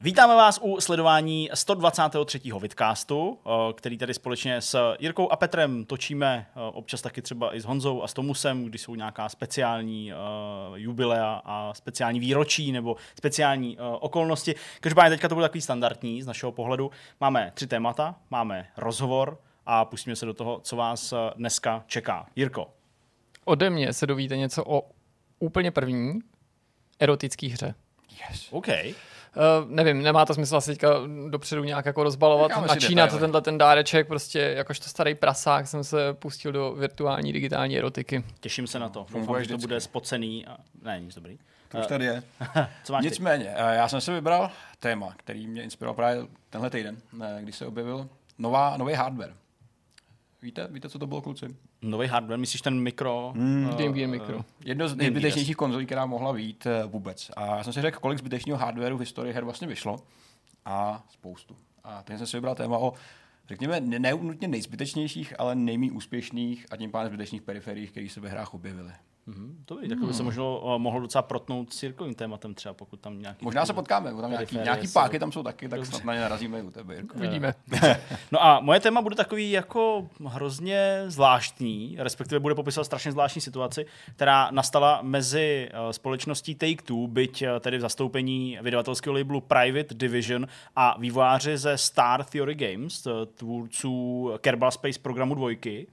Vítáme vás u sledování 123. vidcastu, který tady společně s Jirkou a Petrem točíme občas taky třeba i s Honzou a s Tomusem, když jsou nějaká speciální jubilea a speciální výročí nebo speciální okolnosti. Každopádně teďka to bude takový standardní z našeho pohledu. Máme 3 témata, máme rozhovor a pustíme se do toho, co vás dneska čeká. Jirko. Ode mě se dovíte něco o úplně první erotický hře. Yes. OK. Nevím, nemá to smysl asi teďka dopředu nějak jako rozbalovat, načínat tenhle ten dáreček, prostě jakožto starý prasák jsem se pustil do virtuální digitální erotiky. Těším se na to. Doufám, že to bude spocený. Ne, nic dobrý. To už tady je. Co máš Nicméně, já jsem si vybral téma, který mě inspiroval právě tenhle týden, když se objevil nový hardware. Víte, co to bylo, kluci? Nový hardware, myslíš ten mikro? Game Gear mikro. Jedno z nejzbytečnějších konzolí, která mohla vyjít vůbec. A já jsem si řekl, kolik zbytečného hardwareu v historii her vlastně vyšlo. A spoustu. A teď jsem si vybral téma o, řekněme, nenutně nejzbytečnějších, ale nejméně úspěšných a tím pádem zbytečných periferiích, které se ve hrách objevily. Dobrý, tak by se mohlo docela protnout s Jirkovým tématem třeba, pokud tam nějaký... Možná se potkáme, tam nějaký páky tam jsou taky, tak snad na ně narazíme i u tebe, Jirko. Uvidíme. No a moje téma bude takový jako hrozně zvláštní, respektive bude popisovat strašně zvláštní situaci, která nastala mezi společností Take-Two, byť tedy v zastoupení vydavatelského labelu Private Division a vývojáři ze Star Theory Games, tvůrců Kerbal Space Programu 2.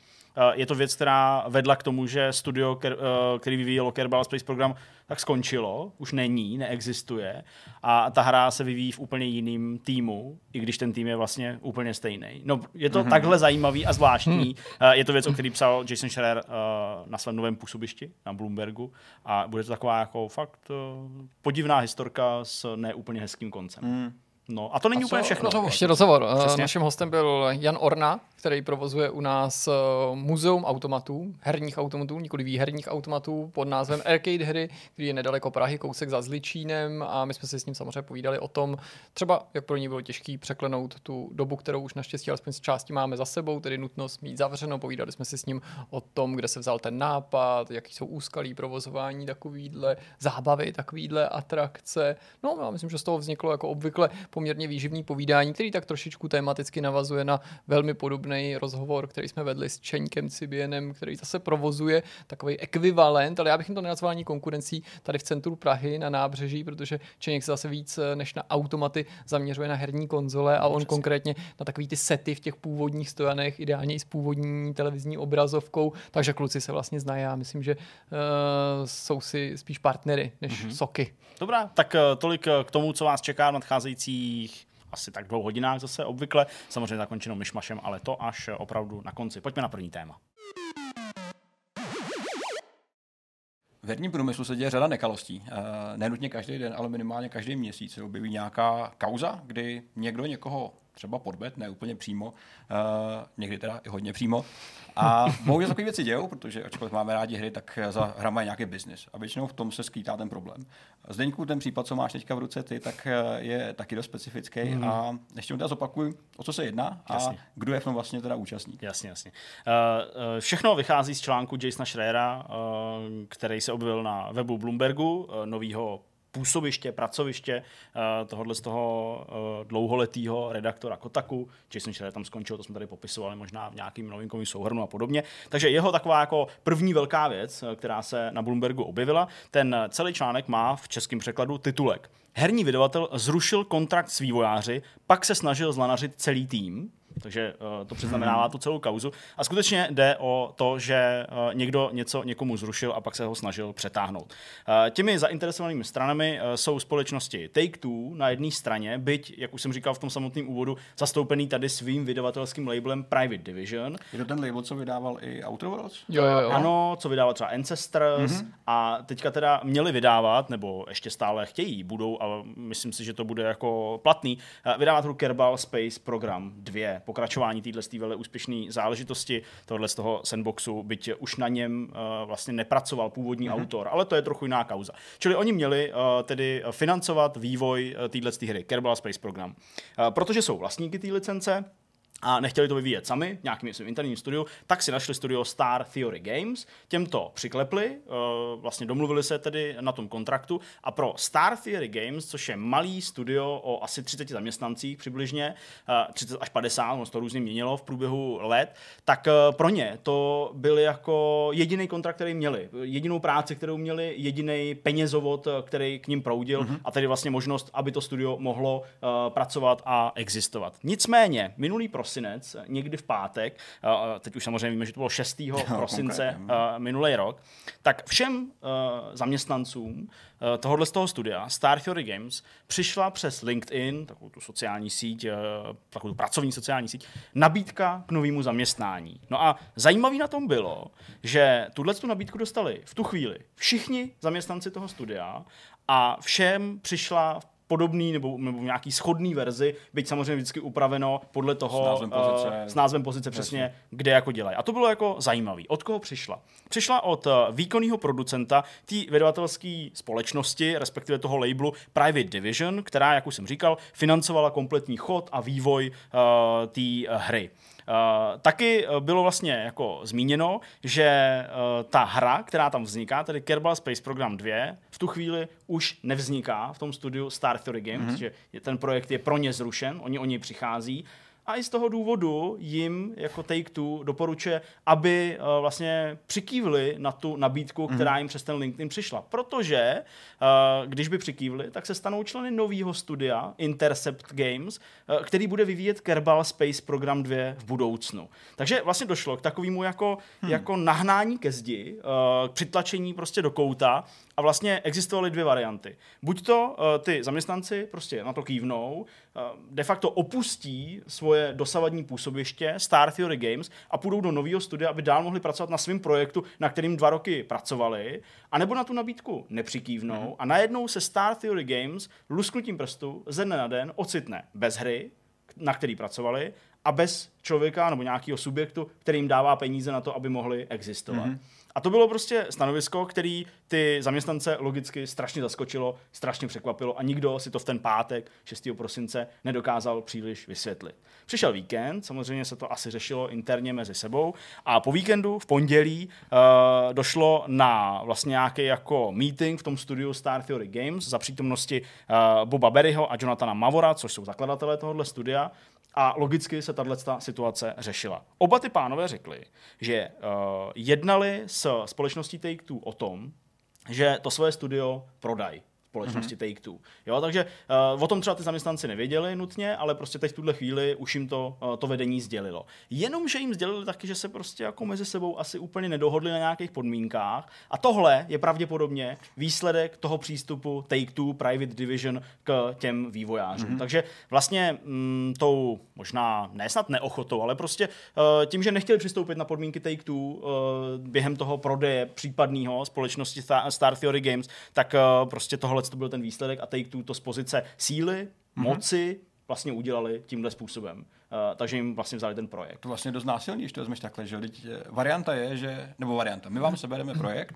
Je to věc, která vedla k tomu, že studio, který vyvíjelo Kerbal Space Program, tak skončilo, už neexistuje a ta hra se vyvíjí v úplně jiným týmu, i když ten tým je vlastně úplně stejný. No, je to takhle zajímavý a zvláštní. Je to věc, o který psal Jason Schreier na svém novém působišti na Bloombergu a bude to taková jako fakt podivná historka s neúplně hezkým koncem. No, a to není úplně všechno. Ještě rozhovor. Naším hostem byl Jan Orna, který provozuje u nás muzeum automatů, herních automatů, nikoli výherních automatů pod názvem Arcade hry, který je nedaleko Prahy, kousek za Zličínem a my jsme si s ním samozřejmě povídali o tom, třeba jak pro ní bylo těžké překlenout tu dobu, kterou už naštěstí alespoň z části máme za sebou, tedy nutnost mít zavřeno. Povídali jsme si s ním o tom, kde se vzal ten nápad, jaký jsou úskalí provozování takovýhle zábavy, takovýhle atrakce. No, já myslím, že z toho vzniklo jako obvykle poměrně výživný povídání, který tak trošičku tematicky navazuje na velmi podobný rozhovor, který jsme vedli s Čeňkem Cibienem, který zase provozuje takový ekvivalent, ale já bych jim to nenazval ani konkurencí tady v centru Prahy na nábřeží, protože Čeněk se zase víc než na automaty zaměřuje na herní konzole a on konkrétně na takový ty sety v těch původních stojanech, ideálně i s původní televizní obrazovkou, takže kluci se vlastně znají a myslím, že jsou si spíš partnery než soky. Dobrá, tak tolik k tomu, co vás čeká v nadcházejících asi tak 2 hodinách zase obvykle. Samozřejmě zakončeno myšmašem, ale to až opravdu na konci. Pojďme na první téma. V herním průmyslu se děje řada nekalostí. Nenutně každý den, ale minimálně každý měsíc se objeví nějaká kauza, kdy někdo někoho třeba podved, ne úplně přímo, někdy teda i hodně přímo. A bohužel takové věci dějou, protože ačkoliv máme rádi hry, tak za hrama je nějaký biznis. A většinou v tom se skýtá ten problém. Zdeňku, ten případ, co máš teďka v ruce ty, tak je taky dost specifický. A ještě teda zopakuju, o co se jedná a kdo je v tom vlastně teda účastník. Jasně. Všechno vychází z článku Jasona Schreiera, který se objevil na webu Bloombergu, novýho působiště, pracoviště tohohle z toho dlouholetého redaktora Kotaku. Jason Schreier tam skončil, to jsme tady popisovali možná v nějakým novinkovým souhrnu a podobně. Takže jeho taková jako první velká věc, která se na Bloombergu objevila, ten celý článek má v českém překladu titulek. Herní vydavatel zrušil kontrakt s vývojáři, pak se snažil zlanařit celý tým. Takže to předznamenává tu celou kauzu. A skutečně jde o to, že někdo něco někomu zrušil a pak se ho snažil přetáhnout. Těmi zainteresovanými stranami jsou společnosti Take-Two na jedné straně, byť, jak už jsem říkal v tom samotném úvodu, zastoupený tady svým vydavatelským labelem Private Division. Je to ten label, co vydával i Outer Worlds? Jo. Ano, co vydával třeba Ancestors a teďka teda měli vydávat, nebo ještě stále chtějí, budou, ale myslím si, že to bude jako platný, vydávat hru Kerbal Space Program 2. Pokračování této velmi úspěšné záležitosti tohle z toho sandboxu, byť už na něm vlastně nepracoval původní autor, ale to je trochu jiná kauza. Čili oni měli tedy financovat vývoj této hry, Kerbal Space Program. Protože jsou vlastníky té licence, a nechtěli to vyvíjet sami, nějakým svým interním studiu, tak si našli studio Star Theory Games, těm to přiklepli, vlastně domluvili se tedy na tom kontraktu a pro Star Theory Games, což je malý studio o asi 30 zaměstnancích přibližně, 30 až 50, ono se to různě měnilo v průběhu let, tak pro ně to byl jako jediný kontrakt, který měli, jedinou práci, kterou měli, jediný penězovod, který k ním proudil a tedy vlastně možnost, aby to studio mohlo pracovat a existovat. Nicméně, minulý prosinec, někdy v pátek, teď už samozřejmě víme, že to bylo 6. prosince minulý rok, tak všem zaměstnancům tohohle z toho studia, Star Theory Games, přišla přes LinkedIn, takovou tu sociální síť, takovou tu pracovní sociální síť, nabídka k novému zaměstnání. No a zajímavý na tom bylo, že tu nabídku dostali v tu chvíli všichni zaměstnanci toho studia a všem přišla podobný nebo nějaký shodný verzi, byť samozřejmě vždycky upraveno podle toho s názvem pozice přesně, kde jako dělají. A to bylo jako zajímavý. Od koho přišla? Přišla od výkonného producenta té vydavatelské společnosti, respektive toho labelu Private Division, která, jak už jsem říkal, financovala kompletní chod a vývoj té hry. Taky bylo vlastně jako zmíněno, že ta hra, která tam vzniká, tedy Kerbal Space Program 2, v tu chvíli už nevzniká v tom studiu Star Theory Games, že ten projekt je pro ně zrušen, oni o něj přichází. A i z toho důvodu jim jako Take-Two doporučuje, aby vlastně přikývli na tu nabídku, která jim přes ten LinkedIn přišla. Protože když by přikývli, tak se stanou členy nového studia Intercept Games, který bude vyvíjet Kerbal Space Program 2 v budoucnu. Takže vlastně došlo k takovému jako nahnání ke zdi, k přitlačení prostě do kouta a vlastně existovaly dvě varianty. Buď to ty zaměstnanci prostě na to kývnou, de facto opustí svoje dosavadní působiště Star Theory Games a půjdou do nového studia, aby dál mohli pracovat na svém projektu, na kterým 2 roky pracovali, anebo na tu nabídku nepřikývnou a najednou se Star Theory Games lusknutím prstu ze dne na den ocitne bez hry, na který pracovali, a bez člověka nebo nějakého subjektu, který jim dává peníze na to, aby mohli existovat. A to bylo prostě stanovisko, který ty zaměstnance logicky strašně zaskočilo, strašně překvapilo a nikdo si to v ten pátek 6. prosince nedokázal příliš vysvětlit. Přišel víkend, samozřejmě se to asi řešilo interně mezi sebou a po víkendu v pondělí došlo na vlastně nějaký jako meeting v tom studiu Star Theory Games za přítomnosti Boba Berryho a Jonathana Mavora, což jsou zakladatelé tohohle studia. A logicky se tato situace řešila. Oba ty pánové řekli, že jednali s společností Take-Two o tom, že to svoje studio prodají společnosti Take-Two. Jo, takže o tom třeba ty zaměstnanci nevěděli nutně, ale prostě teď v tuhle chvíli už jim to vedení sdělilo. Jenomže jim sdělili taky, že se prostě jako mezi sebou asi úplně nedohodli na nějakých podmínkách a tohle je pravděpodobně výsledek toho přístupu Take-Two Private Division k těm vývojářům. Takže vlastně tou možná ne snad neochotou, ale prostě tím, že nechtěli přistoupit na podmínky Take-Two během toho prodeje případného společnosti Star Theory Games, tak prostě tohle to byl ten výsledek a Take-Two to z pozice síly, moci vlastně udělali tímhle způsobem. Takže jim vlastně vzali ten projekt. To vlastně dost násilný, když to vezmeš takhle, že varianta je, že, nebo varianta, my vám sebereme projekt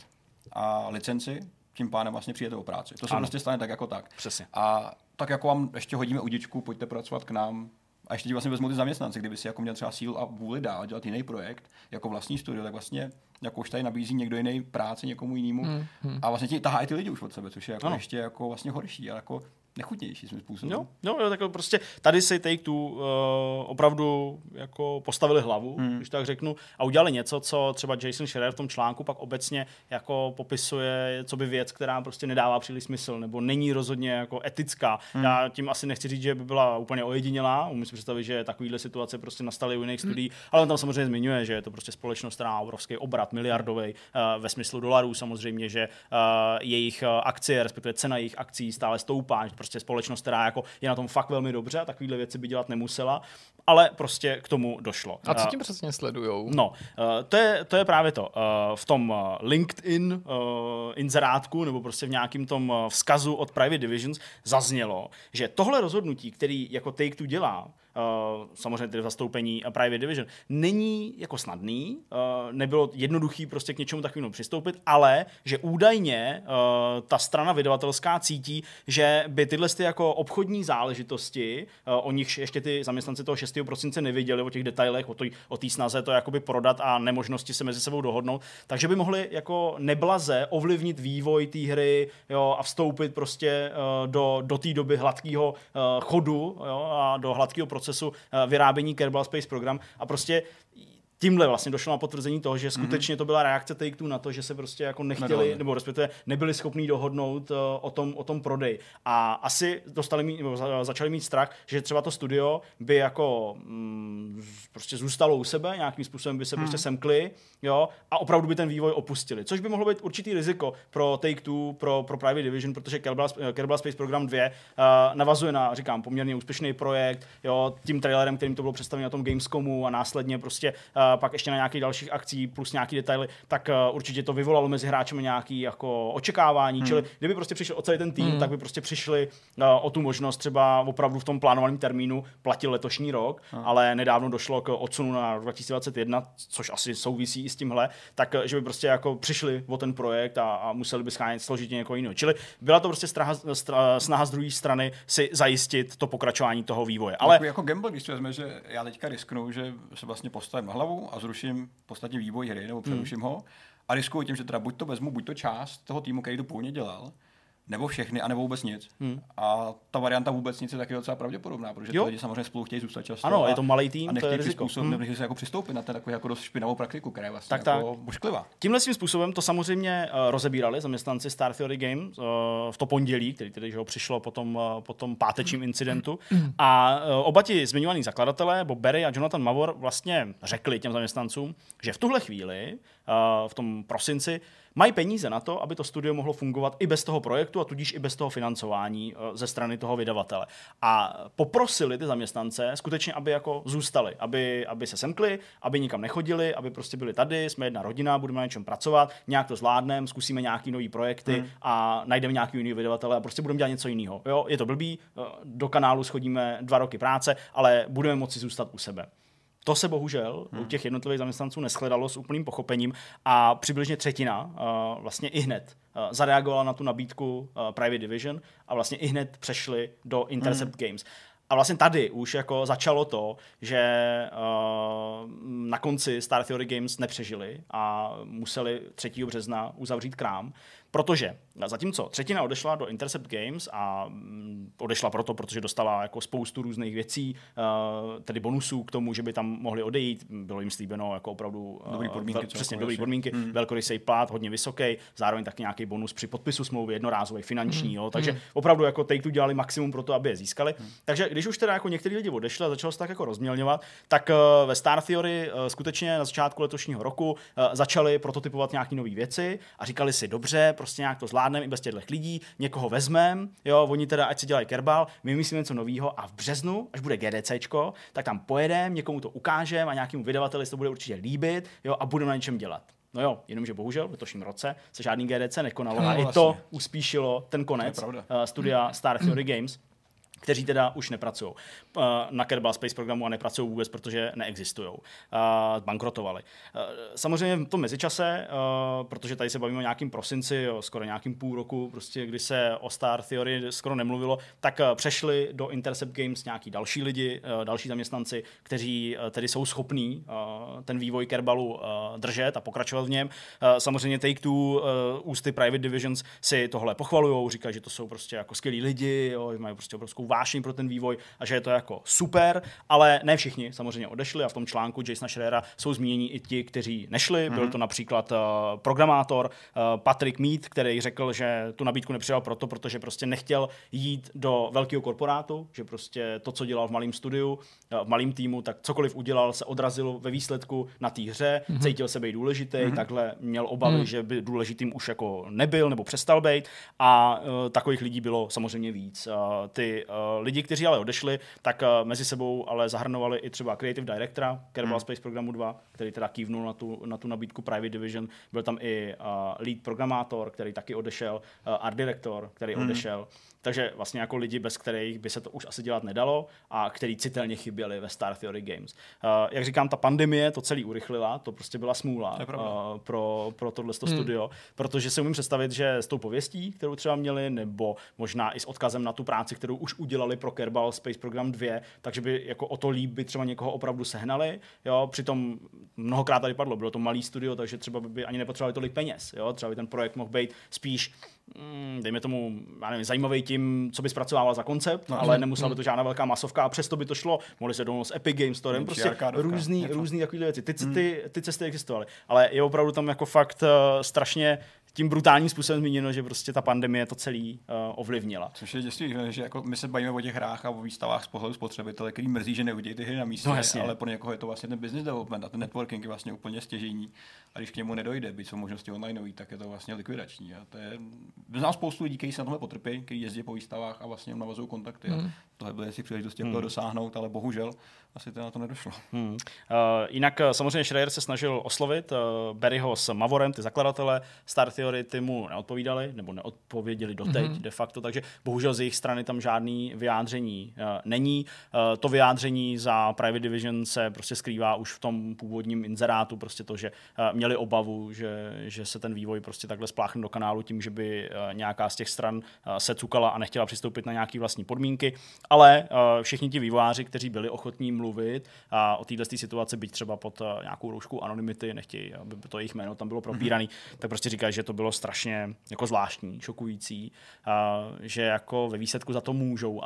a licenci, tím pádem vlastně přijete o práci. To se prostě stane tak jako tak. Přesně. A tak jako vám ještě hodíme udičku, pojďte pracovat k nám. A ještě ti vlastně vezmou ty zaměstnanci, kdyby si jako měl třeba sílu a vůli dál dělat jiný projekt, jako vlastní studio, tak vlastně jako už tady nabízí někdo jiný práci někomu jinému a vlastně ti tahá i ty lidi už od sebe, což je jako ještě jako vlastně horší a jako nechutnější svým způsobem. Jo, tak prostě tady si Take-Two opravdu jako postavili hlavu, když tak řeknu, a udělali něco, co třeba Jason Schreier v tom článku pak obecně jako popisuje, co by věc, která prostě nedává příliš smysl, nebo není rozhodně jako etická. Já tím asi nechci říct, že by byla úplně ojedinělá, umím si představit, že takovýhle situace prostě nastaly u jiných studií, ale on tam samozřejmě zmiňuje, že je to prostě společnost, která má obrovský obrat, miliardový ve smyslu dolarů samozřejmě, že jejich akcie, respektive cena jejich akcí stále stoupá, prostě společnost, která jako je na tom fakt velmi dobře a takovýhle věci by dělat nemusela, ale prostě k tomu došlo. A co tím přesně sledujou? No, to je právě to. V tom LinkedIn inzerátku nebo prostě v nějakým tom vzkazu od Private Divisions zaznělo, že tohle rozhodnutí, který jako Take-Two dělá, samozřejmě tedy v zastoupení Private Division, není jako snadný, nebylo jednoduchý prostě k něčemu takovému přistoupit, ale že údajně ta strana vydavatelská cítí, že by tyhle jako obchodní záležitosti, o nich ještě ty zaměstnanci toho 6. prosince nevěděli, o těch detailech, o té snaze to jakoby prodat a nemožnosti se mezi sebou dohodnout, takže by mohli jako neblaze ovlivnit vývoj té hry, jo, a vstoupit prostě do té doby hladkého chodu, jo, a do hladkého procesu vyrábění Kerbal Space Program a prostě tímhle vlastně došlo na potvrzení toho, že skutečně to byla reakce Take-Two na to, že se prostě jako nechtěli, nebo respektive nebyli schopní dohodnout o tom prodej. A asi začali mít strach, že třeba to studio by jako prostě zůstalo u sebe, nějakým způsobem by se prostě semkli, jo, a opravdu by ten vývoj opustili. Což by mohlo být určitý riziko pro Take-Two, pro Private Division, protože Kerbal Space Program 2 navazuje na, říkám, poměrně úspěšný projekt, jo, tím trailerem, kterým to bylo představeno na tom Gamescomu a následně prostě pak ještě na nějakých dalších akcí plus nějaký detaily, tak určitě to vyvolalo mezi hráči nějaký jako očekávání, čili kdyby prostě přišel o celý ten tým, tak by prostě přišli o tu možnost třeba opravdu v tom plánovaném termínu platil letošní rok, ale nedávno došlo k odsunu na rok 2021, což asi souvisí i s tímhle, tak že by prostě jako přišli o ten projekt a museli by schánět složitě někoho jiného. Čili byla to prostě snaha z druhé strany si zajistit to pokračování toho vývoje. Ale jako gamble, když si vezme, že já teďka risknu, že se vlastně postavím na hlavu a zruším v podstatě vývoj hry, nebo přeruším ho a riskuju tím, že teda buď to vezmu, buď to část toho týmu, který to původně dělal, nebo všechny, anebo vůbec nic. A ta varianta vůbec nic je taky docela pravděpodobná, protože ty lidi samozřejmě spolu chtějí zůstat často. Ano, je to malý tým, a to je riziko. Nechtějí se jako přistoupit na ten takový jako dost špinavou praktiku, která je vlastně tak, jako bošklivá. Tímhle svým způsobem to samozřejmě rozebírali zaměstnanci Star Theory Games v to pondělí, který tedy že ho přišlo po tom pátečním incidentu. A oba ti zmiňovaní zakladatelé, Bob Berry a Jonathan Mavor, vlastně řekli těm zaměstnancům, že v tuhle chvíli, v tom prosinci, mají peníze na to, aby to studio mohlo fungovat i bez toho projektu a tudíž i bez toho financování ze strany toho vydavatele. A poprosili ty zaměstnance skutečně, aby jako zůstali, aby se semkli, aby nikam nechodili, aby prostě byli tady, jsme jedna rodina, budeme na něčem pracovat, nějak to zvládneme, zkusíme nějaký nový projekty a najdeme nějaký jiný vydavatele a prostě budeme dělat něco jiného. Jo, je to blbý, do kanálu schodíme 2 roky práce, ale budeme moci zůstat u sebe. To se bohužel u těch jednotlivých zaměstnanců neshledalo s úplným pochopením a přibližně třetina vlastně i hned zareagovala na tu nabídku Private Division a vlastně i hned přešli do Intercept Games. A vlastně tady už jako začalo to, že na konci Star Theory Games nepřežili a museli 3. března uzavřít krám, protože zatímco třetina odešla do Intercept Games a odešla protože dostala jako spoustu různých věcí, tedy bonusů k tomu, že by tam mohli odejít, bylo jim slíbeno jako opravdu dobrý podmínky, velkorysej plat, hodně vysoký, zároveň taky nějaký bonus při podpisu smlouvy, jednorázový, finanční, jo, takže opravdu jako Take-Two dělali maximum pro to, aby je získali. Takže když už teda jako některý lidi odešli a začalo se tak jako rozmělňovat, tak ve Star Theory skutečně na začátku letošního roku začali prototypovat nějaké nové věci a říkali si dobře, prostě nějak to zvládneme i bez těchto lidí, někoho vezmeme, jo, oni teda ať si dělají Kerbal, my myslíme něco nového a v březnu, až bude GDCčko, tak tam pojedeme, někomu to ukážeme a nějakému vydavateli se to bude určitě líbit, jo, a budeme na něčem dělat. No jo, jenomže bohužel v letošním roce se žádný GDC nekonalo a i to uspíšilo ten konec studia Star Theory Games, kteří teda už nepracují na Kerbal Space Programu a nepracují vůbec, protože neexistují. Bankrotovali. Samozřejmě v tom mezičase, protože tady se bavíme o nějakým prosinci, o skoro nějakým půl roku, prostě, kdy se o Star Theory skoro nemluvilo, tak přešli do Intercept Games nějaký další lidi, další zaměstnanci, kteří tedy jsou schopní ten vývoj Kerbalu držet a pokračovat v něm. Samozřejmě Take-Two ústy Private Divisions si tohle pochvalujou, říkají, že to jsou prostě jako skvělí lidi, jo, že mají prostě obrovskou vášeň pro ten vývoj a že je to jako super, ale ne všichni samozřejmě odešli a v tom článku Jasona Schreiera jsou zmíněni i ti, kteří nešli. Byl to například programátor Patrick Mead, který řekl, že tu nabídku nepřijal protože prostě nechtěl jít do velkého korporátu, že prostě to, co dělal v malém studiu, v malém týmu, tak cokoliv udělal, se odrazilo ve výsledku na té hře, cítil se být důležitý, takhle měl obavy, že by důležitým už jako nebyl nebo přestal být a takových lidí bylo samozřejmě víc. Ty lidi, kteří ale odešli, tak mezi sebou ale zahrnovali i třeba Creative Directora Kerbal Space Programu 2, který teda kývnul na tu nabídku Private Division. Byl tam i lead programátor, který taky odešel, art director, který odešel. Takže vlastně jako lidi, bez kterých by se to už asi dělat nedalo a který citelně chyběli ve Star Theory Games. Jak říkám, ta pandemie to celý urychlila, to prostě byla smůla pro tohleto studio, protože si umím představit, že s tou pověstí, kterou třeba měli, nebo možná i s odkazem na tu práci, kterou už udělali pro Kerbal Space Program 2, takže by jako o to líp by třeba někoho opravdu sehnali. Jo? Přitom mnohokrát tady padlo, bylo to malý studio, takže třeba by ani nepotřebovali tolik peněz. Jo? Třeba by ten projekt mohl být spíš dejme tomu, já nevím, zajímavý tím, co by zpracovával za koncept, ale nemusela by to žádná velká masovka a přesto by to šlo. Mohli se domluvit s Epic Games Storem, prostě různý takovýhle věci. Ty cesty existovaly, ale je opravdu tam jako fakt strašně tím brutálním způsobem zmíněno, že prostě ta pandemie to celý ovlivnila. Což je děsivé, že jako my se bavíme o těch hrách a o výstavách z pohledu spotřebitele, který mrzí, že neudějí ty hry na místě, ale pro někoho je to vlastně ten business development a ten networking je vlastně úplně stěžejní. A když k němu nedojde, byť jsou možnosti onlineový, tak je to vlastně likvidační. A to je, znám spoustu lidí, kteří se na tomhle potrpí, kteří jezdí po výstavách a vlastně navazují kontakty. A tohle byly si příležitosti jako dosáhnout, ale bohužel asi to na to nedošlo. Jinak samozřejmě Schreier se snažil oslovit Barryho s Mavorem, ty zakladatele Star Theory, ty mu neodpovídali, nebo neodpověděli doteď de facto, takže bohužel z jejich strany tam žádný vyjádření není. To vyjádření za Private Division se prostě skrývá už v tom původním inzerátu, prostě to, že měli obavu, že se ten vývoj prostě takhle spláchne do kanálu tím, že by nějaká z těch stran se cukala a nechtěla přistoupit na nějaké vlastní podmínky, ale všichni ti vývojáři, kteří byli ochotní mluvit o této situaci, byť třeba pod nějakou rouškou anonymity, nechtějí, aby to jejich jméno tam bylo propíraný, tak prostě říkají, že to bylo strašně jako zvláštní, šokující, že jako ve výsledku za to můžou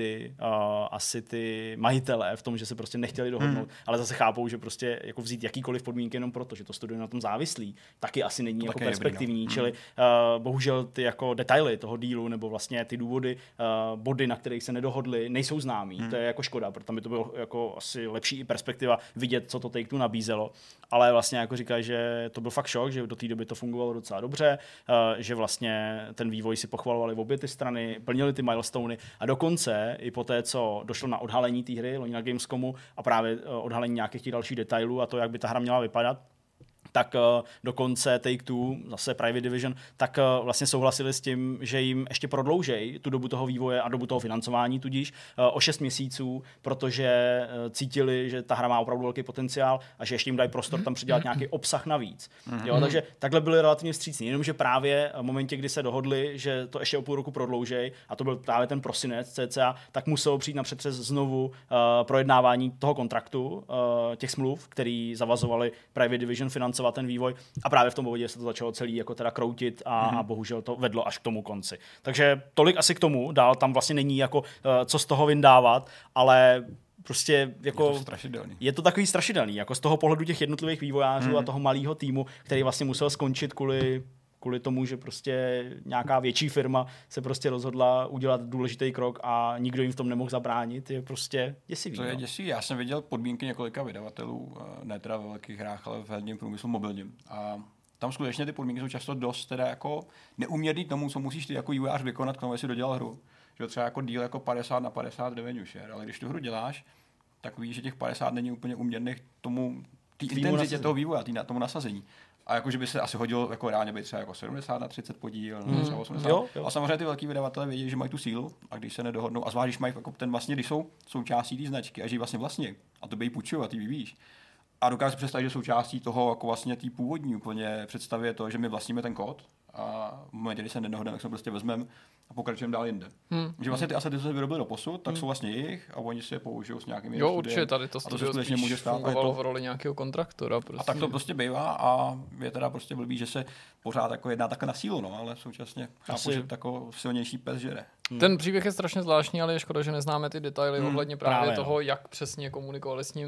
asi ty majitelé v tom, že se prostě nechtěli dohodnout, ale zase chápou, že prostě jako vzít jakýkoliv podmínky jenom proto, že to studio na tom závislý, taky asi není to jako perspektivní, čili bohužel ty jako detaily toho dílu nebo vlastně ty důvody, body, na kterých se nedohodli, nejsou známí. To je jako škoda, protože by to bylo jako asi lepší i perspektiva vidět, co to Take-Two nabízelo, ale vlastně jako říkají, že to byl fakt šok, že do té doby to fungovalo docela dobře, že vlastně ten vývoj si pochvalovali v obě ty strany, plnili ty milestony a dokonce i po té, co došlo na odhalení té hry, loni na Gamescomu a právě odhalení nějakých těch dalších detailů a to, jak by ta hra měla vypadat, tak dokonce Take-Two, zase Private Division, tak vlastně souhlasili s tím, že jim ještě prodloužejí tu dobu toho vývoje a dobu toho financování tudíž o 6 měsíců, protože cítili, že ta hra má opravdu velký potenciál a že ještě jim dají prostor tam přidělat nějaký obsah navíc. Jo, takže takhle byli relativně vstřícní, jenomže právě v momentě, kdy se dohodli, že to ještě o půl roku prodloužejí, a to byl právě ten prosinec cca, tak muselo přijít na přetřes znovu projednávání toho kontraktu, těch smluv, který zavazovali Private Division financovat ten vývoj a právě v tom bodě se to začalo celý jako teda kroutit a bohužel to vedlo až k tomu konci. Takže tolik asi k tomu, dál tam vlastně není jako co z toho vyndávat, ale prostě jako je to takový strašidelný, jako z toho pohledu těch jednotlivých vývojářů a toho malého týmu, který vlastně musel skončit kvůli tomu, že prostě nějaká větší firma se prostě rozhodla udělat důležitý krok a nikdo jim v tom nemohl zabránit, je prostě děsivý. To je děsivý. Já jsem viděl podmínky několika vydavatelů, ne teda ve velkých hrách, ale v herním průmyslu mobilním. A tam skutečně ty podmínky jsou často dost teda jako neuměrný tomu, co musíš ty jako vývojář vykonat, k tomu, aby si dodělal hru. Že třeba jako díl jako 50/50 revenue share, ale když tu hru děláš, tak víš, že těch 50 není úplně uměrných tomu té intenzitě toho vývoje, tomu nasazení. A jakože by se asi hodilo jako reálně být třeba jako 70/30 podíl, třeba 80. Jo. A samozřejmě ty velký vydavatelé vědí, že mají tu sílu a když se nedohodnou, a zvlášť když mají jako ten vlastně, když jsou součástí té značky a že ji vlastně vlastní a to by ji půjčují a ty vyvíjíš. A dokážu si představit, že součástí toho jako vlastně té původní úplně představě to, že my vlastníme ten kód a v momentě, kdy se nedohodneme, tak se prostě vezmeme a pokračujeme dál jinde. Že vlastně ty asety, co se vyrobily do posud, tak jsou vlastně jejich a oni si je použijou s nějakými studiem. Jo, určitě tady to skutečně může stát fungovalo v roli nějakého kontraktora. Prostě. A tak to prostě bývá a je teda prostě blbý, že se pořád jako jedná takhle na sílu, no, ale současně chápu, že takový silnější pes žere. Ten příběh je strašně zvláštní, ale je škoda, že neznáme ty detaily ohledně právě toho, jak přesně komunikovali s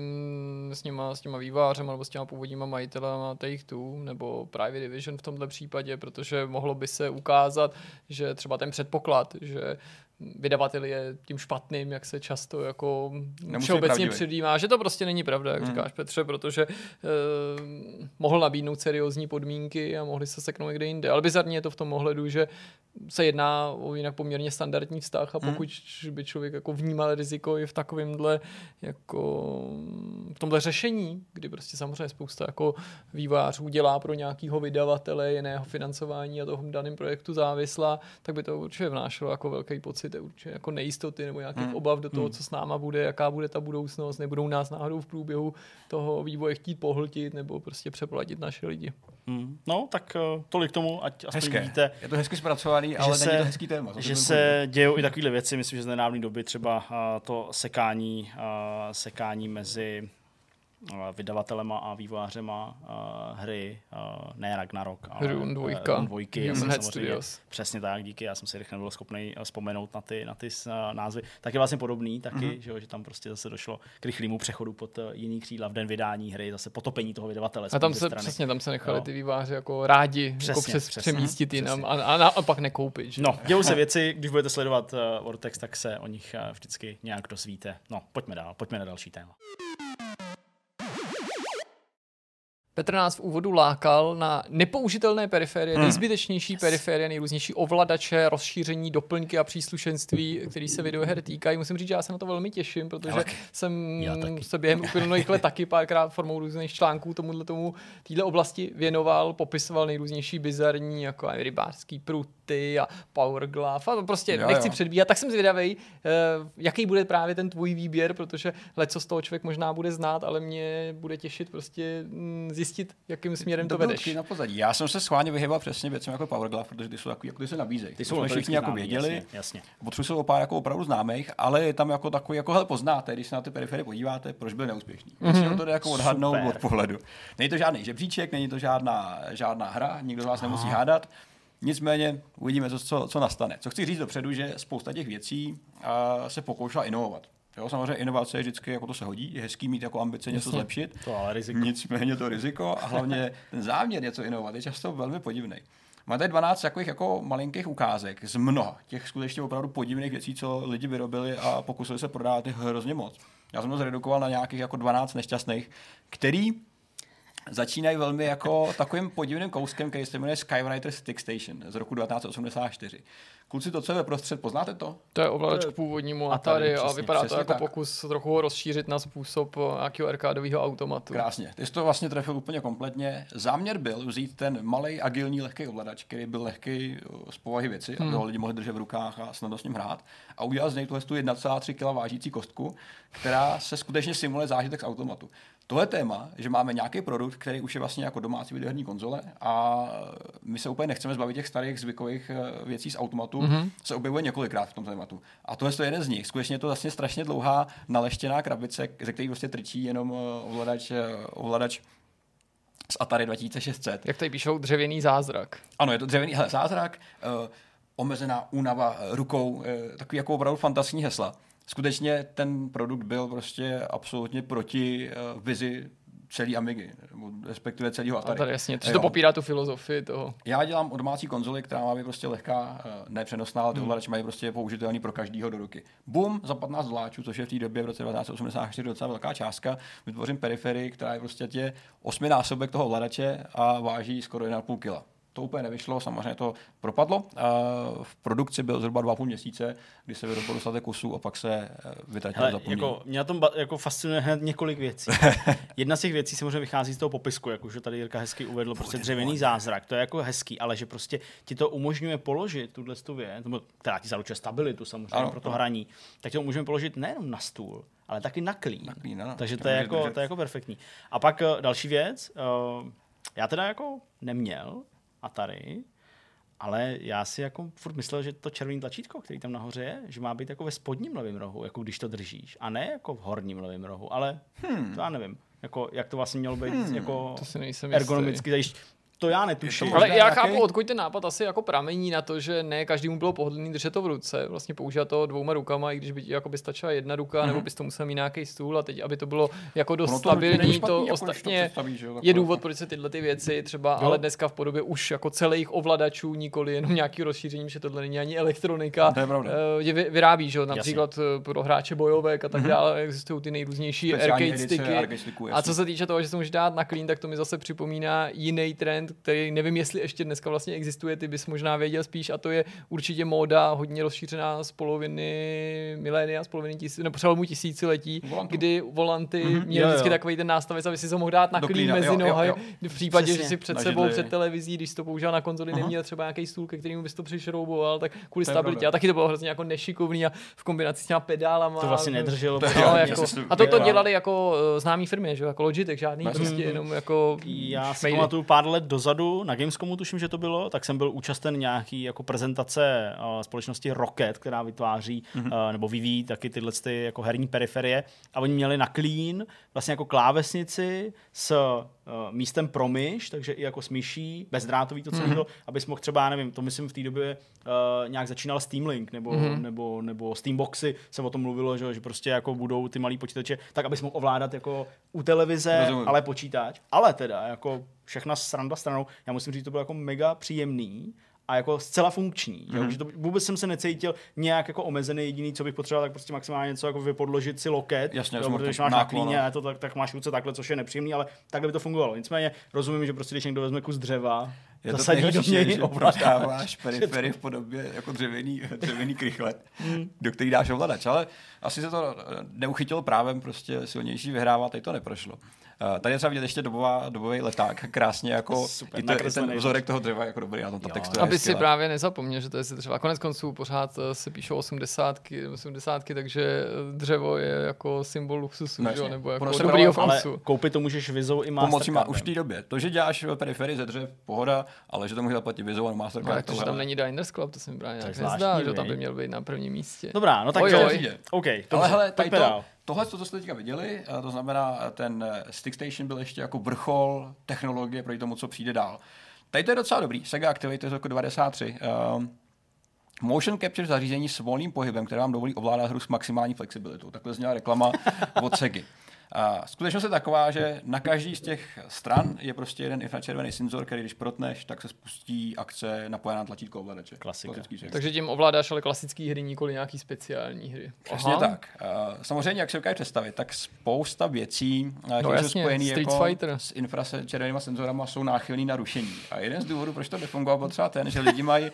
těma vývojářema nebo s těma původníma majitelema Take-Two nebo Private Division v tomhle případě, protože mohlo by se ukázat, že třeba ten předpoklad, že vydavatel je tím špatným, jak se často jako všeobecně předjímá, že to prostě není pravda, jak říkáš, Petře, protože mohl nabídnout seriózní podmínky a mohli se seknout někde jinde. Ale bizarně je to v tom ohledu, že se jedná o jinak poměrně standardní vztah a pokud by člověk jako vnímal riziko i v takovémhle jako v tomhle řešení, kdy prostě samozřejmě spousta jako vývojářů dělá pro nějakého vydavatele jiného financování a toho daném projektu závislá, tak by to určitě vnášelo jako velký pocit určitě jako nejistoty nebo nějakých obav do toho, co s náma bude, jaká bude ta budoucnost, nebudou nás náhodou v průběhu toho vývoje chtít pohltit nebo prostě přeplatit naše lidi. No, tak tolik tomu, ať aspoň víte. Je to hezky zpracovaný, ale není to hezký téma. Že se dějou i takovéhle věci, myslím, že z nedávné doby třeba to sekání mezi vydavatelema a vývojářema hry, ne Ragnarok, ale Rune 2. Human Studios. Přesně tak, díky, já jsem si rychle nebyl schopný vzpomenout na ty názvy. Tak je vlastně podobný taky, že tam prostě zase došlo k rychlému přechodu pod jiný křídla v den vydání hry, zase potopení toho vydavatele. A tam se nechali ty vývojáři jako rádi přesně, přemístit jinam a pak nekoupit. Že? No, dějou se věci, když budete sledovat Vortex, tak se o nich vždycky nějak dozvíte. No, pojďme na další téma. Petr nás v úvodu lákal na nepoužitelné periferie, nejzbytečnější periferie, nejrůznější ovladače, rozšíření, doplňky a příslušenství, který se videoher týkají. Musím říct, že já se na to velmi těším, protože jsem se během uplynulých let taky párkrát formou různých článků téhle oblasti věnoval, popisoval nejrůznější bizarní, jako rybářský pruty a power glove a prostě nechci předbíhat. Tak jsem zvědavej, jaký bude právě ten tvůj výběr, protože leco z toho člověk možná bude znát, ale mě bude těšit prostě zjistit, jakým směrem to vedeš. Na pozadí. Já jsem se schválně vyhýbal přesně věcem jako Power Glove, protože ty jsou takový, jako ty se nabízejí. Ty jsou všichni jako věděli. Jasně. Potřebuji se o pár jako opravdu známých, ale je tam jako takový, jako hele, poznáte, když se na ty periferie podíváte, proč byl neúspěšný. To jde jako odhadnout od pohledu. Není to žádný žebříček, není to žádná hra, nikdo z vás nemusí hádat. Nicméně uvidíme, co nastane. Co chci říct dopředu, že spousta těch věcí se pokoušela inovovat. Jo, samozřejmě inovace je vždycky, jako to se hodí, je hezký mít jako ambice něco zlepšit. To ale riziko. Nicméně to riziko a hlavně ten záměr něco inovovat je často velmi podivný. Máte 12 takových jako malinkých ukázek z mnoha těch skutečně opravdu podivných věcí, co lidi vyrobili a pokusili se prodávat je hrozně moc. Já jsem to zredukoval na nějakých jako 12 nešťastných, který začínají velmi jako takovým podivným kouskem, který se jmenuje Skywriter Stick Station z roku 1984. Kluci, to, co je ve prostřed, poznáte to? To je ovladač k původnímu Atari a vypadá to jako pokus trochu ho rozšířit na způsob nějakého arkádového automatu. Krásně. Ty jsi to vlastně trefil úplně kompletně. Záměr byl vzít ten malej, agilní, lehký ovladač, který byl lehký z povahy věci, aby ho lidi mohli držet v rukách a snadno s ním hrát, a udělat z něj tu 1,3 kg vážící kostku, která se skutečně simuluje zážitek z automatu. Tohle téma, že máme nějaký produkt, který už je vlastně jako domácí videoherní konzole a my se úplně nechceme zbavit těch starých zvykových věcí z automatu, se objevuje několikrát v tom tématu. A tohle je jeden z nich. Skutečně je to vlastně strašně dlouhá naleštěná krabice, ze které prostě trčí jenom ovladač z Atari 2600. Jak tady píšou, dřevěný zázrak. Ano, je to dřevěný zázrak, omezená únava rukou, takový jako opravdu fantastický hesla. Skutečně ten produkt byl prostě absolutně proti vizi celý Amigy, respektive celého Atari. Atari, jasně, to popírá tu filozofii toho. Já dělám o domácí konzoli, která má být prostě lehká, nepřenosná, ale ty ovladače mají prostě použitelný pro každýho do ruky. Bum, za $15, což je v té době v roce 1984 docela velká částka, vytvořím periferii, která je prostě 8násobek toho ovladače a váží skoro 1,5 kg. To úplně nevyšlo, samozřejmě to propadlo. V produkci byl zhruba 2,5 měsíce, kdy se vyrobil dostatek kusů a pak se vytratilo zapomnění. Mě na tom fascinuje hned několik věcí. Jedna z těch věcí samozřejmě vychází z toho popisku, jak už tady Jirka hezky uvedl, prostě dřevěný zázrak, to je jako hezký, ale že prostě ti to umožňuje položit tuhle věc, která ti zaručuje stabilitu samozřejmě pro to hraní, tak to umožňuje položit nejenom na stůl, ale taky na klín. Takže to je jako perfektní. A pak další věc, já teda jako neměl Atari, ale já si jako furt myslel, že to červený tlačítko, který tam nahoře je, že má být jako ve spodním levém rohu, jako když to držíš, a ne jako v horním levém rohu, ale to já nevím, jako jak to vlastně mělo být jako to si nejsem ergonomicky zajištěné. To já netuším. Ale já chápu, odkud ten nápad asi jako pramení na to, že ne každému bylo pohodlný držet to v ruce, vlastně používat to 2 rukama, i když by jako by stačila 1 ruka, nebo bys to musel mít nějaký stůl a teď, aby to bylo jako dost stabilní, to ostatně je důvod, proč se tyhle ty věci třeba, ale dneska v podobě už jako celých ovladačů, nikoli jenom nějaký rozšíření, že tohle není ani elektronika, je vyrábí, že například pro hráče bojovek a tak dále, existují ty nejrůznější arcade sticky. A co se týče toho, že se může dát na clean, tak to mi zase připomíná jiný trend, který nevím, jestli ještě dneska vlastně existuje, ty bys možná věděl spíš, a to je určitě móda hodně rozšířená z poloviny milénia, z poloviny přelomu tisíciletí, kdy volanty měly vždycky takový ten nástavec, aby si to mohl dát na clean mezi nohy. V případě, že si před sebou před televizí, když to používal na konzoli, neměl třeba nějaký stůl, ke kterému bys to přišrouboval, tak kvůli stabilitě. A taky to bylo hrozně jako nešikovný a v kombinaci s těma pedálama. To vlastně nedrželo. A to dělali jako známý firmy, že jako Logitech, žádný prostě jenom jako já si pamatuju pár let dozadu na Gamescomu, tuším, že to bylo, tak jsem byl účasten nějaký jako prezentace společnosti Rocket, která vytváří nebo vyvíjí taky tyhle jako herní periferie, a oni měli na clean vlastně jako klávesnici s místem pro myš, takže i jako s myší, bezdrátový to celé, abys mohl třeba, nevím, to myslím v té době nějak začínal Steam Link nebo Steamboxy, se o tom mluvilo, že prostě jako budou ty malý počítače, tak abys mohl ovládat jako u televize, ale počítač. Ale teda jako všechna sranda stranou, já musím říct, to bylo jako mega příjemný a jako zcela funkční. Že to, vůbec jsem se necítil nějak jako omezený, jediný, co bych potřeboval, tak prostě maximálně něco jako vypodložit si loket, jasně, protože když máš na klíně a to, tak máš ruce takhle, což je nepříjemný, ale takhle by to fungovalo. Nicméně rozumím, že prostě když někdo vezme kus dřeva, zasadí do něj, ovládáš periferii v podobě jako dřevěný krychlet, do který dáš ovladač, ale asi se to neuchytilo právem, prostě silnější vyhrává, tady to neprošlo. Tady je třeba vidět ještě dobový leták, krásně jako super, i ten vzorek toho dřeva jako dobrý na tom ta textura. Aby si právě nezapomněl, že to je dřeva. Konec konců pořád se píšou 80, takže dřevo je jako symbol luxusu, nebo jako dobrýho funksu. Ale koupit to můžeš Vizou i Mastercardem. Už v té době. To, že děláš periferii ze dřev, pohoda, ale že to může zaplatit Vizou a Mastercard. Takže tam není Diners Club, to se mi právě nezdá, že tam by měl být na prvním místě. Dobrá, no tak ale hele, tohle, co jste teďka viděli, to znamená, ten Stick Station byl ještě jako vrchol technologie proti tomu, co přijde dál. Tady to je docela dobrý. Sega Activator z roku 93. Motion capture zařízení s volným pohybem, které vám dovolí ovládat hru s maximální flexibilitou. Takhle zněla reklama od Segy. Skutečnost je taková, že na každý z těch stran je prostě jeden infračervený senzor, který když protneš, tak se spustí akce napojená na tlačítko ovladače. Takže tím ovládáš ale klasický hry, nikoli nějaký speciální hry. Přesně tak. Samozřejmě, jak se dokáže představit, tak spousta věcí, které jsou spojené jako s infračervenýma senzorama, jsou náchylný na rušení. A jeden z důvodů, proč to nefungovalo, byl třeba ten, že lidi mají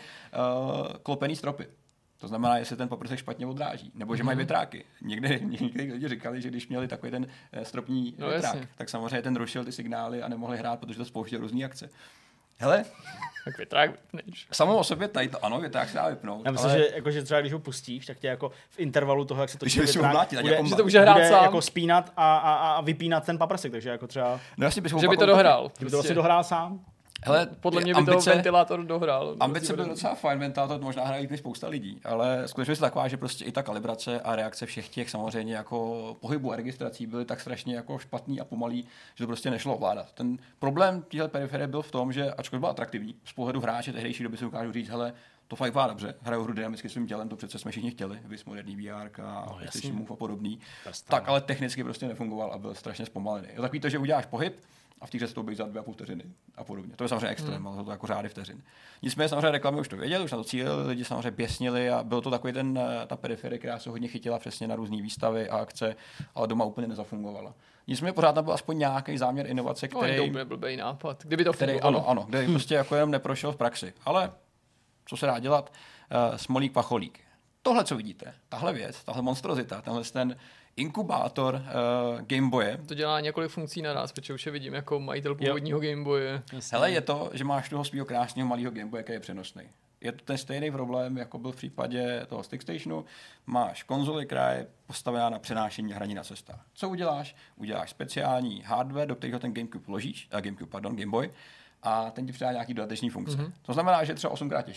klopený stropy. To znamená, jestli ten paprsek špatně odráží, nebo že mají větráky. Někdy lidi říkali, že když měli takový ten stropní větrák, tak samozřejmě ten rušil ty signály a nemohli hrát, protože to spouštěl různý akce. Hele, tak větrák vypneš. Samo o sobě tady to, ano, větrák se dá vypnout. Já myslím, že třeba když ho pustíš, tak tě jako v intervalu toho, jak se točí větrák, že to může hrát sám. Jako spínat a vypínat ten paprsek, takže jako třeba... No jasně, že by to dohrál. Kdyby to vlastně dohrál sám. Hele, podle mě by to ventilátor dohrál. Ambice byl docela fajn, ventilátor možná hrají než spousta lidí, ale skutečně je taková, že prostě i ta kalibrace a reakce všech těch samozřejmě jako pohybů a registrací byly tak strašně jako špatný a pomalý, že to prostě nešlo ovládat. Ten problém téhle periferie byl v tom, že ačkoliv byl atraktivní, z pohledu hráče tehdejší doby si ukážu říct, hele, to fakt vypadá dobře, hraju hru dynamicky svým tělem, to přece jsme všichni chtěli, vys moderní VR a PlayStation Move a podobný. Tak ale technicky prostě nefungoval a byl strašně zpomalený. Je takový to, že uděláš pohyb a v té hře se to objeví za 2,5 vteřiny a podobně. To je samozřejmě extrém, ale to jako řády vteřin. Nicméně samozřejmě reklamy už to věděli, už na to cílili, lidi samozřejmě běsnili a byl to takový ta periferie, která se hodně chytila přesně na různé výstavy a akce, ale doma úplně nezafungovala. Nicméně pořád tam byl aspoň nějaký záměr inovace, který... No, blbý nápad. Kdyby to fungovalo. Ano, kde prostě jako jenom neprošel v praxi. Ale co se dá dělat? Smolík, pacholík. Tohle, co vidíte, tahle věc, tahle monstrozita, tenhle ten inkubátor Gameboye. To dělá několik funkcí naraz, protože už je vidím jako majitel původního Gameboye. Hele, je to, že máš toho svého krásného malého Gameboye, který je přenosný. Je to ten stejný problém, jako byl v případě toho Stick Stationu. Máš konzoli, která je postavená na přenášení hraní na cestách. Co uděláš? Uděláš speciální hardware, do kterého ten GameCube vložíš, Game Boy, a ten ti přidá nějaký dodateční funkce. To znamená, že třeba 8x těžší,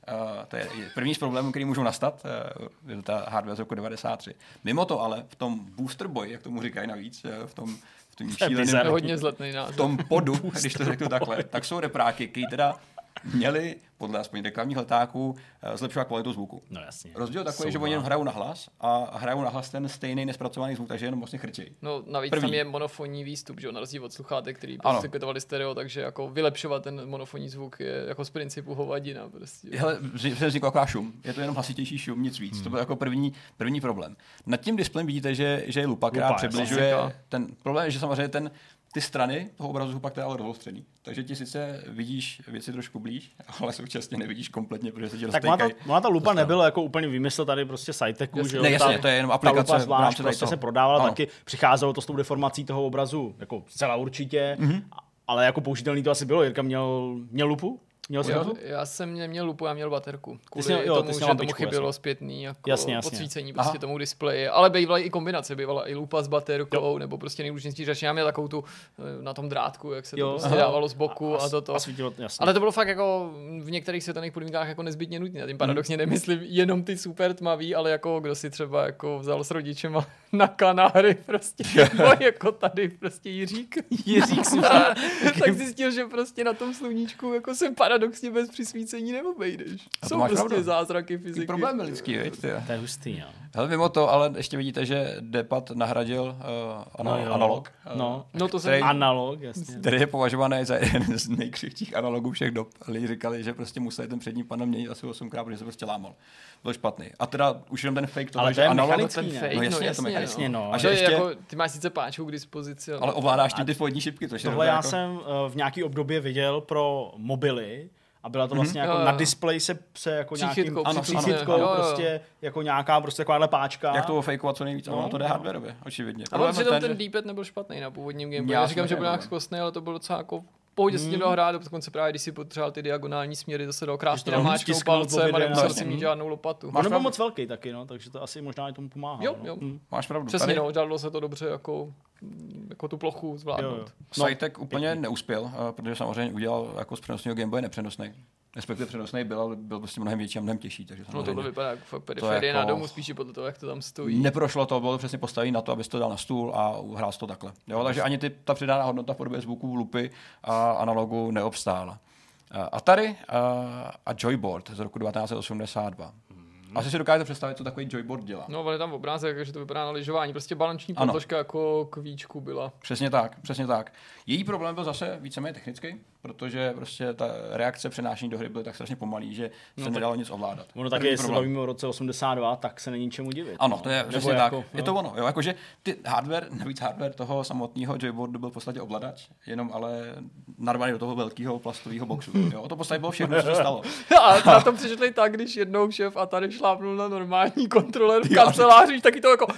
To je první z problémů, který můžou nastat. Je to ta hardware z roku 93. Mimo to ale v tom booster boji, jak tomu říkají navíc, v tom hodně zletný název. V tom podu, když to řeknu takhle, tak jsou repráky, který teda měli, podle aspoň reklamních letáků, zlepšovat kvalitu zvuku. No jasně. Rozdíl takový, že oni jenom hrajou na hlas a hrajou na hlas ten stejný nespracovaný zvuk, takže jenom vlastně chrčí. No navíc tam je monofonní výstup, že na rozdíl od sluchátek, který prostě květovali stereo, takže jako vylepšovat ten monofonní zvuk je jako z principu hovadina prostě. Hele, vznikl taková šum. Je to jenom hlasitější šum, nic víc. To byl jako první problém. Nad tím displejem vidíte, že je lupa, která přibližuje ten problém, že samozřejmě ty strany toho obrazu jsou pak teda ale rozostřený. Takže ti sice vidíš věci trošku blíž, ale současně nevidíš kompletně, protože se ti roztejkají. Tak ta lupa nebyla jako úplně vymysl tady prostě Siteku, že jo? Ne, jasně, to je jenom aplikace. Ta lupa zvlášť prostě se prodávala, taky přicházelo to s tou deformací toho obrazu, jako zcela určitě, ale jako použitelný to asi bylo. Jirka měl lupu? Já jsem měl lupu, já měl baterku. Kvůli tomu, že tomu chybělo zpětný jako jasně. podsvícení prostě tomu displeji. Ale bývala i kombinace, bývala i lupa s baterkou, nebo prostě nejdůležitější řešení. Já měl takovou tu na tom drátku, jak se to prostě dávalo z boku a toto. Ale to bylo fakt jako v některých světelných podmínkách jako nezbytně nutné. A tím paradoxně nemyslím jenom ty super tmavý, ale jako kdo si třeba jako vzal s rodičema na Kanáry prostě, nebo jako tady prostě Jiřík tak zjistil, že prostě na tom sluníčku jako se paradoxně bez přisvícení neobejdeš. Jsou prostě zázraky fyziky. Problém je lidský, veď? To je hustý, jo. Hele, mimo to, ale ještě vidíte, že D-pad nahradil analog. No to jsem analog, jasně. Který je považovaný za jeden z nejkřivších analogů všech dob. Lidi říkali, že prostě museli ten přední panel měnit asi 8krát, protože se prostě lámal. Byl špatný. A teda už jenom ten fake toho, ale že analog ten fake, no jasně, no. A že ještě, jako, ty máš sice páčku k dispozici, ale ovládáš tím ty spodní šipky. Tohle já jsem v nějaký období viděl pro mobily. A byla to vlastně jako na displeji se jako nějakým příchýtkou prostě jako nějaká prostě takováhle páčka. Jak to fejkovat co nejvíc, ale to jde hardwareově, očividně. Ale přitom ten D-pad nebyl špatný na původním gameplayi. Já říkám, že byl nějak zkostný, ale to bylo docela jako pohodě s tím dal hrát, dokonce právě když si potřeboval ty diagonální směry, zase dal krásně namáčknout palcem a nemusel si mít žádnou lopatu. On byl moc velký taky, no, takže to asi možná i tomu pomáhá. Jo. Máš pravdu. Přesně, dalo se to dobře jako tu plochu zvládnout. Saitek úplně neuspěl, protože samozřejmě udělal jako z přenosného Game Boye nepřenosný. Respektive přenosný byl prostě mnohem větší a mnohem těžší. Takže no to vypadá jako fakt periferie na domu, spíše podle toho, jak to tam stojí. Neprošlo to, bylo to přesně postavené na to, abys to dal na stůl a hrál to takhle. Jo, takže ani ta přidaná hodnota v podobě zvuku, lupy a analogu neobstála. Atari a Joyboard z roku 1982. Asi si dokážete představit, co takový Joyboard dělá. No, ale tam obrázek, že to vypadá na lyžování. Prostě balanční podložka jako k víčku byla. Přesně tak. Její problém byl zase víceméně technický, protože prostě ta reakce přenášení do hry byly tak strašně pomalý, že se nedalo nic ovládat. Ono taky, jestli bavíme o roce 82, tak se není čemu divit. Ano, to je přesně tak. Je to ono. Jo, jakože ty navíc hardware toho samotného Joyboardu byl v podstatě ovladač, jenom ale narvaný do toho velkého plastového boxu. Jo, to v podstatě bylo všechno, co se stalo. A na to přišli tak, když jednou šéf Atari šlápnul na normální kontroler v kanceláři, taky to jako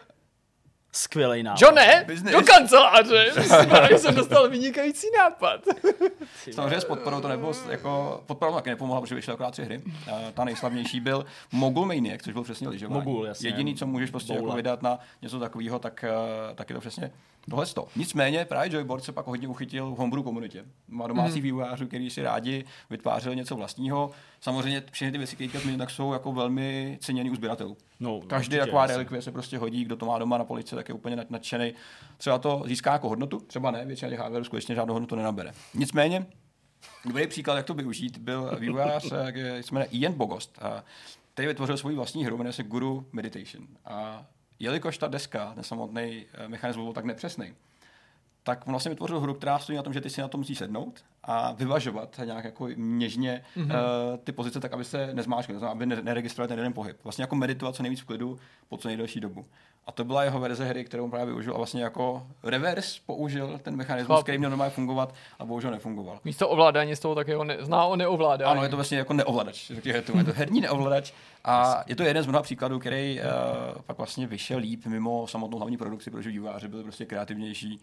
skvělej nápad. Johne, do kanceláře! Jsem dostal vynikající nápad. Samozřejmě s podporou to nebylo, jako podporou taky nepomohla, protože vyšly akorát 3 hry. Ta nejslavnější byl Mogul Maniac, což byl přesně lyžování. Mogul, jasně. Jediný, co můžeš prostě jako vydat na něco takového, tak je to přesně tohleto. Nicméně právě Joyboard se pak hodně uchytil v homebrew komunitě. Má domácí vývojářů, kteří si rádi vytvářeli něco vlastního. Samozřejmě všechny ty věci, které zmínil, tak jsou jako velmi ceněný u sběratelů. No, každý taková relikvie se prostě hodí, kdo to má doma na polici, tak je úplně nadšený. Třeba to získá jako hodnotu, třeba ne, většina těch hardwareů skutečně žádnou hodnotu nenabere. Nicméně, dobrý příklad, jak to využít, byl vývojář, se jmenuje Ian Bogost, který vytvořil svou vlastní hru, jmenuje se Guru Meditation. A jelikož ta deska, ten samotný mechanismus byl tak nepřesný, tak on vlastně vytvořil hru, která stojí na tom, že ty si na to musíš sednout a vyvažovat nějak jako něžně ty pozice tak, aby se nezmáčkly, aby neregistrovali ten jeden pohyb. Vlastně jako meditovat co nejvíc v klidu po co nejdelší dobu. A to byla jeho verze hry, kterou právě využil a vlastně jako reverse použil ten mechanismus, který měl normálně fungovat a bohužel nefungoval. Místo ovládání z toho takého zná o neovládání. Ano, je to vlastně jako neovladač, je to herní neovladač a je to jeden z mnoha příkladů, který pak vlastně vyšel líp mimo samotnou hlavní produkci, protože vývojáři byli prostě kreativnější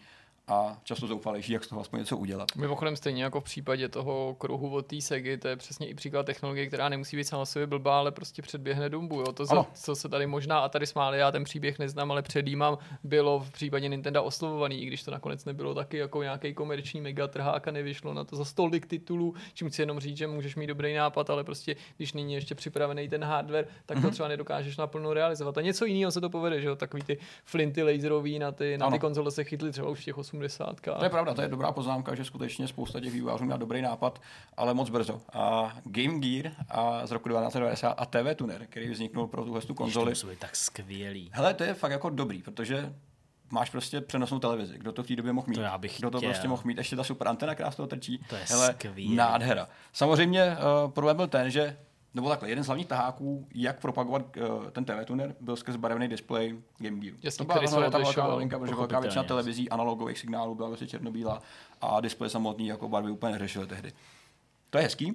a často zoufalejší, jak z toho aspoň něco udělat. Mimochodem stejně jako v případě toho kruhu od té Segy, to je přesně i příklad technologie, která nemusí být sama sobě blbá, ale prostě předběhne Dumbu. Jo? To, co se tady možná a tady smáli, já ten příběh neznám, ale předjímám, bylo v případě Nintendo oslovovaný, i když to nakonec nebylo taky jako nějaký komerční megatrhák a nevyšlo na to za stolik titulů, čím chci jenom říct, že můžeš mít dobrý nápad, ale prostě když není ještě připravený ten hardware, tak to třeba nedokážeš naplno realizovat. A něco jiného se to povede, že jo? Takový ty flinty laserový na ty konzole se chytly třeba už v těch 80. To je pravda, to je dobrá poznámka, že skutečně spousta těch vývojářů měla dobrý nápad, ale moc brzo. A Game Gear z roku 1990 a TV Tuner, který vzniknul pro tuhle konzoli. To tak skvělý. Hele, to je fakt jako dobrý, protože máš prostě přenosnou televizi. Kdo to v té době mohl mít? Kdo to prostě mohl mít? Ještě ta super antena, která z toho trčí. To je skvělý. Nádhera. Samozřejmě problém byl ten, že nebo takhle, jeden z hlavních taháků, jak propagovat ten TV tuner, byl skrz barevný displej Game Gear. Jasně, to byla ta velká novinka, protože velká většina televizí analogových signálů byla vlastně černobílá a displej samotný jako barvy úplně neřešily tehdy. To je hezký.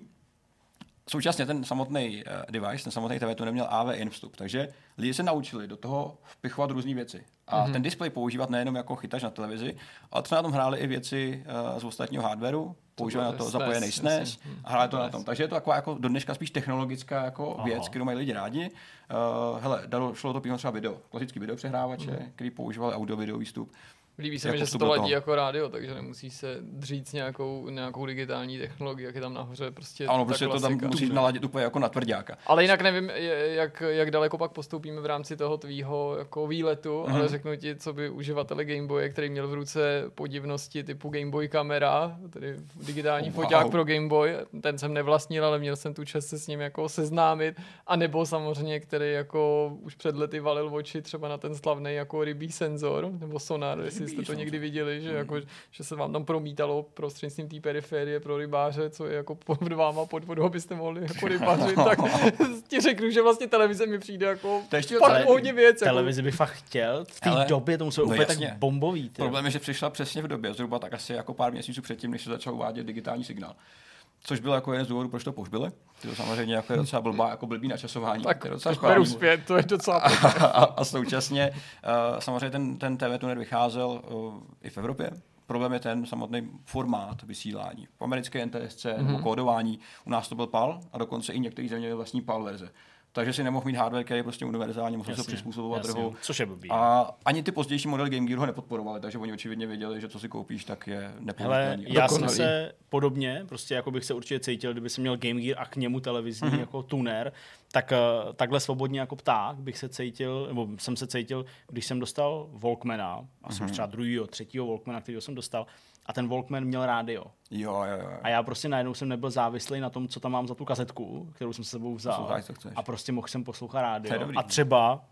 Současně ten samotný device, ten samotný TV tuner měl AV in vstup, takže lidi se naučili do toho vpichovat různé věci. A ten displej používat nejenom jako chytač na televizi, ale třeba na tom hráli i věci z ostatního hardwareu, používali na to zapojený SNES a hráli to na tom. Takže je to taková jako do dneška spíš technologická jako věc, kterou mají lidi rádi. Hele, šlo to píchnout třeba video, klasický video přehrávače, který používali audio-video výstup. Líbí se mi, že se to ladí jako rádio, takže nemusí se dřít s nějakou digitální technologií, jak je tam nahoře prostě. Ano, prostě to tam musíš naladit úplně jako na tvrďáka. Ale jinak nevím, jak daleko pak postoupíme v rámci toho tvýho jako výletu, ale řeknu ti, co by uživatele Gameboye, který měl v ruce podivnosti typu Gameboy kamera, tedy digitální foťák pro Gameboy, ten jsem nevlastnil, ale měl jsem tu čest se s ním jako seznámit, a nebo samozřejmě, který jako už před lety valil oči třeba na ten slavný jako rybí senzor, nebo sonar, jestli jste to někdy viděli, že, jako, že se vám tam promítalo prostřednictvím té periferie pro rybáře, co je jako pod váma pod vodou, abyste mohli jako rybařit, tak ti řeknu, že vlastně televize mi přijde jako fakt hodně věc. Televizi bych fakt chtěl, v té době to muselo úplně tak bombový. Problém je, že přišla přesně v době, zhruba tak asi jako pár měsíců předtím, než se začal uvádět digitální signál. Což bylo jako jeden z důvodů, proč to použili. To samozřejmě jako je docela blbý načasování. Tak beru zpět, to je docela a současně samozřejmě ten TV tuner vycházel i v Evropě. Problém je ten samotný formát vysílání. V americké NTSC nebo kódování u nás to byl PAL a dokonce i některý země měli vlastní PAL verze. Takže si nemohl mít hardware, který je prostě univerzální, musel se přizpůsobovat trhu. Což je blbý. A ani ty pozdější modely Game Gear ho nepodporovali, takže oni očividně věděli, že co si koupíš, tak je nepoužitelný. Já jsem se podobně, prostě jako bych se určitě cítil, kdyby jsem měl Game Gear a k němu televizní jako tuner, tak takhle svobodně jako pták bych se cítil, nebo jsem se cítil, když jsem dostal Walkmana, a jsem třeba druhýho, třetího Walkmana, kterýho jsem dostal, a ten Walkman měl rádio. Jo. A já prostě najednou jsem nebyl závislý na tom, co tam mám za tu kazetku, kterou jsem s sebou vzal. A prostě mohl jsem poslouchat rádio. A třeba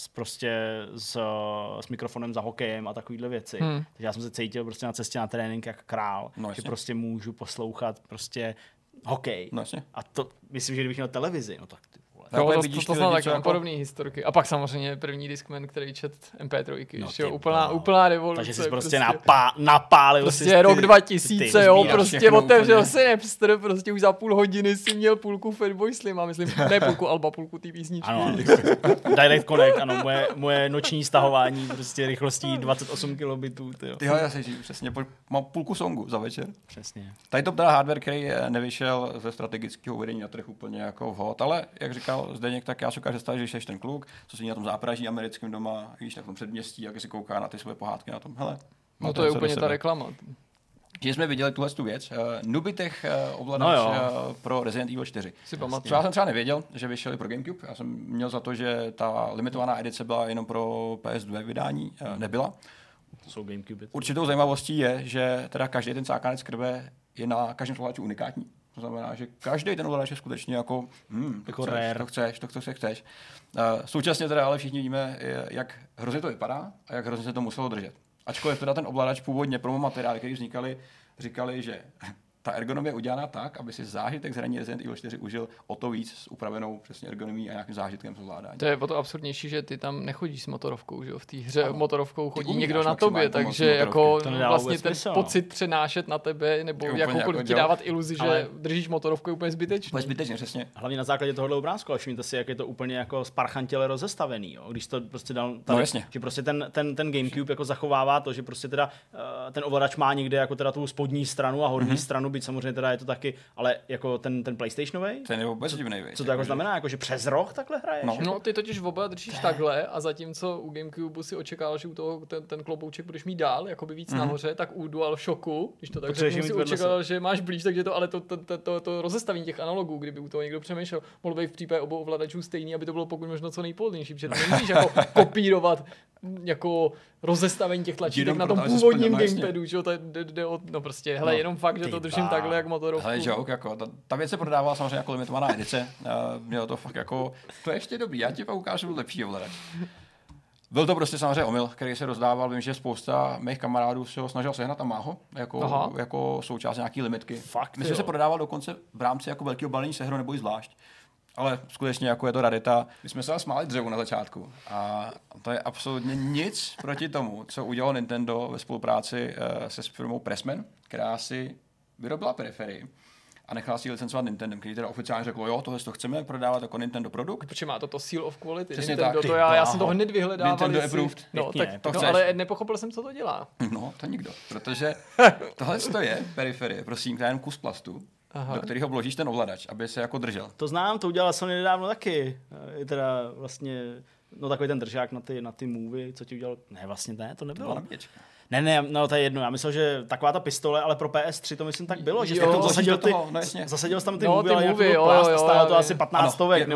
s mikrofonem za hokejem a takovýhle věci. Takže já jsem se cítil prostě na cestě na trénink jak král, že prostě můžu poslouchat prostě hokej. A to myslím, že kdybych měl televizi, no tak ty vole. To znám tak, mám podobný historky. A pak samozřejmě první Discman, který čet MP3, úplná revoluce. Takže jsi prostě napálil prostě rok 2000, jo, prostě otevřel si Napster, prostě už za půl hodiny si měl půlku Fatboy Slim, a myslím, ne půlku Alba, půlku té písničky. Ano, Direct Connect, ano, moje noční stahování prostě rychlostí 28 kilobitů. Jo, já si přesně, mám půlku songu za večer. Přesně. Tady to teda hardware, který nevyšel ze strategického uvedení na trh úplně jako vhod, ale jak říkal Zdeněk, tak já si ukážu představit, že jsi ten kluk, co si na tom zápraží americkém doma, víš, na tom předměstí, jak si kouká na ty svoje pohádky na tom. Hele, no to je úplně ta reklama. Že jsme viděli tuhle tu věc. Nubitech ovladač pro Resident Evil 4. Já jsem třeba nevěděl, že vyšel i pro GameCube. Já jsem měl za to, že ta limitovaná edice byla jenom pro PS2 vydání. Nebyla. To jsou GameCube. Určitou zajímavostí je, že teda každý ten cákanec krve je na každém ovladači unikátní. To znamená, že každý ten ovladač je skutečně jako to chceš. Současně teda ale všichni víme, jak hrozně to vypadá a jak hrozně se to muselo držet. Ačkoliv teda ten ovladač původně promo materiály, který vznikaly, říkali, že ta ergonomie je udělaná tak, aby si zážitek z hraní Resident Evil 4 užil o to víc s upravenou přesně ergonomií a nějakým zážitkem z ovládání. To je o to absurdnější, že ty tam nechodíš s motorovkou, že jo? V té hře motorovkou chodí někdo na tobě, takže jako vlastně ten pocit přenášet na tebe, nebo jakoukoliv ti dávat iluzi, že držíš motorovku je úplně zbytečný. Úplně zbytečně, přesně. Hlavně na základě tohohle obrázku, ale všimněte si, jak je to úplně jako sparchantěle rozestavený, jo? Když to prostě dal tady, že prostě ten GameCube jako zachovává to, že prostě teda ten ovladač má někde jako teda tu spodní stranu a horní stranu, byť samozřejmě teda je to taky, ale jako ten PlayStationový. Ten je vůbec divnej, co to jako znamená, jako že přes roh takhle hraješ? No, ty totiž oba držíš takhle a zatímco u GameCube si očekával, že u toho ten klobouček budeš mít dál, jakoby víc nahoře, tak u DualShocku, když to tak řeknu, si očekával, že máš blíž, takže to, ale to rozestavení těch analogů, kdyby u toho někdo přemýšlel, mohlo být v případě obou ovladačů stejný, aby to bylo pokud možno co nejpohodlnější, protože to nemůžeš jako kopírovat jako rozestavení těch tlačítek na tom původním gamepadu, že to jde o, no prostě, hele, jenom fakt, že to držím takhle jak motorovku. Hele, joke, jako, ta věc se prodávala samozřejmě jako limitovaná edice, mělo to fakt jako, to je ještě dobrý, já ti pak ukážu lepší ovladač. Byl to prostě samozřejmě omyl, který se rozdával, vím, že spousta mých kamarádů se ho snažil sehnat a má ho, jako součást nějaký limitky. Fakt, myslím, že se prodával dokonce v rámci jako velkého balení se hrou nebo i zvlášť. Ale skutečně jako je to rarita. My jsme se ale smáli dřevu na začátku a to je absolutně nic proti tomu, co udělalo Nintendo ve spolupráci se firmou Pressman, která si vyrobila periferii a nechala si licencovat Nintendo, který teda oficiálně řekl, jo, tohle to chceme prodávat jako Nintendo produkt. Protože má to seal of quality. Přesně Nintendo, tak. já jsem to hned vyhledával. Nintendo approved. No, tak, to ale nepochopil jsem, co to dělá. No, to nikdo, protože tohle je periferie, prosím, to je jen kus plastu. Aha. Do kterého vložíš ten ovladač, aby se jako držel. To znám, to udělala Sony nedávno taky. Teda vlastně, no takový ten držák na ty movie, co ti udělal, ne vlastně ne, to nebylo. Ne, no to je jedno, já myslel, že taková ta pistole, ale pro PS3 to myslím tak bylo, že jsi tam zasadil tam ty movie, ale jinak to byl plast a stálo to asi 15 stovek.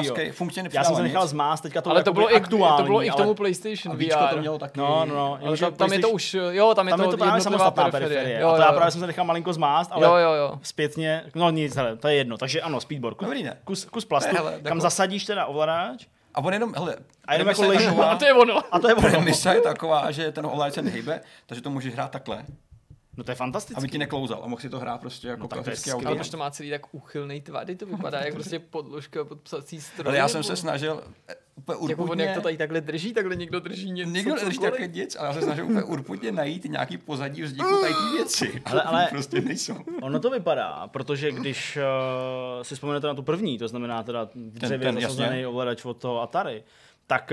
Já jsem se nechal zmást, teďka to bylo aktuální. To bylo i k tomu PlayStation VR. To mělo taky. No, tam je to už, jo, tam je to právě samostatná periferie. A to já právě jsem se nechal malinko zmást, ale zpětně, no nic, hele, to je jedno, takže ano, speedboard, kus plastu, kam zasadíš teda ovladač. A on jenom, hele, a jenom jako leží, a to je ono. A to je ono. Premisa je taková, že ten ovladač se nehybe, takže to můžeš hrát takhle. No to je fantastické. Aby ti neklouzal a mohl si to hrát prostě jako klasický auto. Ale proč to má celý tak úchylnej tvar, to vypadá jak prostě podložka pod psací stroj. Ale já jsem se snažil úplně urputně... Jak to tady takhle drží, takhle někdo drží něco. Někdo drží také nic, ale já se snažil úplně urputně najít nějaký pozadí vzniku tady ty věci. Ale prostě nejsou. Ono to vypadá, protože když si vzpomenete na tu první, to znamená teda dřevě zasazený ovladač od toho Atari, tak...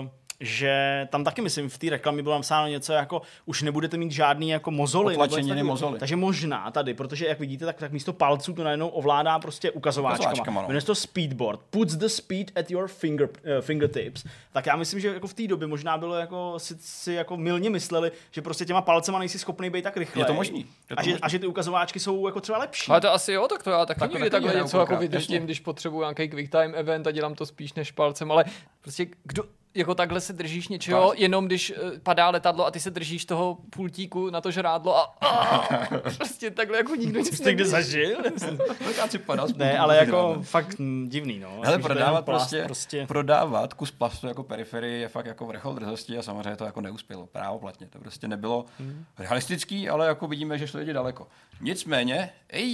že tam taky, myslím, v té reklamě bylo napsáno něco jako, už nebudete mít žádný jako mozoly. Mozoly. Takže možná tady, protože jak vidíte, tak místo palců to najednou ovládá prostě ukazováčkama. Jmenuje to speedboard. Puts the speed at your fingertips. Tak já myslím, že jako v té době možná bylo jako si jako mylně mysleli, že prostě těma palcema nejsi schopný být tak rychle. Je to možný. A že ty ukazováčky jsou jako třeba lepší. Ale to asi jo, tak to já taky někdy takhle něco jako vydržím, když potřebuji nějaký quick time event a dělám to spíš než palcem, ale prostě kdo jako takhle se držíš něčeho, jenom když padá letadlo a ty se držíš toho pultíku na to žrádlo a prostě takhle jako nikdo nic neví. Kde zažil? Ne, ale jako fakt divný, no. Hele, prodávat kus plastu jako periferii je fakt jako vrchol drzosti a samozřejmě to jako neuspělo právoplatně. To prostě nebylo realistický, ale jako vidíme, že šlo lidi daleko. Nicméně,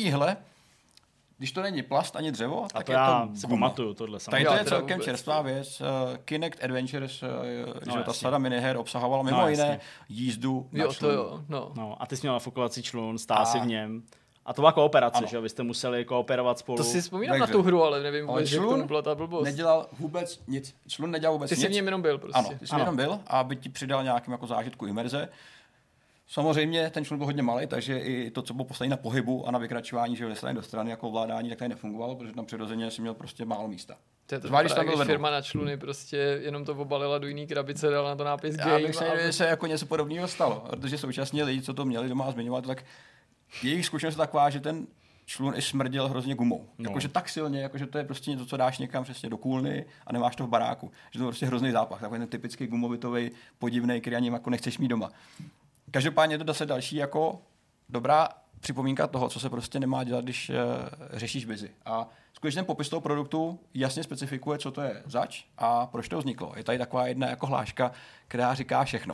když to není plast ani dřevo, tak to je to si pamatuju tohle samozřejmě. Tady to je celkem čerstvá věc. Kinect Adventures, že ta sada miniher obsahovala mimo jiné jízdu na člunu. No, a ty jsi měl nafukovací člun, stál si v něm. A to byla kooperace, že vy jste museli kooperovat spolu. To si vzpomínám na tu hru, ale nevím vůbec, že to byla ta blbost. Nedělal vůbec nic. Člun nedělal vůbec nic. Ty jsi v něm jenom byl prostě. Ano, ty jsi jenom byl, aby ti přidal nějakým jako zážitku imerze. Samozřejmě ten člun byl hodně malý, takže i to, co bylo postavené na pohybu a na vykračování, že strany do strany jako ovládání, tak tady nefungovalo, protože tam přirozeně si měl prostě málo místa. Když firma na čluny prostě jenom to obalila do jiný krabice, dala na to nápis game. Já bych se jako něco podobného stalo, protože současně lidi, co to měli doma a zmiňovat, tak jejich zkušenost je taková, že ten člun i smrděl hrozně gumou. Jakože tak silně, jakože to je prostě něco, co dáš někam přesně do kůlny a nemáš to v baráku. Že to je prostě hrozný zápach, takový ten typický gumovitový, podivný, který ani jako nechceš mít doma. Každopádně je to zase další jako dobrá připomínka toho, co se prostě nemá dělat, když řešíš vizi. A skutečně ten popis toho produktu jasně specifikuje, co to je zač a proč to vzniklo. Je tady taková jedna jako hláška, která říká všechno.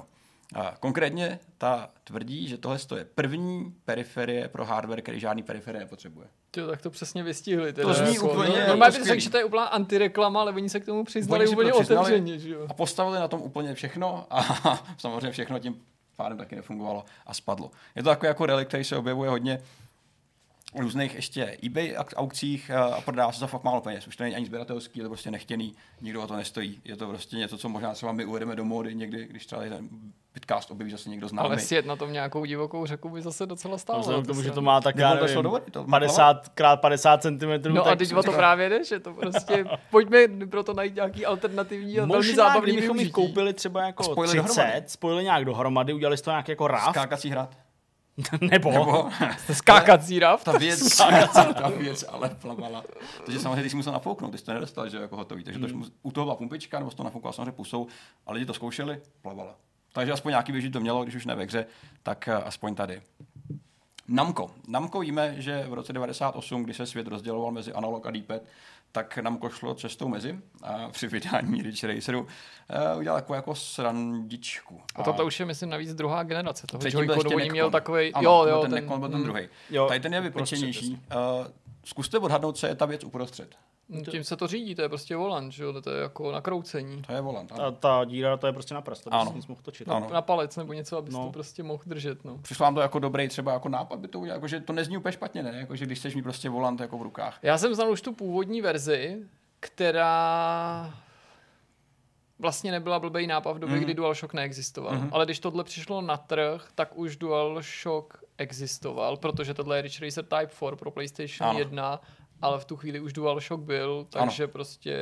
Konkrétně ta tvrdí, že tohle je první periferie pro hardware, který žádný periferie nepotřebuje. Tak to přesně vystihli. To zní úplně... Normálně bych řekl, že to je úplná antireklama, ale oni se k tomu přiznali úplně otevřeně. Že jo? A postavili na tom úplně všechno a samozřejmě všechno tím pádem taky nefungovalo a spadlo. Je to takový jako relikt, který se objevuje hodně v různých ještě eBay aukcích a prodává se za fakt málo peněz. Už to není ani sběratelský, je to prostě nechtěný, nikdo o to nestojí. Je to prostě něco, co možná třeba my uvedeme do módy někdy, když třeba ten podcast objeví zase někdo známý. Ale sjet na tom nějakou divokou řeku by zase docela stálo. Vzhledem k tomu, že to má tak 50 x 50 cm. No a teď o to právě jde, že to prostě, pojďme proto najít nějaký alternativní a velmi zábavný využití. Možná, koupili třeba jako 30, spojili nějak dohromady, udělali z toho nějaký jako ráv. Skákací hrad. Nebo skákací ráv. Ta věc ale plavala. Takže samozřejmě ty si musel nafouknout, ty jsi to nedostal, že jako hotový. Takže to u toho byla pumpička, nebo to nafoukala samozřejmě pusou, a lidi to zkoušeli, plavala. Takže aspoň nějaký využít to mělo, když už ne ve hře, tak aspoň tady. Namco víme, že v roce 98, kdy se svět rozděloval mezi analog a D-pad, tak Namco šlo cestou mezi a při vydání Ridge Raceru udělal takovou jako srandičku. A toto už je, myslím, navíc druhá generace toho Joy-Conu. Oni měl takovej... Ano, ten Necon byl ten druhý. Tady ten je vypečenější. Zkuste odhadnout, co je ta věc uprostřed. Tím se to řídí, to je prostě volant, že jo? To je jako nakroucení. To je volant, ano. A ta díra, to je prostě na prst, aby si nic mohl točit. Na palec nebo něco, abys to prostě mohl držet. No. Přišlo vám to jako dobrý třeba jako nápad, by to udělal, jako, že to nezní úplně špatně, ne? Jako, že když chceš mít prostě volant jako v rukách. Já jsem znal už tu původní verzi, která vlastně nebyla blbej nápad v době, kdy DualShock neexistoval. Ale když tohle přišlo na trh, tak už DualShock existoval, protože tohle je Ridge Racer Type 4 pro PlayStation 1, ale v tu chvíli už DualShock byl, takže prostě...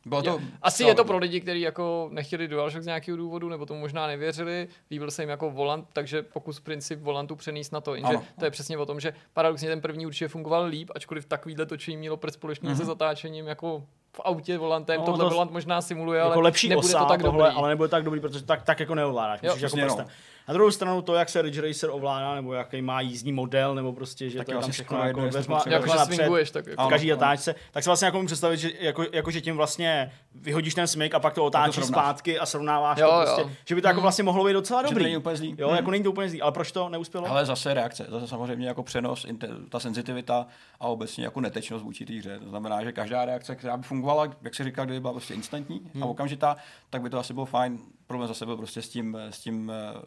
Asi je to pro lidi, kteří jako nechtěli DualShock z nějakého důvodu, nebo tomu možná nevěřili, líbil se jim jako volant, takže pokus princip volantu přenést na to. Jenže to je přesně o tom, že paradoxně ten první určitě fungoval líp, ačkoliv takovýhle točení mělo prd společně se zatáčením jako v autě volantem. Tohle volant možná simuluje, jako ale lepší nebude osa, to tak tohle, dobrý. Ale nebude tak dobrý, protože tak jako neovládáš. Musíš jako na druhou stranu to, jak se Ridge Racer ovládá, nebo jaký má jízdní model, nebo prostě, že tak to je tam všechno jako dveřma swinguješ, tak jako každý zatáčce, tak si vlastně jako můžu představit, že že tím vlastně vyhodíš ten smyk a pak to otáčíš zpátky a srovnáváš to prostě, že by to jako vlastně mohlo být docela dobrý. Není úplně zlý. Jo, jako není to úplně zlý, ale proč to neuspělo? Ale zase reakce, zase samozřejmě jako přenos, ta senzitivita a obecně jako netečnost vůči té hře. To znamená, že každá reakce, která by fungovala, jak se říká, kdyby byla prostě instantní a okamžitá, tak by to asi bylo fajn. Problém zase byl prostě s tím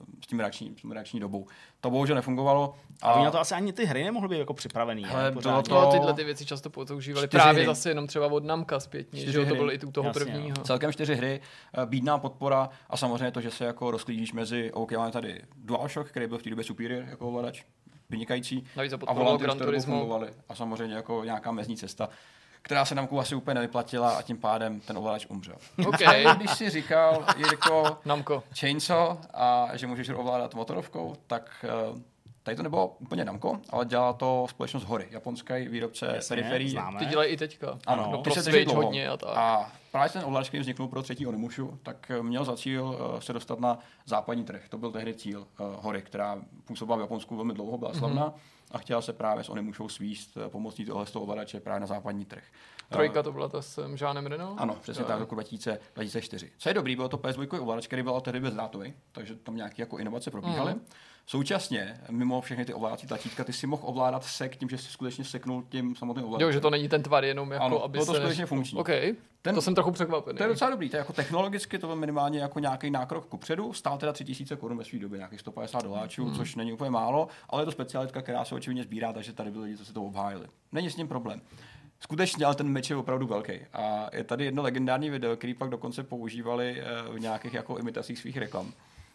reakční dobou. To bohužel nefungovalo. A oni na to asi ani ty hry nemohly být jako připravený. Tyhle ty věci často používali právě hry. Zase jenom třeba od Namka zpětně, že to bylo i u toho prvního. Celkem 4 hry, bídná podpora a samozřejmě to, že se jako rozklížíš mezi, máme tady DualShock, který byl v té době superior jako ovladač, vynikající. A volanty Gran Turismo. A samozřejmě jako nějaká mezní cesta, která se nám asi úplně nevyplatila a tím pádem ten ovladač umřel. Okay. Když si říkal, Jirko, Namco Chainsaw a že můžeš ovládat motorovkou, tak tady to nebylo úplně Namco, ale dělala to společnost Hory, japonský výrobce periferií. Ty dělají i teďka. Ano, pro Switch hodně a tak. A právě ten ovladač, který vzniknul pro třetí Onimushu, tak měl za cíl se dostat na západní trh. To byl tehdy cíl Hory, která působila v Japonsku velmi dlouho, byla slavná a chtěla se právě s Onimushou svíst pomocí toho ovladače právě na západní trh. Trojka to byla ta s Jeanem Reno? Ano, přesně tak, roku 2004. Co je dobrý, bylo to PS2 ovladač, který byl tehdy bezdrátový, takže tam nějaké jako inovace probíhaly. Současně, mimo všechny ty ovládací tlačítka, ty si mohl ovládat sek tím, že si skutečně seknul tím samotným ovladačem. Jo, že to není ten tvar jenom jako, ano, aby bylo to skutečně funkční. Okay. To jsem trochu překvapený. To je docela dobrý, to je jako technologicky to byl minimálně jako nějaký nákrok kupředu, stál teda 3000 korun ve své době, nějakých $150, což není úplně málo, ale je to specialitka, která se očividně sbírá, takže tady byli lidi, co si to obhájili. Není s ním problém. Skutečně, ale ten meč je opravdu velký. A je tady jedno legendární video, který pak dokonce používali v nějakých jako imitacích svých reklam.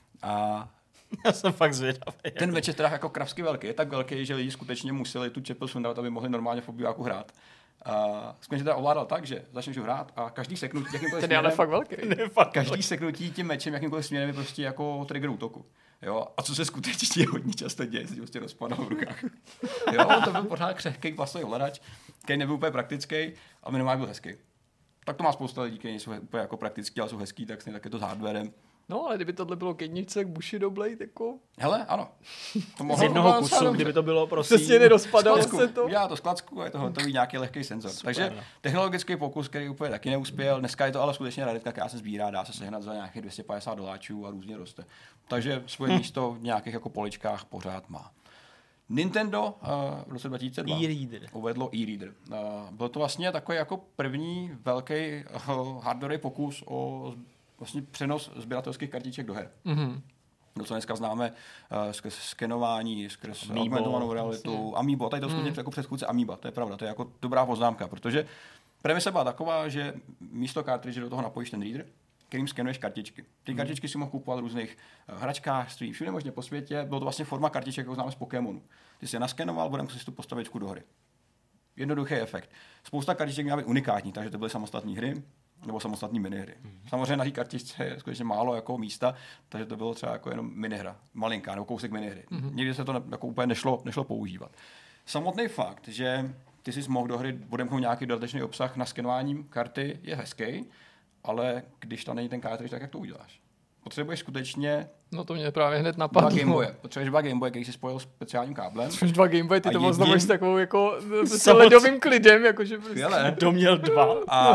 A já jsem fakt zvědavý. Ten meč je teda jako kravsky velký. Je tak velký, že lidi skutečně museli tu čepel sundat, aby mohli normálně v obýváku hrát. Skutečně teda ovládal tak, že začneš hrát a každý seknutí jakýmkoliv směrem, je fakt velký. Každý seknutí tím mečem jakýmkoliv směrem je prostě jako trigger útoku. Jo? A co se skutečně hodně často děje, se prostě rozpadal v rukách. Jo, to byl pořád křehký plastový ovladač, který nebyl úplně praktický a minimálně byl hezký. Tak to má spousta lidí, kteří jsou úplně jako praktický, ale jsou hezký, tak je to s hardwarem. No, ale kdyby tohle bylo k jedničce, k Bushido Blade, jako... Hele, ano. To Z jednoho kusu, kdyby to bylo prostě... Přesně nerozpadalo se to. Udělá to sklacku a je to hotový nějaký lehký senzor. Super, takže technologický pokus, který úplně taky neuspěl. Dneska je to ale skutečně raritka, která se sbírá, dá se sehnat za nějakých $250 a různě roste. Takže svoje místo v nějakých jako poličkách pořád má. Nintendo v roce 2002 uvedlo e-reader. Byl to vlastně takový jako první velký hardwareový pokus o vlastně přenos sběratelských kartiček do her. Mm-hmm. To, co dneska známe skrz skenování, skrz augmentovanou realitu, Amiibo, tady to skutečně jako předchůdce Amiiba, to je pravda, to je jako dobrá poznámka, protože premisa byla taková, že místo kartridže do toho napojíš ten reader, kterým skenuješ kartičky. Ty kartičky si mohl kupovat v různých hračkářství, všude možně po světě, bylo to vlastně forma kartiček, jako známe z Pokémonu. Ty si je naskenoval, budeme si tu postavičku do hry. Jednoduchý efekt. Spousta kartiček měla být unikátní, takže to byly samostatné hry nebo samostatné minihry. Samozřejmě na té kartičce je skutečně málo jako místa, takže to bylo třeba jako jenom minihra, malinká nebo kousek minihry. Nikdy se to jako úplně nešlo používat. Samotný fakt, že ty si mohl do hry odemknout nějaký dodatečný obsah na skenováním karty, je hezký, ale když tam není ten kartridž, tak jak to uděláš? Potřebuješ skutečně... No to mě právě hned napadlo. Potřebuješ dva Gameboye, který si spojil speciálním káblem. Potřebuješ dva Gameboye, ty to oznamuješ s takovou jako ledovým klidem, jakože prostě. To měl dva.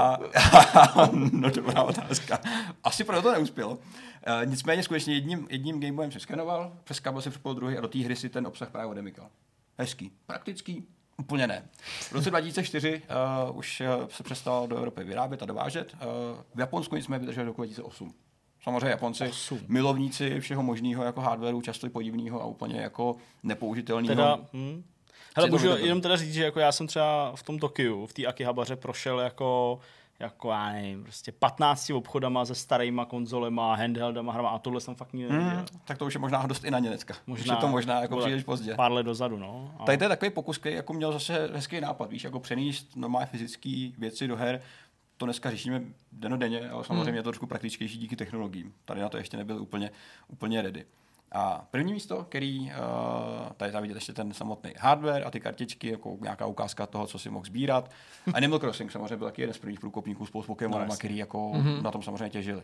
No dobrá otázka. Asi proto to neuspělo. Nicméně skutečně jedním Gameboyem se skenoval, přes kábel si připojil druhý a do té hry si ten obsah právě odemykal. Hezký. Praktický. Úplně ne. V roce 2004 už se přestal do Evropy vyrábět a dovážet. V Japonsku jsme vydrželi do roku 2008. Samozřejmě Japonci, milovníci všeho možného jako hardwareu, často i podivného a úplně jako nepoužitelného. Hele, můžu jenom teda říct, že jako já jsem třeba v tom Tokiu, v té Akihabaře prošel jako já nevím, prostě 15 obchodama se starýma konzolema, handheldama, hrama a tohle jsem fakt neviděl. Tak to už je možná dost i na ně dneska. Už je to možná jako příliš pozdě. Pár let dozadu, no. Tady to je takový pokus, který jako měl zase hezký nápad, víš, jako přenést normálně fyzické věci do her. To dneska řešíme dennodenně, ale samozřejmě je to trošku praktičtější díky technologiím. Tady na to ještě nebyl úplně ready. A první místo, který, tady vidět ještě ten samotný hardware a ty kartičky, jako nějaká ukázka toho, co si mohl sbírat. Animal Crossing samozřejmě byl taky jeden z prvních průkopníků spolu s Pokémonama, který jako na tom samozřejmě těžili.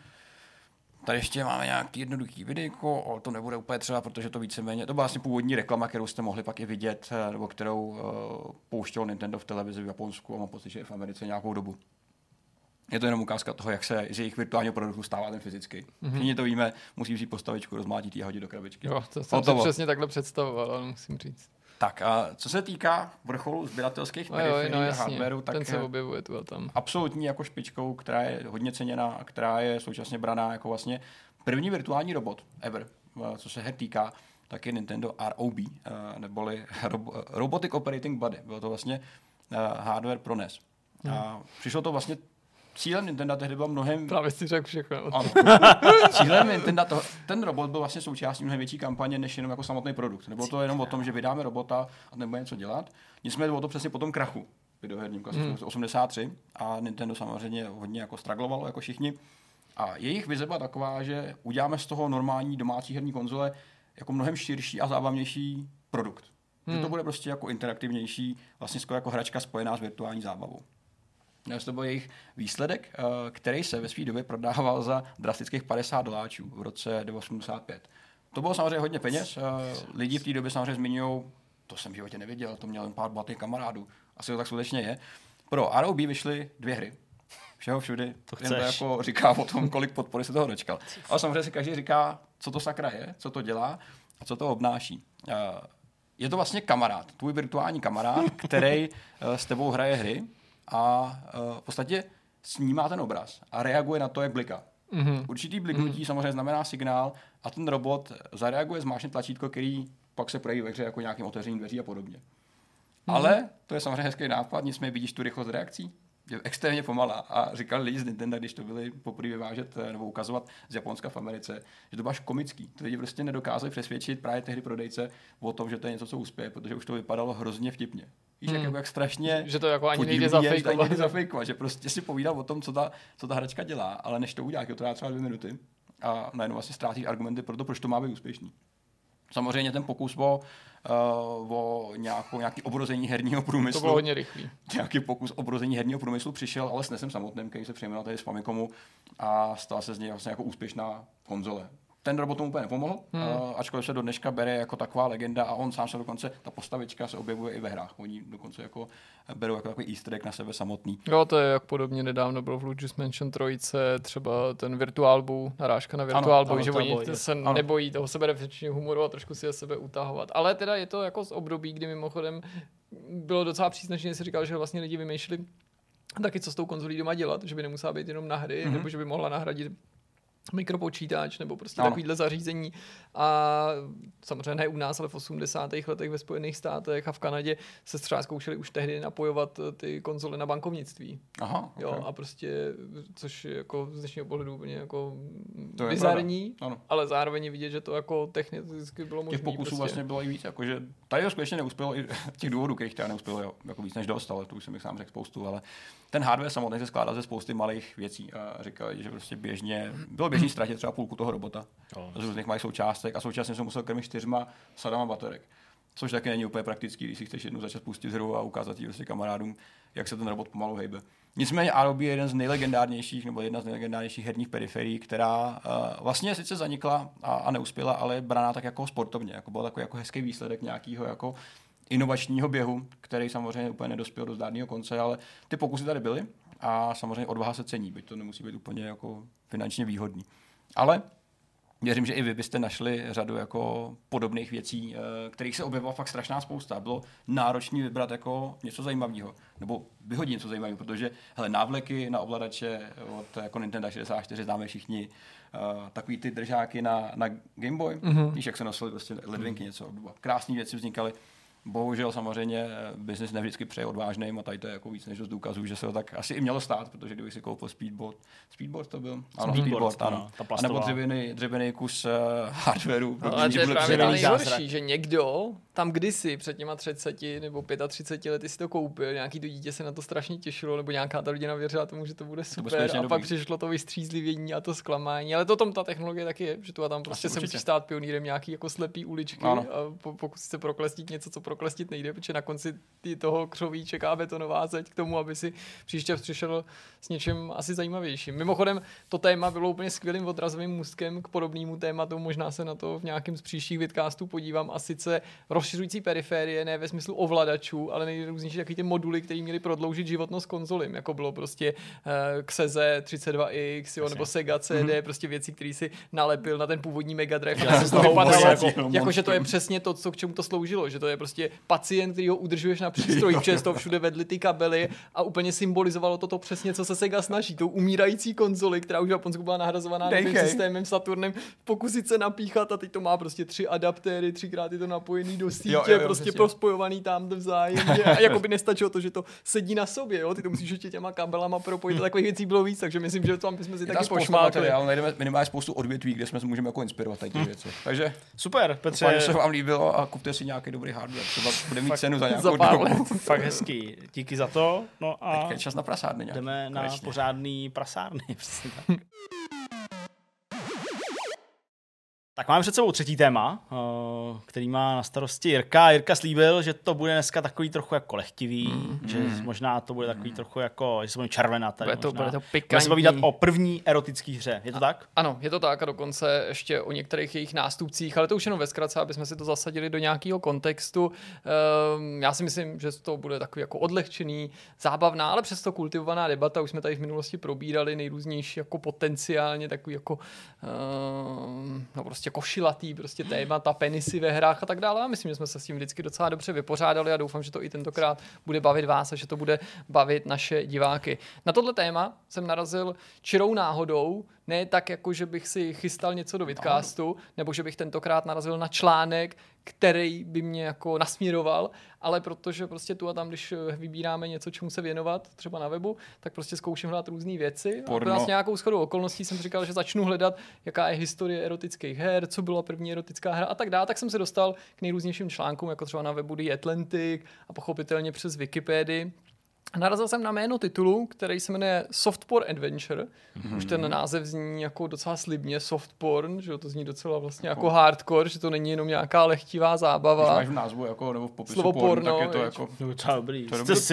Tady ještě máme nějaký jednoduchý videjko, ale to nebude úplně třeba, protože to víceméně, to byla vlastně původní reklama, kterou jste mohli pak i vidět, nebo kterou pouštěl Nintendo v televizi v Japonsku a mám pocit, že i v Americe nějakou dobu. Je to jenom ukázka toho, jak se z jejich virtuálního produktu stává ten fyzický. Všichni to víme, musí vzít postavičku, rozmlátit ji a hodit do krabičky. Jo, to jsem si přesně takhle představoval, ale musím říct. Tak a co se týká vrcholu sběratelských periferií a hardwareu, tak ten se objevuje tu a tam. Absolutní jako špičkou, která je hodně ceněná a která je současně braná jako vlastně první virtuální robot ever, co se her týká, tak je Nintendo ROB, neboli Robotic Operating Body. Bylo to vlastně hardware pro NES. A přišlo to vlastně cílem Nintendo tehdy bylo mnohem... Právě si řekl všechno. Ano. Cílem Nintendo, ten robot byl vlastně součástí mnohem větší kampaně, než jenom jako samotný produkt. Nebylo to jenom o tom, že vydáme robota a nebudeme něco dělat. Nicméně bylo to přesně po tom krachu videoherním klasickém 83 a Nintendo samozřejmě hodně jako straglovalo, jako všichni. A jejich vize byla taková, že uděláme z toho normální domácí herní konzole jako mnohem širší a zábavnější produkt. Že to bude prostě jako interaktivnější, vlastně skoro jako hračka spojená s virtuální zábavou. To byl jejich výsledek, který se ve své době prodával za drastických $50 v roce 1985. To bylo samozřejmě hodně peněz. Lidi v té době samozřejmě zmiňují, to jsem v životě nevěděl, to měl jen pár bohatých kamarádů. Asi to tak skutečně je. Pro ROB vyšly 2 hry. Všeho všudy. To jako říká o tom, kolik podpory se toho dočkal. Ale samozřejmě si každý říká, co to sakra je, co to dělá a co to obnáší. Je to vlastně kamarád, tvůj virtuální kamarád, který s tebou hraje hry a v podstatě snímá ten obraz a reaguje na to, jak bliká. Určitý bliknutí samozřejmě znamená signál a ten robot zareaguje, zmáčkne tlačítko, který pak se projeví ve hře jako nějakým otevřením dveří a podobně. Ale to je samozřejmě hezký nápad, nicméně vidíš tu rychlost reakcí. Je extrémně pomalá a říkali lidi z Nintendo, když to byli poprvé vyvážet nebo ukazovat z Japonska v Americe, že to bylo až komický. To lidi prostě nedokázali přesvědčit právě tehdy prodejce o tom, že to je něco, co uspěje, protože už to vypadalo hrozně vtipně. Víš, jak strašně že to jako ani nejde zafejkovat, že prostě si povídal o tom, co ta hračka dělá, ale než to udělá, to trvá třeba 2 minuty a najednou vlastně ztrácí argumenty pro to, proč to má být úspěšný. Samozřejmě ten pokus o nějaký obrození herního průmyslu. To bylo hodně rychlý. Nějaký pokus obrození herního průmyslu přišel, ale s NESem samotným, který se přejmenoval tady z Famicomu a stala se z něj vlastně jako úspěšná konzole. Ten robot tomu úplně nepomohl, ačkoliv se do dneška bere jako taková legenda a on sám se dokonce, ta postavička se objevuje i ve hrách. Oni dokonce jako berou jako takový easter egg na sebe samotný. Jo, to je jak podobně nedávno bylo v Luigi's Mansion 3, třeba ten Virtual Boy, narážka na Virtual Boy, že oni se nebojí toho sebereferenčního humoru a trošku si je sebe utahovat. Ale teda je to jako z období, kdy mimochodem bylo docela příznačně, si říkal, že vlastně lidi vymýšleli taky, co s tou konzolí doma dělat, že by nemusela být jenom na hry, nebo že by mohla nahradit mikropočítač nebo prostě takovýhle zařízení a samozřejmě ne u nás, ale v 80. letech ve Spojených státech a v Kanadě se třeba zkoušeli už tehdy napojovat ty konzole na bankovnictví. Aha, okay. Jo, a prostě, což je jako z dnešního pohledu úplně jako bizarní, ale zároveň vidět, že to jako technicky bylo možné. Těch pokusů prostě vlastně bylo i víc, jakože tady to skutečně neuspělo i těch důvodů, kterých teda neuspělo jako víc než dost, ale to už jsem sám řekl spoustu, ale ten hardware samotný se skládá ze spousty malých věcí a říkali, že prostě bylo běžný ztratit třeba půlku toho robota z různých malých součástek a současně jsem musel krmit 4 sadama baterek. Což taky není úplně praktický, když si chceš jednou začat pustit hru a ukázat jí prostě kamarádům, jak se ten robot pomalu hejbe. Nicméně ROB je jedna z nejlegendárnějších herních periferií, která vlastně sice zanikla a neuspěla, ale je braná tak jako sportovně. Jako byl takový jako hezký výsledek nějakého jako inovačního běhu, který samozřejmě úplně nedospěl do zdárného konce, ale ty pokusy tady byly a samozřejmě odvaha se cení, byť to nemusí být úplně jako finančně výhodný. Ale věřím, že i vy byste našli řadu jako podobných věcí, kterých se objevila fakt strašná spousta. Bylo náročné vybrat jako něco zajímavého, nebo vyhodit něco zajímavého, protože návleky na ovladače od jako Nintendo 64 známe všichni, takový ty držáky na Game Boy, víš, jak se nosily prostě ledvinky, něco, krásné věci vznikaly. Bohužel samozřejmě business nevždycky přeje odvážným a tady to je jako víc než dost důkazů, že se to tak asi i mělo stát, protože kdybych si koupil Speedboard to byl? Ano, Speedboard, ano. A nebo dřevěný kus hardwareu. Ale to je právě to nejhorší, že někdo tam kdysi před těma 30 nebo 35 lety si to koupil, nějaký to dítě se na to strašně těšilo, nebo nějaká ta rodina věřila tomu, že to bude super a pak přišlo to vystřízlivění a to zklamání, ale to tom ta technologie taky je, že tu a tam prostě se musí stát pionýrem nějaký jako slepý uličky a pokusit se proklestit něco, co proklestit nejde, protože na konci toho křoví čeká betonová zeď k tomu, aby si příště přišel s něčím asi zajímavějším. Mimochodem, to téma bylo úplně skvělým odrazovým můstkem k podobnému tématu, možná se na to v nějakém z příštích vidcastů podívám, a sice rozšiřující periferie, ne ve smyslu ovladačů, ale nejrůznější takový ty moduly, které měly prodloužit životnost konzolím, jako bylo prostě Xeze 32X, jo, nebo Sega CD, prostě věci, které si nalepil na ten původní Mega Drive a to vypadalo jako že to je přesně to, co k čemu to sloužilo, že to je prostě pacient, který ho udržuješ na přístroji, protože z toho všude vedly ty kabely a úplně symbolizovalo to přesně, co se Sega snaží. Tou umírající konzoli, která už v Japonsku byla nahrazovaná novým systémem Saturnem, pokusit se napíchat a teď to má prostě 3 adaptéry, 3krát je to napojený do sítě, prostě prospojovaný tam vzájemně a jako by nestačilo to, že to sedí na sobě, jo? Ty to musíš ještě těma kabelama propojit, takových věcí bylo víc, takže myslím, že tam bychom si taky pošmátli. Ale najdeme minimálně spoustu odvětví, kde jsme se můžeme jako inspirovat tady ty věci. Takže super, Petře. Doufám, že se vám líbilo a kupte si nějaký dobrý hardware. Třeba bude mít cenu za nějakou dobu. Fakt hezký. Díky za to. No a teďka je čas na prasárny. Jdeme na pořádný prasárny. Tak máme před sebou třetí téma, který má na starosti Jirka. Jirka slíbil, že to bude dneska takový trochu jako lehtivý, že možná to bude takový trochu jako, že se budeme červenat. Bude to pikantní. Budeme se povídat o první erotické hře. Je to tak? Ano, je to tak a dokonce ještě o některých jejich nástupcích, ale to už jenom ve zkratce, aby jsme si to zasadili do nějakého kontextu. Já si myslím, že to bude takový jako odlehčený, zábavná, ale přesto kultivovaná debata. Už jsme tady v minulosti probírali nejrůznější jako potenciálně takový jako no prostě košilatý prostě témata, penisy ve hrách a tak dále. A myslím, že jsme se s tím vždycky docela dobře vypořádali a doufám, že to i tentokrát bude bavit vás a že to bude bavit naše diváky. Na tohle téma jsem narazil čirou náhodou, ne tak, jako že bych si chystal něco do vidcastu, nebo že bych tentokrát narazil na článek, který by mě jako nasměroval, ale protože prostě tu a tam, když vybíráme něco, čemu se věnovat, třeba na webu, tak prostě zkouším hledat různé věci. A s nějakou shodou okolností jsem říkal, že začnu hledat, jaká je historie erotických her, co byla první erotická hra a tak dále. Tak jsem se dostal k nejrůznějším článkům, jako třeba na webu The Atlantic a pochopitelně přes Wikipedii. Narazil jsem na jméno titulu, který se jmenuje Softporn Adventure. Už ten název zní jako docela slibně, softporn, že to zní docela vlastně jako hardcore, že to není jenom nějaká lehtivá zábava. Když máš v názvu jako, nebo v popisu slovo porno, tak je to jako... Docela dobrý.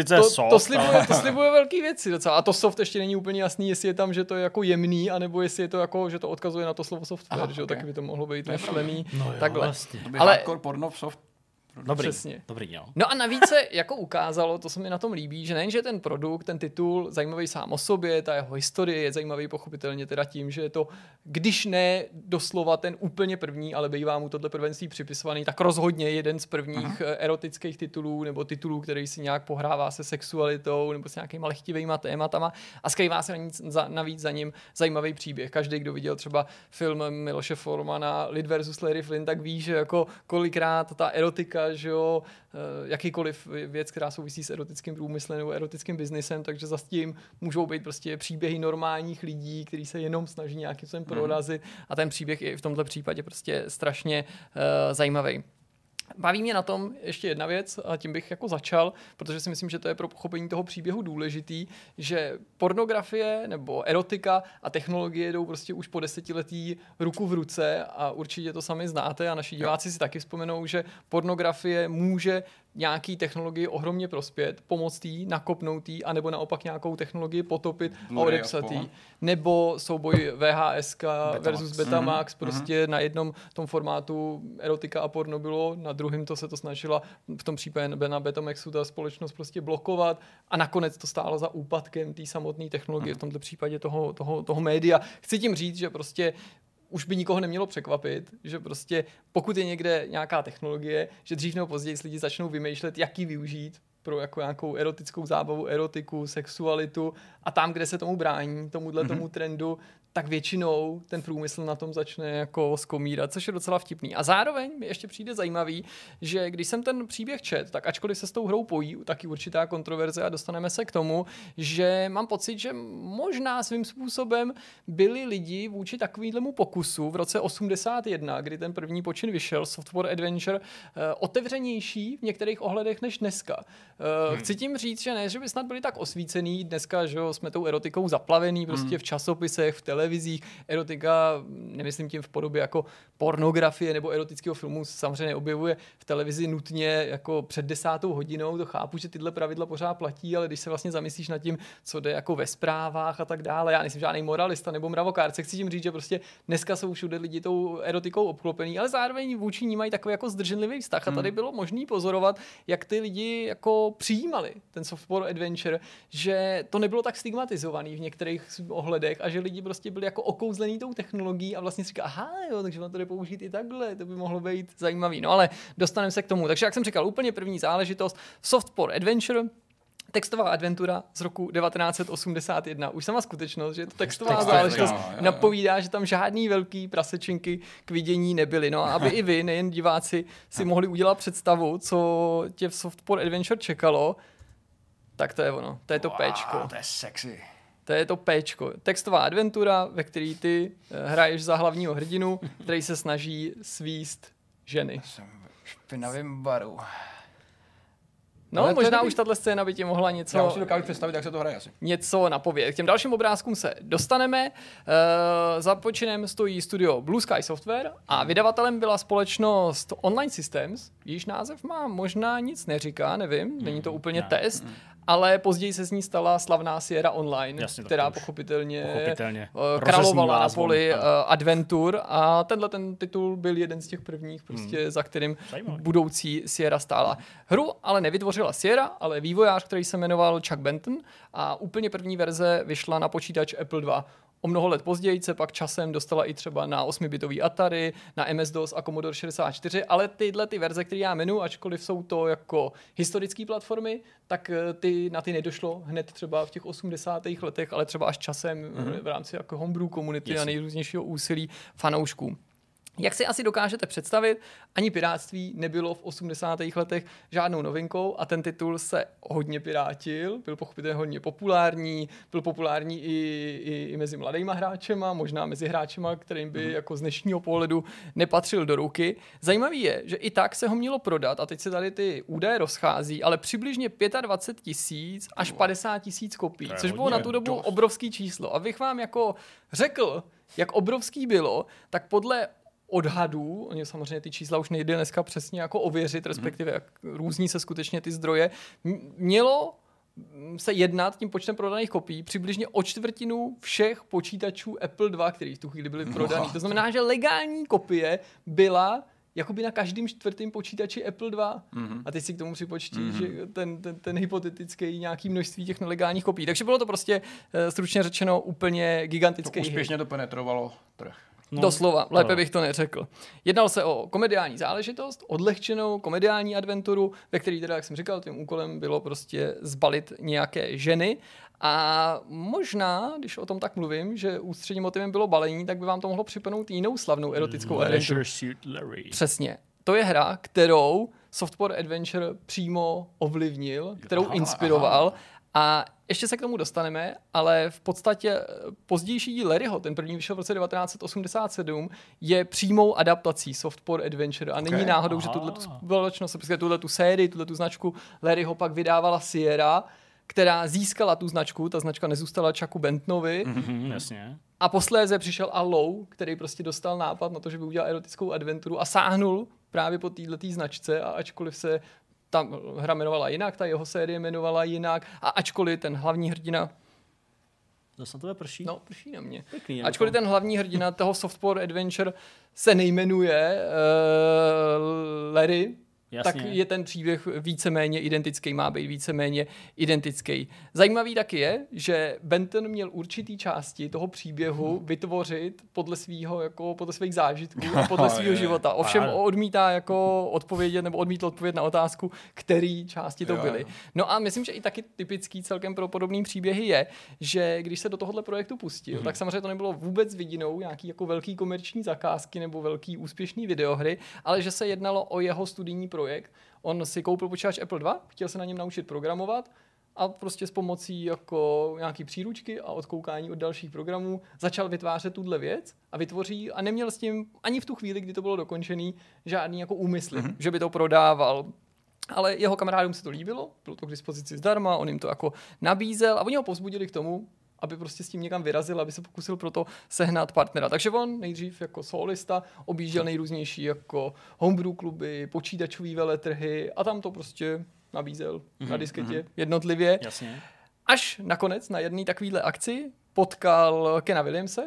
To slibuje velký věci docela. A to soft ještě není úplně jasný, jestli je tam, že to je jako jemný, anebo jestli je to jako, že to odkazuje na to slovo software, že jo, taky by to mohlo být myšlený. Takhle. Vlastně. Ale hardcore porno v soft. Dobrý, přesně. Dobrý, jo. No a navíc se jako ukázalo, to se mi na tom líbí, že nejenže ten produkt, ten titul zajímavý sám o sobě, ta jeho historie je zajímavý pochopitelně teda tím, že je to, když ne doslova ten úplně první, ale bývá mu tohle prvenství připisovaný, tak rozhodně jeden z prvních erotických titulů nebo titulů, který si nějak pohrává se sexualitou nebo s nějakýma lehtivýma tématama a skrývá se navíc za ním zajímavý příběh. Každý, kdo viděl třeba film Miloše Formana Lid versus Larry Flynn, tak ví, že jako kolikrát ta erotika, že jo, jakýkoliv věc, která souvisí s erotickým průmyslem nebo erotickým biznisem, takže za tím můžou být prostě příběhy normálních lidí, kteří se jenom snaží nějakým způsobem prorazit a ten příběh je v tomto případě prostě strašně zajímavý. Baví mě na tom ještě jedna věc a tím bych jako začal, protože si myslím, že to je pro pochopení toho příběhu důležitý, že pornografie nebo erotika a technologie jdou prostě už po desetiletí ruku v ruce a určitě to sami znáte a naši diváci si taky vzpomenou, že pornografie může nějaký technologii ohromně prospět, pomoct jí, nakopnout jí, anebo naopak nějakou technologii potopit a odepsat jí. Nebo souboj VHS versus Betamax, prostě na jednom tom formátu erotika a porno bylo, na druhém to se to snažila v tom případě na Betamaxu ta společnost prostě blokovat a nakonec to stálo za úpadkem té samotné technologie, v tomto případě toho média. Chci tím říct, že prostě už by nikoho nemělo překvapit, že prostě pokud je někde nějaká technologie, že dřív nebo později lidi začnou vymýšlet, jak ji využít pro jako nějakou erotickou zábavu, erotiku, sexualitu a tam, kde se tomu brání, tomu trendu, tak většinou ten průmysl na tom začne jako skomírat, což je docela vtipný. A zároveň mi ještě přijde zajímavý, že když jsem ten příběh čet, tak ačkoliv se s tou hrou pojí taky určitá kontroverze a dostaneme se k tomu, že mám pocit, že možná svým způsobem byli lidi vůči takovému pokusu v roce 81, kdy ten první počin vyšel, Softporn Adventure, otevřenější v některých ohledech než dneska. Chci tím říct, že ne, že by snad byli tak osvícený, dneska že jsme tou erotikou zaplavený prostě v časopisech, v televizích, erotika, nemyslím tím v podobě jako pornografie nebo erotického filmu, samozřejmě neobjevuje v televizi nutně jako před 10. hodinou, to chápu, že tyhle pravidla pořád platí, ale když se vlastně zamyslíš nad tím, co jde jako ve zprávách a tak dále, já nejsem žádný moralista nebo mravokárce, chci tím říct, že prostě dneska jsou všude lidi tou erotikou obklopený, ale zároveň vůči ní mají takový jako zdrženlivý vztah a tady bylo možný pozorovat, jak ty lidi jako přijímali ten Softporn Adventure, že to nebylo tak stigmatizovaný v některých ohledech a že lidi prostě byli jako okouzlený tou technologií a vlastně si říká, aha, jo, takže vám to jde použít i takhle, to by mohlo být zajímavý. No ale dostaneme se k tomu. Takže jak jsem říkal, úplně první záležitost Softporn Adventure, textová adventura z roku 1981. Už sama skutečnost, že je to textová záležitost napovídá, že tam žádný velký prasečinky k vidění nebyly. No a aby i vy, nejen diváci, si mohli udělat představu, co tě v Softporn Adventure čekalo, tak to je ono. To je to péčko. To je sexy. To je to péčko. Textová adventura, ve které ty hraješ za hlavního hrdinu, který se snaží svíst ženy. Jsem v špinavém baru. No, ale možná už tato scéna by ti mohla něco... Já už si dokážu představit, jak se to hraje asi. Něco napovědět. K těm dalším obrázkům se dostaneme. Za počinem stojí studio Blue Sky Software a vydavatelem byla společnost Online Systems. Jejíž název má možná nic neříká, nevím, není to úplně test. Ale později se z ní stala slavná Sierra Online, jasně, která pochopitelně královala na poli adventur a ten titul byl jeden z těch prvních, prostě, za kterým budoucí Sierra stála. Hru ale nevytvořila Sierra, ale vývojář, který se jmenoval Chuck Benton a úplně první verze vyšla na počítač Apple II. O mnoho let později se pak časem dostala i třeba na 8-bitový Atari, na MS-DOS a Commodore 64, ale tyhle ty verze, které já jmenuji, ačkoliv jsou to jako historické platformy, tak na ty nedošlo hned třeba v těch 80. letech, ale třeba až časem v rámci jako homebrew komunity a nejrůznějšího úsilí fanoušků. Jak si asi dokážete představit, ani pirátství nebylo v 80. letech žádnou novinkou a ten titul se hodně pirátil, byl pochopitelně hodně populární, byl populární i mezi mladýma hráčema, možná mezi hráčema, kterým by jako z dnešního pohledu nepatřil do ruky. Zajímavý je, že i tak se ho mělo prodat, a teď se tady ty údaje rozchází, ale přibližně 25 000 až 50 000 kopií, což bylo na tu dobu obrovský číslo. Abych vám jako řekl, jak obrovský bylo, tak podle odhadů, oni samozřejmě ty čísla už nejde dneska přesně jako ověřit, respektive jak různí se skutečně ty zdroje, mělo se jednat tím počtem prodaných kopií přibližně o čtvrtinu všech počítačů Apple II, který v tu chvíli byly prodaný. To znamená, že legální kopie byla jakoby na každém čtvrtém počítači Apple II. A teď si k tomu připočtí, že ten hypotetický nějaký množství těch nelegálních kopií. Takže bylo to prostě stručně řečeno úplně gigantický hit. Úspěšně to penetrovalo trh. No, doslova, lépe bych to neřekl. Jednal se o komediální záležitost, odlehčenou komediální adventuru, ve které teda, jak jsem říkal, tím úkolem bylo prostě zbalit nějaké ženy. A možná, když o tom tak mluvím, že ústředním motivem bylo balení, tak by vám to mohlo připomenout jinou slavnou erotickou adventuru. Přesně. To je hra, kterou Software Adventure přímo ovlivnil, kterou inspiroval. A ještě se k tomu dostaneme, ale v podstatě pozdější díl Larryho, ten první vyšel v roce 1987, je přímou adaptací Software Adventure a není náhodou, že tuto společnost, tuto sérii, tuto značku Larryho pak vydávala Sierra, která získala tu značku, ta značka nezůstala Chucku Bentonovi. Jasně. A posléze přišel Alou, který prostě dostal nápad na to, že by udělal erotickou adventuru a sáhnul právě po této značce, a ačkoliv se ta hra jmenovala jinak, ta jeho série jmenovala jinak, a ačkoliv ten hlavní hrdina... Zase na tebe prší? No, prší na mě. Pěkný, ačkoliv ten hlavní hrdina toho Software Adventure se nejmenuje Larry, jasně, tak je ten příběh víceméně identický, má být víceméně identický. Zajímavý taky je, že Benton měl určitý části toho příběhu vytvořit podle svých zážitků a podle svého života. Ovšem odmítá jako odpovědět, nebo odmítl odpovědět na otázku, který části to byly. No a myslím, že i taky typický celkem pro podobný příběhy je, že když se do tohohle projektu pustil, tak samozřejmě to nebylo vůbec vidinou nějaký jako velký komerční zakázky nebo velký úspěšný videohry, ale že se jednalo o jeho studijní projekt. On si koupil počítač Apple II, chtěl se na něm naučit programovat a prostě s pomocí jako nějaký příručky a odkoukání od dalších programů začal vytvářet tuhle věc a vytvoří a neměl s tím ani v tu chvíli, kdy to bylo dokončený, žádný jako úmysl, že by to prodával. Ale jeho kamarádům se to líbilo, bylo to k dispozici zdarma, on jim to jako nabízel a oni ho povzbudili k tomu, aby prostě s tím někam vyrazil, aby se pokusil proto sehnat partnera. Takže on nejdřív jako solista objížděl nejrůznější jako homebrew kluby, počítačový veletrhy a tam to prostě nabízel na disketě jednotlivě. Jasně. Až nakonec na jedné takovéhle akci potkal Kena Williamse,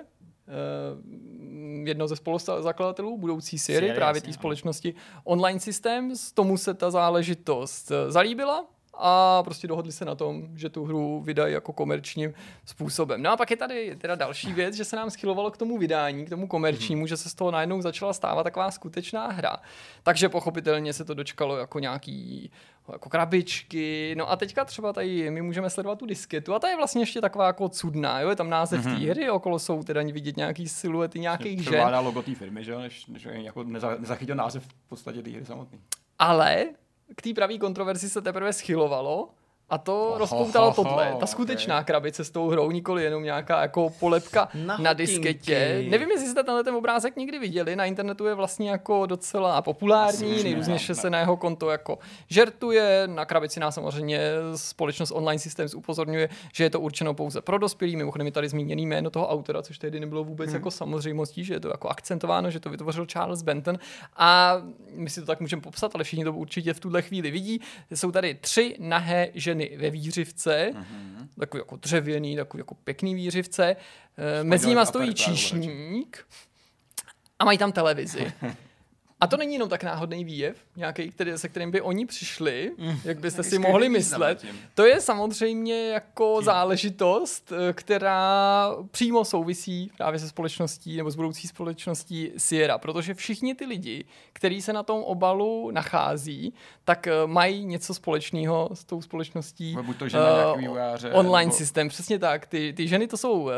jednoho ze spoluzakladatelů budoucí Sierry, právě té společnosti Online Systems. Tomu se ta záležitost zalíbila a prostě dohodli se na tom, že tu hru vydají jako komerčním způsobem. No a pak je tady teda další věc, že se nám schylovalo k tomu vydání, k tomu komerčnímu, že se z toho najednou začala stávat taková skutečná hra. Takže pochopitelně se to dočkalo jako nějaký jako krabičky. No a teďka třeba tady my můžeme sledovat tu disketu a ta je vlastně ještě taková jako cudná, jo? Je tam název té hry, okolo jsou teda vidět nějaký siluety nějakých žen. Převládá logo té firmy, že jo, než jako nezachytil název v podstatě té hry samotný. Ale k té pravý kontroverzi se teprve schylovalo a to rozpoutalo tohle. Ta skutečná krabice s tou hrou, nikoli jenom nějaká jako polepka na disketě. Nevím, jestli jste tenhle ten obrázek někdy viděli, na internetu je vlastně jako docela populární, nejrůznější se na jeho konto jako žertuje, na krabici nás samozřejmě společnost Online Systems upozorňuje, že je to určeno pouze pro dospělí, mimochodem je tady zmíněný jméno toho autora, což tehdy nebylo vůbec jako samozřejmostí, že je to jako akcentováno, že to vytvořil Charles Benton a my si to tak můžeme popsat, ale všichni to určitě v tuhle chvíli vidí. Jsou tady 3 nahé ženy ve výřivce, takový jako dřevěný, takový jako pěkný výřivce. Mezi nimi stojí číšník a mají tam televizi. A to není jenom tak náhodný výjev, nějaký, se kterým by oni přišli, jak byste si mohli myslet. To je samozřejmě jako záležitost, která přímo souvisí právě se společností nebo s budoucí společností Sierra, protože všichni ty lidi, kteří se na tom obalu nachází, tak mají něco společného s tou společností buď to žena, nějaký vývojáře, online nebo... systém. Přesně tak. Ty ženy to jsou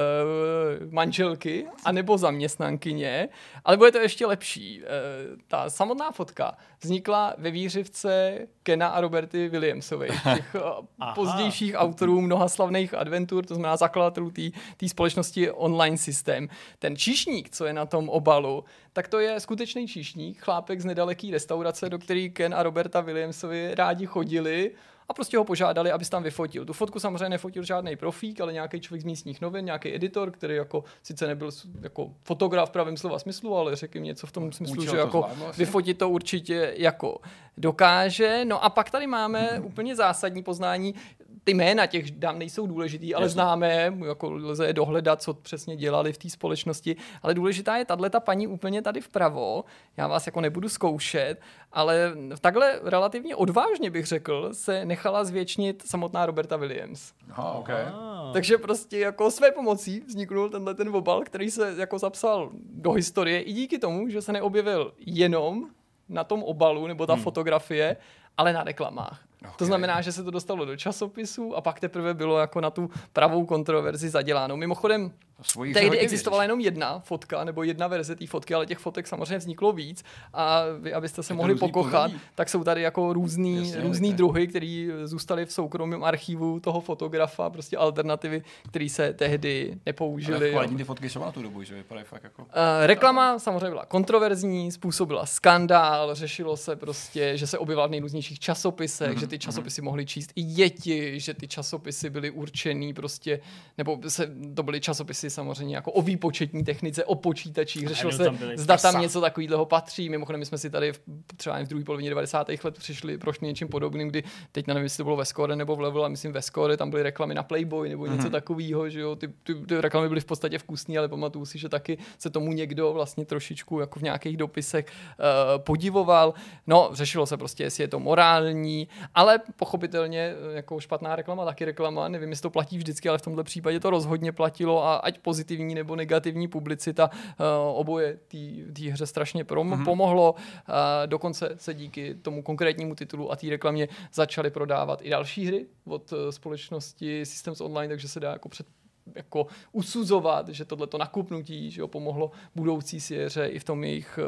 manželky anebo zaměstnankyně, ale bude to ještě lepší. Ta samotná fotka vznikla ve výřivce Kena a Roberty Williamsovej, těch pozdějších autorů mnoha slavných adventur, to znamená zakladatelů té společnosti online systém. Ten číšník, co je na tom obalu, tak to je skutečný číšník, chlápek z nedaleké restaurace, do který Ken a Roberta Williamsovi rádi chodili a prostě ho požádali, aby se tam vyfotil. Tu fotku samozřejmě nefotil žádný profík, ale nějaký člověk z místních novin, nějaký editor, který jako sice nebyl jako fotograf v pravém slova smyslu, ale řekl jim něco v tom smyslu, že jako vyfotit to určitě jako dokáže. No a pak tady máme úplně zásadní poznání. Ty jména těch dám nejsou důležitý, ale známe, jako lze je dohledat, co přesně dělali v té společnosti, ale důležitá je tato paní úplně tady vpravo. Já vás jako nebudu zkoušet, ale takhle relativně odvážně bych řekl, se nechala zvětšnit samotná Roberta Williams. Aha, okay. Takže prostě jako své pomocí vzniknul ten obal, který se jako zapsal do historie i díky tomu, že se neobjevil jenom na tom obalu nebo ta fotografie, ale na reklamách. Okay. To znamená, že se to dostalo do časopisů a pak teprve bylo jako na tu pravou kontroverzi zaděláno. Mimochodem, tehdy existovala jenom jedna fotka nebo jedna verze té fotky, ale těch fotek samozřejmě vzniklo víc a vy, abyste se mohli pokochat, tak jsou tady jako různý druhy, které zůstaly v soukromém archivu toho fotografa, prostě alternativy, které se tehdy nepoužily. Ale ty fotky jsou na tu dobu, že vypadají fakt jako... Reklama samozřejmě byla kontroverzní, způsobila skandál, řešilo se prostě, že se objevila v nejrůznějších časopisech, že ty časopisy mohly číst i děti, že ty časopisy byly určený prostě, nebo to byly časopisy samozřejmě jako o výpočetní technice, o počítačích, řešilo se, zda tam něco takového patří. Mimochodem, my jsme si tady třeba v druhé polovině 90. let prošli něčím podobným, kdy teď nevím, jestli to bylo ve Score nebo v Level, a myslím ve Score, tam byly reklamy na Playboy nebo něco takového, že jo, ty reklamy byly v podstatě vkusné, ale pamatuju si, že taky se tomu někdo vlastně trošičku jako v nějakých dopisech podivoval. No, řešilo se prostě, jestli je to morální, ale pochopitelně jako špatná reklama, taky reklama, nevím, jestli to platí vždycky, ale v tomto případě to rozhodně platilo a ať pozitivní nebo negativní publicita, oboje té hře strašně pomohlo. Dokonce se díky tomu konkrétnímu titulu a té reklamě začaly prodávat i další hry od společnosti Systems Online, takže se dá jako usuzovat, že tohleto nakupnutí, že ho pomohlo budoucí Sierře i v tom jejich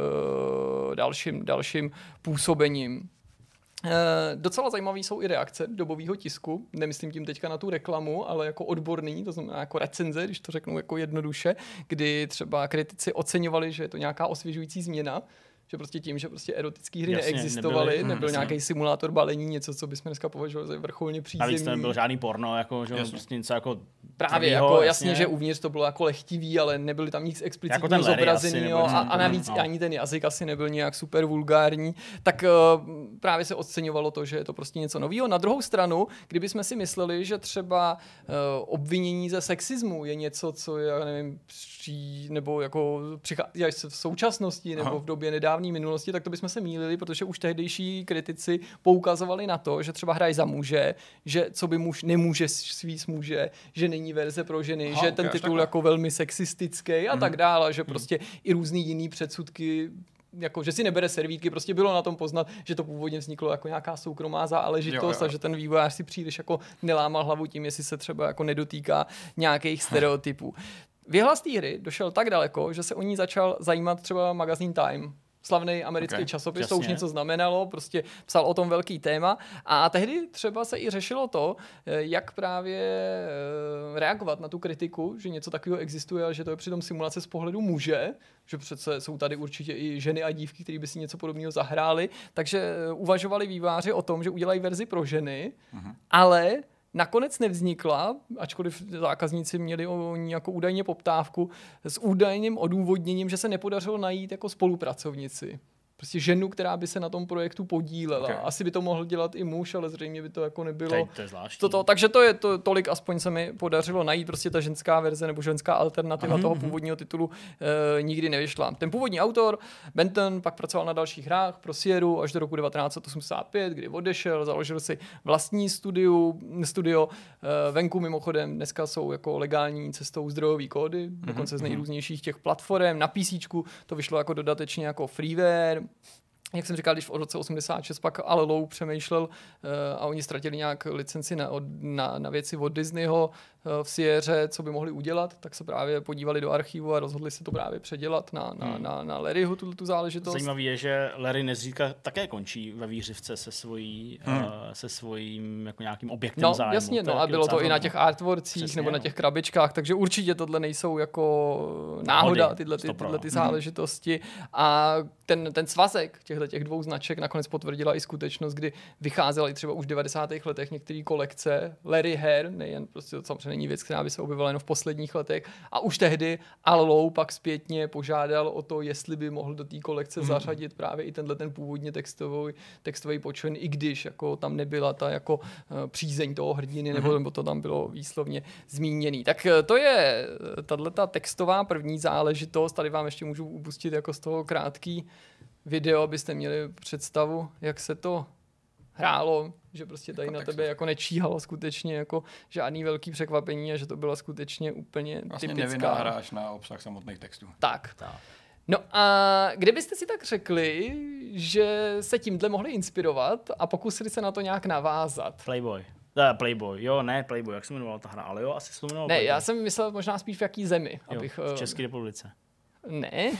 dalším působením. Docela zajímavý jsou i reakce dobového tisku, nemyslím tím teďka na tu reklamu, ale jako odborný, to znamená jako recenze, když to řeknu jako jednoduše, kdy třeba kritici oceňovali, že je to nějaká osvěžující změna, že prostě tím, že prostě erotické hry neexistovaly, nebyl nějaký simulátor balení, něco, co bychom dneska považovali za vrcholně přízemní. Navíc to nebyl žádný porno, jako, že prostě něco jako právě tvýho, jako jasně, že uvnitř to bylo jako lehtivý, ale nebyli tam nic explicitního jako zobrazeného a navíc ani ten jazyk asi nebyl nějak super vulgární, tak právě se oceňovalo to, že je to prostě něco nového. Na druhou stranu, kdybychom si mysleli, že třeba obvinění ze sexismu je něco, co je, já nevím, nebo jako přichází v současnosti nebo v době nedávné minulosti, tak to bychom se mýlili, protože už tehdejší kritici poukazovali na to, že třeba hrají za muže, že co by muž nemůže svíst muže, že není verze pro ženy, že ten titul jako velmi sexistický a tak dále, že prostě i různý jiný předsudky, jako, že si nebere servítky, prostě bylo na tom poznat, že to původně vzniklo jako nějaká soukromá záležitost a že ten vývojář si příliš jako nelámal hlavu tím, jestli se třeba jako nedotýká nějakých stereotypů. Vyhlas té hry došel tak daleko, že se o ní začal zajímat třeba magazín Time. Slavný americký časopis, to už něco znamenalo, prostě psal o tom velký téma a tehdy třeba se i řešilo to, jak právě reagovat na tu kritiku, že něco takového existuje a že to je přitom simulace z pohledu muže, že přece jsou tady určitě i ženy a dívky, které by si něco podobného zahrály, takže uvažovali výváři o tom, že udělají verzi pro ženy, ale nakonec nevznikla, ačkoliv zákazníci měli o ní jako údajně poptávku, s údajným odůvodněním, že se nepodařilo najít jako spolupracovnici. prostě ženu, která by se na tom projektu podílela. Okay. Asi by to mohl dělat i muž, ale zřejmě by to jako nebylo. To je zvláštní. Takže to je tolik, aspoň se mi podařilo najít, prostě ta ženská verze nebo ženská alternativa toho původního titulu nikdy nevyšla. Ten původní autor, Benton, pak pracoval na dalších hrách pro Sierru až do roku 1985, kdy odešel, založil si vlastní studio. Venku mimochodem dneska jsou jako legální cestou zdrojový kódy, dokonce z nejrůznějších těch platform. Na PCčku to vyšlo jako dodatečně jako freeware. Jak jsem říkal, když v roce 86 pak Allo přemýšlel a oni ztratili nějak licenci na věci od Disneyho v Sierře, co by mohli udělat, tak se právě podívali do archivu a rozhodli se to právě předělat na Larryho tu záležitost. Zajímavé je, že Larry nezřídka také končí ve výřivce se svým jako nějakým objektem zájmu. Jasně, a bylo to i na těch artworkcích nebo na těch krabičkách, takže určitě tohle nejsou jako náhoda, tyhle ty záležitosti. A ten svazek těch dvou značek nakonec potvrdila i skutečnost, kdy vycházela i třeba už v 90. letech některé kolekce Larry her, nejen prostě to samozřejmě není věc, která by se objevila jen v posledních letech. A už tehdy Allo pak zpětně požádal o to, jestli by mohl do té kolekce zařadit právě i ten původně textový počin, i když jako tam nebyla ta jako přízeň toho hrdiny, nebo to tam bylo výslovně zmíněný. Tak to je tato textová první záležitost. Tady vám ještě můžu upustit jako z toho krátký video, abyste měli představu, jak se to hrálo, že prostě tady na tebe jako nečíhalo skutečně jako žádný velký překvapení a že to byla skutečně úplně vlastně typická. Vlastně nevynáhráš na obsah samotných textů. Tak. No a kdybyste si tak řekli, že se tímhle mohli inspirovat a pokusili se na to nějak navázat? Playboy, jak se jmenovala ta hra, ale jo, asi se to jmenovalo Ne, Playboy. Já jsem myslel možná spíš v jaký zemi. V České republice. Ne.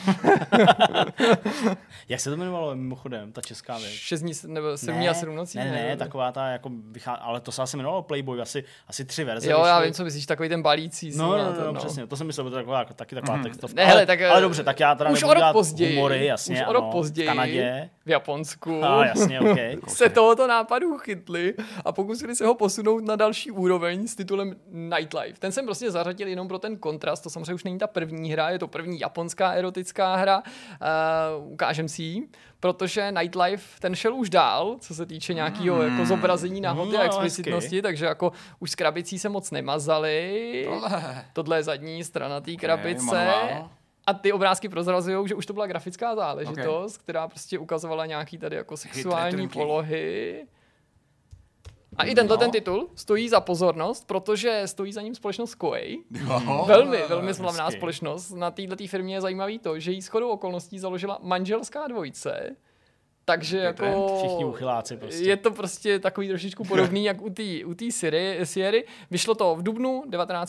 Jak se to jmenovalo mimochodem, ta česká věc? 6 dní nebo 7 dní a 7 nocí? Ne, taková ta jako ale to se asi jmenovalo Playboy, asi 3 verze. Jo, já vím, co myslíš, takový ten balící. No, přesně, to jsem myslel, že to taková textovka. Ne, hele, tak, ale dobře, tak já teda už nebudu dělat později, humory, jasně, už o rok později, v Kanadě. V Japonsku. Jasně, okay. Se tohoto nápadu chytli a pokusili se ho posunout na další úroveň s titulem Nightlife. Ten jsem prostě zařadil jenom pro ten kontrast, to samozřejmě už není ta první hra, je to první japonská erotická hra, ukážem si ji, protože Nightlife ten šel už dál, co se týče nějakého jako zobrazení nahoty a explicitnosti, takže jako už s krabicí se moc nemazali. Tohle je zadní strana té krabice. A ty obrázky prozrazujou, že už to byla grafická záležitost, která prostě ukazovala nějaký tady jako sexuální polohy. A i ten titul stojí za pozornost, protože stojí za ním společnost Koei. Velmi slavná společnost. Na této firmě je zajímavý to, že jí shodou okolností založila manželská dvojice. Takže jako všichni uchyláci prostě. Je to prostě takový trošičku podobný jak u té Sierry. Vyšlo to v dubnu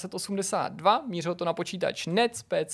1982, mířilo to na počítač NEC PC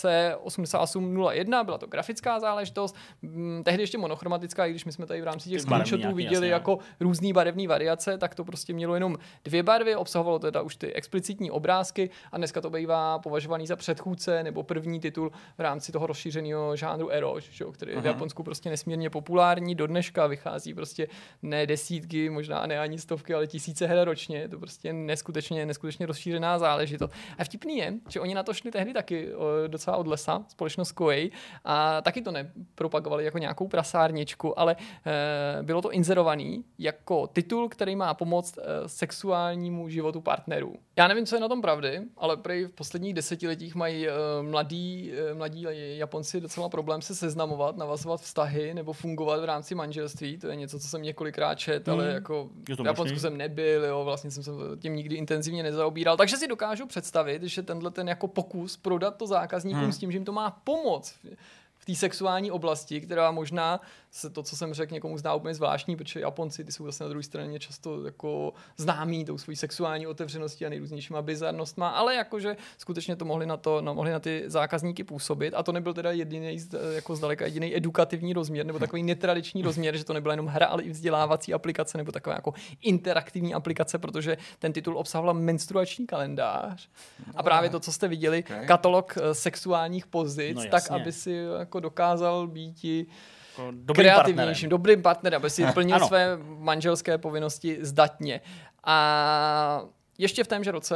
8801, byla to grafická záležitost, tehdy ještě monochromatická, i když my jsme tady v rámci těch screenshotů viděli jako různý barevné variace, tak to prostě mělo jenom 2 barvy, obsahovalo teda už ty explicitní obrázky a dneska to bývá považovaný za předchůdce nebo první titul v rámci toho rozšířeného žánru ero, který je v Japonsku prostě nesmírně populární. Do dneška vychází prostě ne desítky, možná ne ani stovky, ale tisíce her ročně. Je to prostě neskutečně rozšířená záležitost. A vtipný je, že oni na to šli tehdy taky docela od lesa, společnost Koei, a taky to nepropagovali jako nějakou prasárničku, ale bylo to inzerovaný jako titul, který má pomoct sexuálnímu životu partnerů. Já nevím, co je na tom pravdy, ale prej v posledních desetiletích mají mladí Japonci docela problém se seznamovat, navazovat vztahy nebo fungovat v rámci manželství. To je něco, co jsem několikrát četl, ale jako v Japonsku jsem nebyl, jo, vlastně jsem se tím nikdy intenzivně nezaobíral. Takže si dokážu představit, že tenhle ten jako pokus prodat to zákazníkům s tím, že jim to má pomoct v té sexuální oblasti, která možná se to, co jsem řekl, někomu zná úplně zvláštní, protože Japonci, ty jsou zase na druhé straně často jako známí tou svojí sexuální otevřeností a nejrůznějšíma bizarnostma, ale jakože skutečně to mohli na ty zákazníky působit a to nebyl teda jako zdaleka jediný edukativní rozměr nebo takový netradiční rozměr, že to nebyla jenom hra, ale i vzdělávací aplikace nebo taková jako interaktivní aplikace, protože ten titul obsahoval menstruační kalendář a právě to, co jste viděli, katalog sexuálních pozic, tak aby si jako dokázal být kreativnějším, dobrým partnerem, aby si plnil své manželské povinnosti zdatně. A ještě v témže roce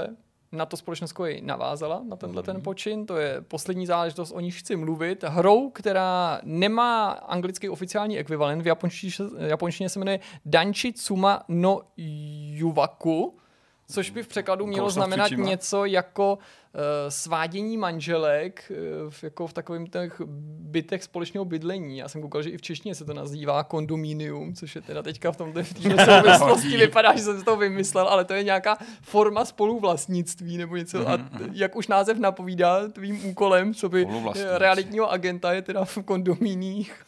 na to společnost Koei navázala, na tenhle ten počin. To je poslední záležitost, o níž chci mluvit. Hrou, která nemá anglický oficiální ekvivalent, v japonštině se jmenuje Danchi Tsuma no Yuvaku, což by v překladu mělo znamenat něco jako svádění manželek jako v takových těch bytech společného bydlení. Já jsem koukal, že i v češtině se to nazývá kondominium, což je teda teďka v tomto souvislosti vypadá, že jsem si to vymyslel, ale to je nějaká forma spoluvlastnictví nebo něco. A jak už název napovídá, tvým úkolem, co by realitního agenta je teda v kondomíních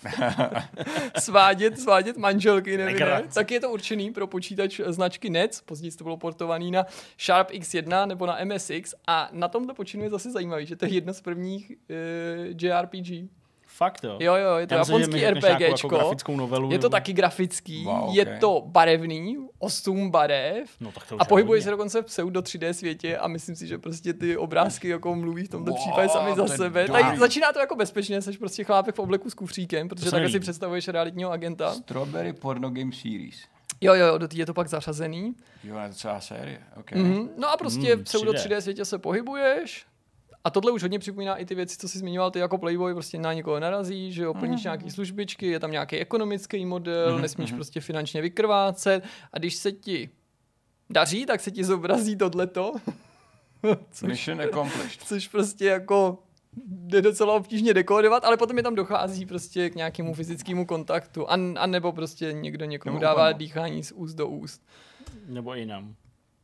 svádět manželky, nevím, tak je to určený pro počítač značky NEC, později to bylo portovaný na Sharp X1 nebo na MSX a na tomto počinu je zase zajímavý, že to je jedno z prvních JRPG. Fakt jo? Jo, je to japonský RPGčko, jako je to taky grafický, je to barevný, 8 barev a pohybuje se dokonce v pseudo 3D světě a myslím si, že prostě ty obrázky jako mluví v tomto případě sami za sebe. Tady začíná to jako bezpečně, jsi prostě chlápek v obleku s kufříkem, protože takhle si představuješ realitního agenta. Strawberry Porno Game Series. Jo, do té je to pak zařazený. Jo, je to celá série, okay. No a prostě v pseudo 3D světě se pohybuješ. A tohle už hodně připomíná i ty věci, co jsi zmiňoval ty jako Playboy, prostě na někoho narazí, že jo, plníš nějaký službičky, je tam nějaký ekonomický model, nesmíš prostě finančně vykrvácet a když se ti daří, tak se ti zobrazí tohleto. Mission accomplished. Což prostě jako jde docela obtížně dekodovat, ale potom je tam dochází prostě k nějakému fyzickému kontaktu a nebo prostě někdo někomu dává dýchání z úst do úst. Nebo jinam.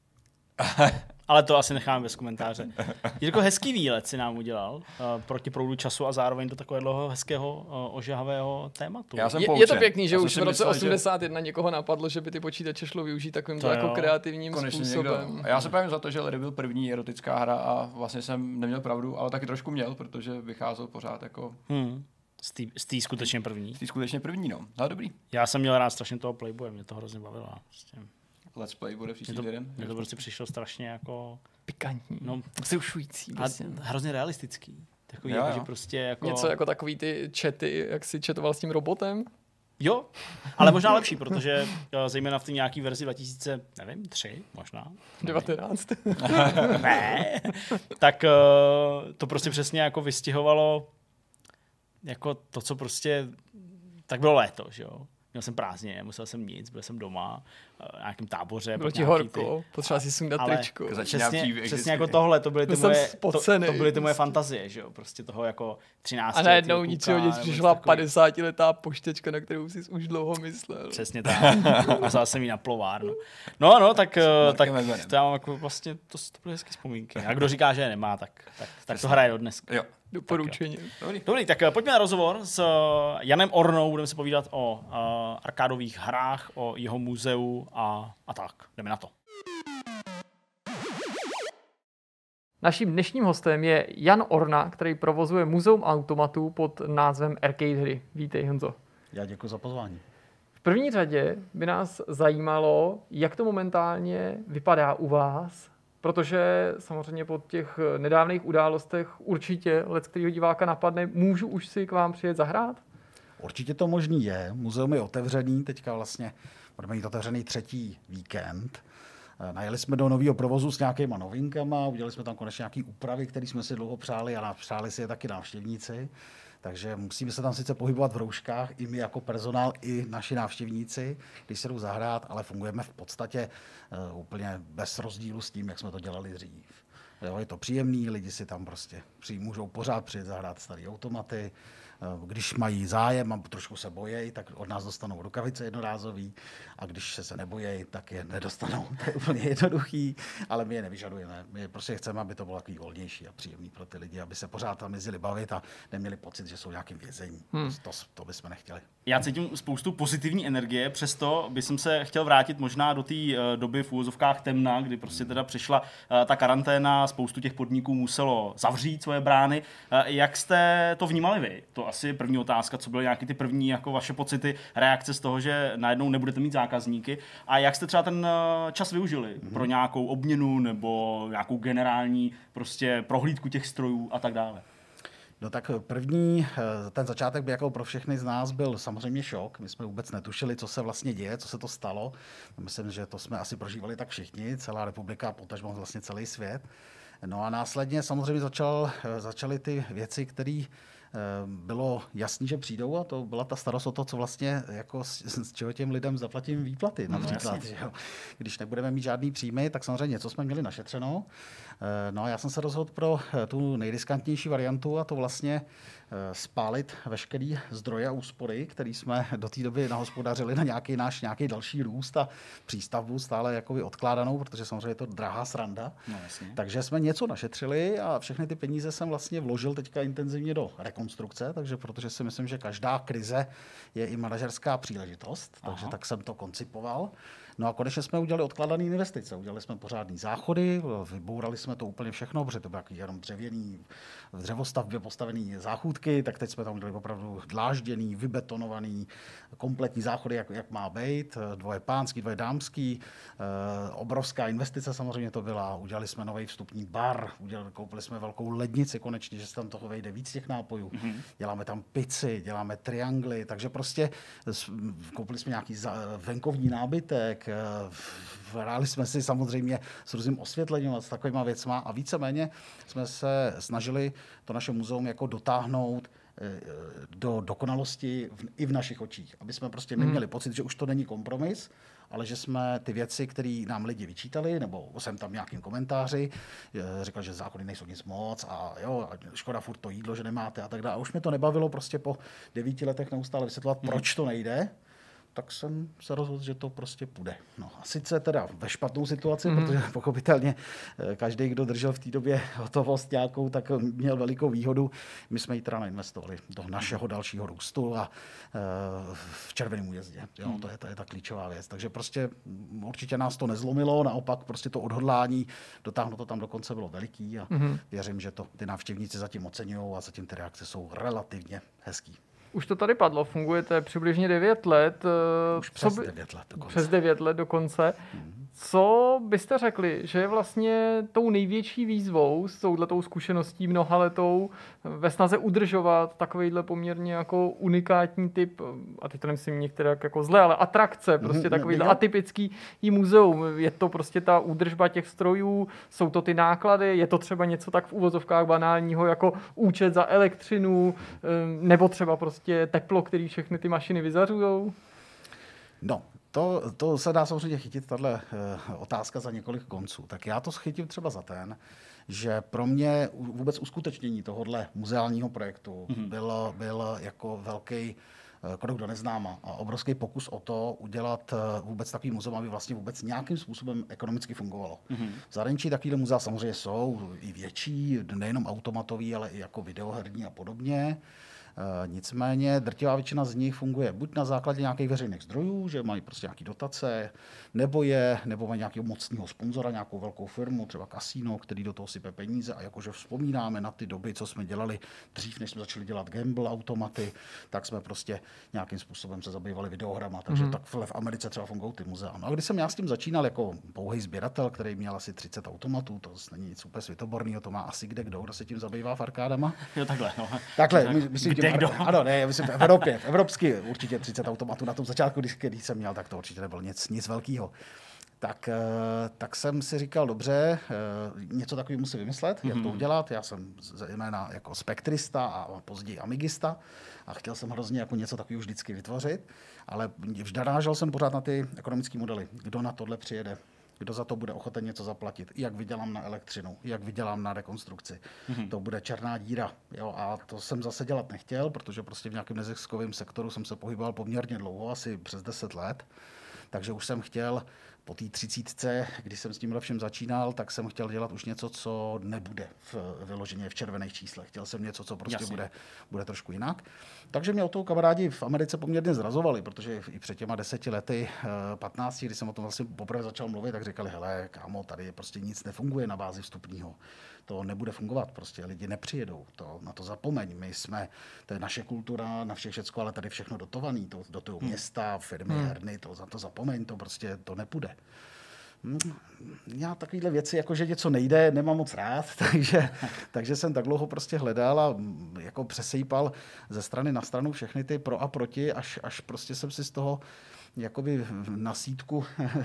Ale to asi necháme bez komentáře. Jirko, hezký výlet si nám udělal proti proudu času a zároveň do takového hezkého ožahavého tématu. Je to pěkný, že už v roce 81 někoho napadlo, že by ty počítače šlo využít takovým jako kreativním způsobem. A já se bavím za to, že Ledy byl první erotická hra a vlastně jsem neměl pravdu, ale taky trošku měl, protože vycházel pořád jako... Z té skutečně první. Z té skutečně první, no. Ale dobrý. Já jsem měl rád strašně toho Playboye, mě to hrozně bavilo. Prostě. Let's Play bude příští týden. Mně to prostě přišlo strašně jako... pikantní, vzrušující. Prostě. A hrozně realistický. Takový, jo. Že prostě jako... Něco jako takový ty chaty, jak jsi chatoval s tím robotem? Jo, ale možná lepší, protože zejména v té nějaký verzi 2003 možná. 19. Ne. Tak to prostě přesně jako vystihovalo jako to, co prostě... Tak bylo léto, že jo. Měl jsem prázdně, nemusel jsem nic, byl jsem doma, v nějakém táboře. Bylo ti horko, potřeba si sundat tričko. Přesně jako tohle, to byly ty moje fantazie, že jo, prostě toho jako 13. A najednou ničeho nic přišla 50letá poštečka, na kterou jsi už dlouho myslel. Přesně tak, vzal jsem jí na plovárnu. No, tak to já mám jako vlastně, to byly hezké vzpomínky. A kdo říká, že je nemá, tak to hraje do dneska. Jo. Doporučení. Dobrý, tak pojďme na rozhovor s Janem Ornou, budeme se povídat o arkádových hrách, o jeho muzeu a tak. Jdeme na to. Naším dnešním hostem je Jan Orna, který provozuje muzeum automatů pod názvem Arcade Hry. Vítej, Honzo. Já děkuji za pozvání. V první řadě by nás zajímalo, jak to momentálně vypadá u vás, protože samozřejmě po těch nedávných událostech určitě leckterýho diváka napadne, můžu už si k vám přijet zahrát? Určitě to možný je. Muzeum je otevřený, teďka vlastně budeme mít otevřený 3. víkend. Najeli jsme do nového provozu s nějakýma novinkama, udělali jsme tam konečně nějaké úpravy, které jsme si dlouho přáli a přáli si je taky návštěvníci. Takže musíme se tam sice pohybovat v rouškách, i my jako personál, i naši návštěvníci, když se jdou zahrát, ale fungujeme v podstatě úplně bez rozdílu s tím, jak jsme to dělali dřív. Jo, je to příjemný, lidi si tam prostě můžou pořád přijet zahrát staré automaty. Když mají zájem a trošku se bojejí, tak od nás dostanou rukavice jednorázový a když se nebojejí, tak je nedostanou. To je úplně jednoduchý, ale my je nevyžadujeme. My prostě chceme, aby to bylo takový volnější a příjemný pro ty lidi, aby se pořád tam jezdili bavit a neměli pocit, že jsou nějakým vězení. To bychom nechtěli. Já cítím spoustu pozitivní energie, přesto bych se chtěl vrátit možná do té doby v úvozovkách temna, kdy prostě teda přišla ta karanténa, spoustu těch podniků muselo zavřít svoje brány. Jak jste to vnímali vy? To asi první otázka, co byly nějaké ty první jako vaše pocity, reakce z toho, že najednou nebudete mít zákazníky a jak jste třeba ten čas využili pro nějakou obměnu nebo nějakou generální prostě prohlídku těch strojů a tak dále? No tak ten začátek by jako pro všechny z nás byl samozřejmě šok. My jsme vůbec netušili, co se vlastně děje, co se to stalo. Myslím, že to jsme asi prožívali tak všichni, celá republika, potažmo vlastně celý svět. No a následně samozřejmě začaly ty věci, které bylo jasný, že přijdou, a to byla ta starost o to, co vlastně jako z čeho těm lidem zaplatím výplaty. Například, jo. Když nebudeme mít žádný příjmy, tak samozřejmě něco jsme měli našetřeno. No a já jsem se rozhodl pro tu nejriskantnější variantu, a to vlastně spálit veškerý zdroje a úspory, který jsme do té doby nahospodařili na nějaký další růst a přístavbu stále jakoby odkládanou, protože samozřejmě je to drahá sranda. No, takže jsme něco našetřili a všechny ty peníze jsem vlastně vložil teďka intenzivně do rekonstrukce, takže protože si myslím, že každá krize je i manažerská příležitost, takže tak jsem to koncipoval. No a konečně jsme udělali odkládané investice. Udělali jsme pořádný záchody, vybourali jsme to úplně všechno, protože to bylo jenom dřevěný, v dřevostavbě postavený záchůdky, tak teď jsme tam udělali opravdu dlážděný, vybetonovaný, kompletní záchody, jak má být, 2 pánský, 2 dámský, obrovská investice samozřejmě to byla. Udělali jsme nový vstupní bar, koupili jsme velkou lednici konečně, že se tam toho vejde víc těch nápojů. Děláme tam pici, děláme triangly, takže prostě koupili jsme nějaký venkovní nábytek, hráli jsme si samozřejmě s různým osvětlením a s takovýma věcma a víceméně jsme se snažili to naše muzeum jako dotáhnout do dokonalosti i v našich očích. Aby jsme prostě neměli pocit, že už to není kompromis, ale že jsme ty věci, které nám lidi vyčítali, nebo jsem tam nějakým komentáři, říkal, že zákony nejsou nic moc a jo, škoda furt to jídlo, že nemáte a tak dále. A už mě to nebavilo prostě po 9 letech neustále vysvětlovat, proč to nejde. Tak jsem se rozhodl, že to prostě půjde. No a sice teda ve špatnou situaci, protože pochopitelně každý, kdo držel v té době hotovost nějakou, tak měl velikou výhodu. My jsme ji teda nainvestovali do našeho dalšího růstu a v Červeném Újezdě. Jo, to je ta klíčová věc. Takže prostě určitě nás to nezlomilo, naopak prostě to odhodlání dotáhnout to tam dokonce bylo veliký a věřím, že to ty návštěvníci zatím oceňují a zatím ty reakce jsou relativně hezký. Už to tady padlo, fungujete přibližně 9 let. Už přes 9 let dokonce. Přes 9 let dokonce. Co byste řekli, že je vlastně tou největší výzvou s touhletou zkušeností mnohaletou ve snaze udržovat takovýhle poměrně jako unikátní typ, a teď to nemyslím některé jako zle, ale atrakce, prostě takovýhle atypický muzeum. Je to prostě ta údržba těch strojů, jsou to ty náklady, je to třeba něco tak v uvozovkách banálního jako účet za elektřinu, nebo třeba prostě teplo, který všechny ty mašiny vyzařujou? No, to se dá samozřejmě chytit, tahle otázka za několik konců. Tak já to chytím třeba za ten, že pro mě vůbec uskutečnění tohohle muzeálního projektu byl jako velký krok do neznáma a obrovský pokus o to udělat vůbec takový muzeum, aby vlastně vůbec nějakým způsobem ekonomicky fungovalo. V zahraničí takovýhle muzea samozřejmě jsou i větší, nejenom automatový, ale i jako videoherní a podobně. Nicméně drtivá většina z nich funguje buď na základě nějakých veřejných zdrojů, že mají prostě nějaké dotace, nebo mají nějakého mocného sponzora, nějakou velkou firmu, třeba kasino, který do toho sype peníze a jakože vzpomínáme na ty doby, co jsme dělali dřív, než jsme začali dělat gamble automaty, tak jsme prostě nějakým způsobem se zabývali videohrama, takže takhle v Americe třeba fungují ty muzea. No a když jsem já s tím začínal jako pouhý sběratel, který měl asi 30 automatů, to není nic úplně světoborného, to má asi kdo se tím zabývá v arkádama. Jo, takhle, no. Takhle, myslím, ano, ne, myslím, v Evropsky určitě 30 automatů na tom začátku, když jsem měl, tak to určitě nebylo nic velkého. Tak jsem si říkal, dobře, něco takového musím vymyslet, jak to udělat. Já jsem zejména jako spektrista a později amigista a chtěl jsem hrozně jako něco takového vždycky vytvořit, ale vždy narážel jsem pořád na ty ekonomické modely. Kdo na tohle přijede? Kdo za to bude ochoten něco zaplatit? Jak vydělám na elektřinu? Jak vydělám na rekonstrukci? To bude černá díra. Jo? A to jsem zase dělat nechtěl, protože prostě v nějakém neziskovém sektoru jsem se pohyboval poměrně dlouho, asi přes 10 let. Takže už jsem chtěl po té 30, když jsem s tímhle všem začínal, tak jsem chtěl dělat už něco, co nebude vyloženě v červených číslech. Chtěl jsem něco, co prostě bude trošku jinak. Takže mě o toho kamarádi v Americe poměrně zrazovali, protože i před těma 10 lety, 15, když jsem o tom vlastně poprvé začal mluvit, tak říkali, hele, kámo, tady prostě nic nefunguje na bázi vstupního. To nebude fungovat, prostě lidi nepřijedou, na to zapomeň. To je naše kultura, na všecko, ale tady všechno dotovaný, do toho města, firmy, herny, za to zapomeň, to prostě to nepůjde. Já takovýhle věci, jako že něco nejde, nemám moc rád, takže jsem tak dlouho prostě hledal a jako přesejpal ze strany na stranu všechny ty pro a proti, až prostě jsem si z toho jakoby na sítku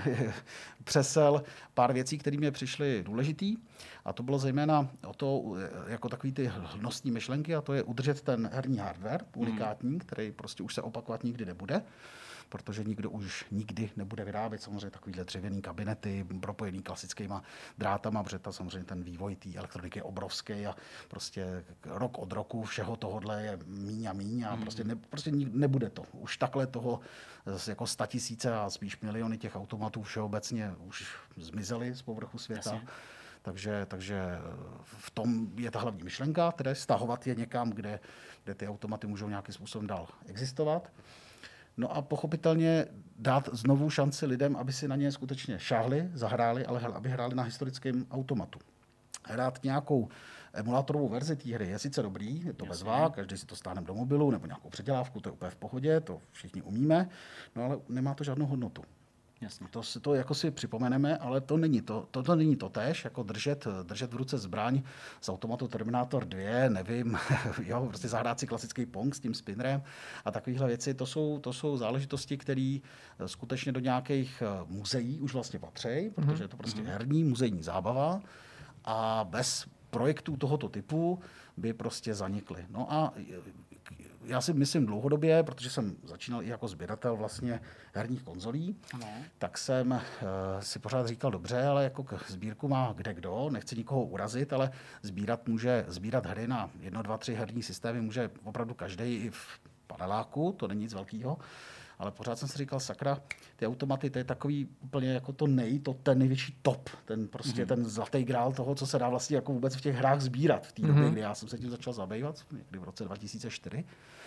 přesel pár věcí, které mě přišly důležitý. A to bylo zejména o to, jako takový ty hnostní myšlenky, a to je udržet ten herní hardware unikátní, který prostě už se opakovat nikdy nebude, protože nikdo už nikdy nebude vyrábět samozřejmě takovýhle dřevěný kabinety, propojený klasickýma drátama, protože samozřejmě ten vývoj té elektroniky je obrovský a prostě rok od roku všeho tohodle je míň a míň a prostě nebude to. Už takhle toho jako 100 000 a spíš miliony těch automatů všeobecně už zmizely z povrchu světa. Jasně. Takže v tom je ta hlavní myšlenka, tedy stahovat je někam, kde ty automaty můžou nějakým způsobem dál existovat. No a pochopitelně dát znovu šanci lidem, aby si na ně skutečně šáhli, zahráli, ale aby hráli na historickém automatu. Hrát nějakou emulátorovou verzi té hry je sice dobrý, je to bezvá, každý si to stáhne do mobilu nebo nějakou předělávku, to je úplně v pohodě, to všichni umíme, no ale nemá to žádnou hodnotu. Jasně. To jako si připomeneme, ale to není to není to též, jako držet v ruce zbraň z automatu Terminator 2, nevím, jo, prostě zahrát si klasický Pong s tím spinnerem a takovéhle věci, to jsou záležitosti, které skutečně do nějakých muzeí už vlastně patří, protože je to prostě herní muzejní zábava a bez projektů tohoto typu by prostě zanikly. No a já si myslím dlouhodobě, protože jsem začínal i jako sběratel vlastně herních konzolí, tak jsem si pořád říkal, dobře, ale jako sbírku má kdekdo, nechci nikoho urazit, ale může sbírat hry na 1, 2, 3 herní systémy, může opravdu každý i v paneláku, to není nic velkého. Ale pořád jsem si říkal, sakra, ty automaty, to je takový úplně jako ten největší top, ten zlatý grál toho, co se dá vlastně jako vůbec v těch hrách sbírat v té době, kdy já jsem se tím začal zabývat, někdy v roce 2004.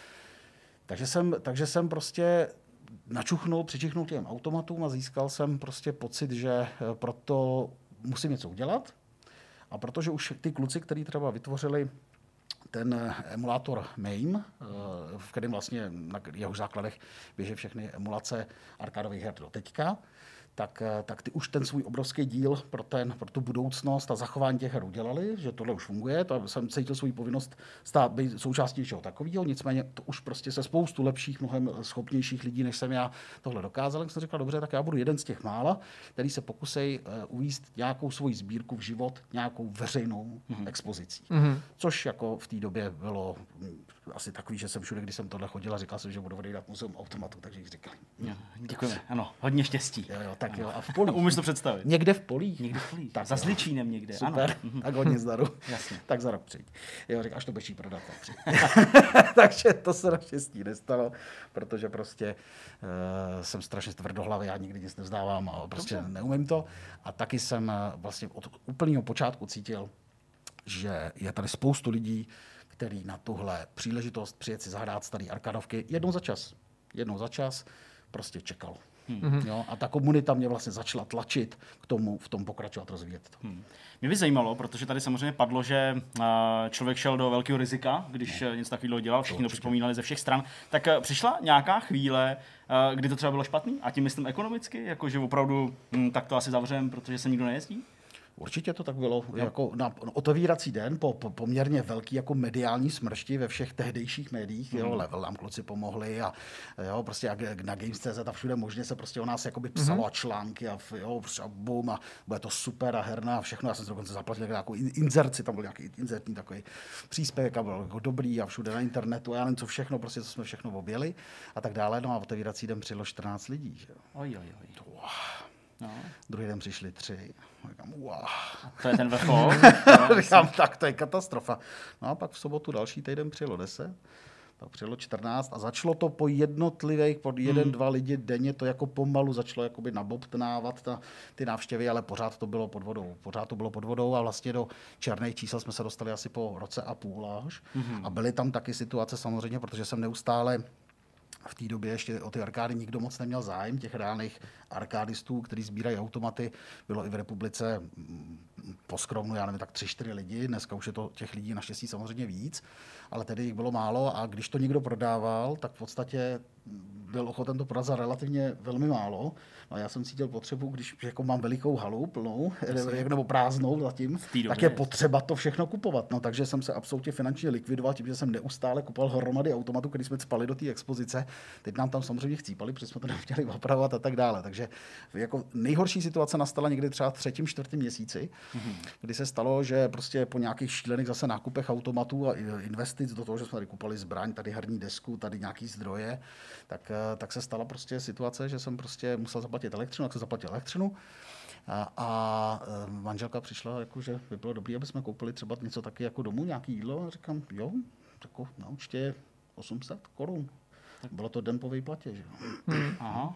Takže jsem prostě přičichnul těm automatům a získal jsem prostě pocit, že proto musím něco udělat. A protože už ty kluci, kteří třeba vytvořili ten emulátor MAME, v kterém vlastně na jeho základech běží všechny emulace arkádových her do teďka, tak ty už ten svůj obrovský díl pro tu budoucnost a zachování těch her udělali, že tohle už funguje. To jsem cítil svou povinnost být součástí něčeho takového, nicméně to už prostě se spoustu lepších, mnohem schopnějších lidí, než jsem já tohle dokázal. Tak jsem říkal, dobře, tak já budu jeden z těch mála, který se pokusej uvést nějakou svoji sbírku v život, nějakou veřejnou expozicí. Což jako v té době bylo asi takový, že jsem všude, když jsem tohle chodil a říkal jsem, že budu odejdat muzeum automatu, takže jich říkali. Děkujeme, ano, hodně štěstí. Jo, tak jo, a v polích. Umíš to představit? Někde v polích. Tak za Zličínem někde, super, ano. Tak hodně zdaru. Jasně. Tak za rok přijď. Jo, řík, až to budeš jí prodat, tak přijď. Takže to se naštěstí nestalo, protože prostě jsem strašně tvrdohlavý, já nikdy nic nevzdávám a prostě neumím to. A taky jsem vlastně od úplného počátku cítil, že je tady spoustu lidí, který na tuhle příležitost přijet si zahrát starý arkadovky jednou za čas prostě čekal. Jo, a ta komunita mě vlastně začala tlačit k tomu v tom pokračovat, rozvíjet to. Mě by zajímalo, protože tady samozřejmě padlo, že člověk šel do velkého rizika, když něco takového dělal, všichni to připomínali ze všech stran. Tak přišla nějaká chvíle, kdy to třeba bylo špatný, a tím myslím ekonomicky, jakože opravdu tak to asi zavřem, protože se nikdo nejezdí? Určitě to tak bylo. Jako na otevírací den po poměrně velký jako mediální smršti ve všech tehdejších médiích. Jo, Level nám kluci pomohli a jo, prostě na Games.cz a všude možně se prostě o nás jakoby psalo a články a jo, prostě a boom a bude to super a herná a všechno. Já jsem si dokonce zaplatil nějakou inzerci, tam byl nějaký inzertní takový příspěvek a byl jako dobrý a všude na internetu a já nevím co všechno, prostě co jsme všechno objeli a tak dále. No a otevírací den přijelo 14 lidí. Že? Oj. No. Druhý den přišli 3. Říkám, wow. To je ten vrchol. Říkám, tak to je katastrofa. No a pak v sobotu další týden přijelo 10, pak přijelo 14 a začalo to po jednotlivých, po 1-2 lidi denně to jako pomalu začalo jakoby nabobtnávat ty návštěvy, ale pořád to bylo pod vodou a vlastně do černých čísel jsme se dostali asi po roce a půl až. A byly tam taky situace samozřejmě, protože jsem neustále v té době ještě o ty arkády nikdo moc neměl zájem. Těch reálných arkádistů, kteří sbírají automaty, bylo i v republice poskromnu, já nevím, tak 3-4 lidi. Dneska už je to těch lidí naštěstí samozřejmě víc, ale tedy jich bylo málo a když to někdo prodával, tak v podstatě byl ochoten to prodat za relativně velmi málo. A já jsem cítil potřebu, když jako mám velikou halu plnou, nebo prázdnou zatím, tak je potřeba to všechno kupovat. No, takže jsem se absolutně finančně likvidoval tím, že jsem neustále kupoval hromady automatů, který jsme cpali do té expozice. Teď nám tam samozřejmě chcípali, protože jsme to nechtěli opravovat a tak dále. Takže jako nejhorší situace nastala někdy třeba v 3., 4. měsíci, kdy se stalo, že prostě po nějakých šílených zase nákupech automatů a investic do toho, že jsme tady kupovali zbraň, tady herní desku, tady nějaký zdroje, tak se stala prostě situace, že jsem prostě musel zaplatit elektřinu, tak jsem zaplatil elektřinu a manželka přišla, jako, že by bylo dobré, aby jsme koupili třeba něco taky jako domů, nějaký jídlo a říkám, jo, jako na účtě je 800 korun. Bylo to den po výplatě, že jo. Aha.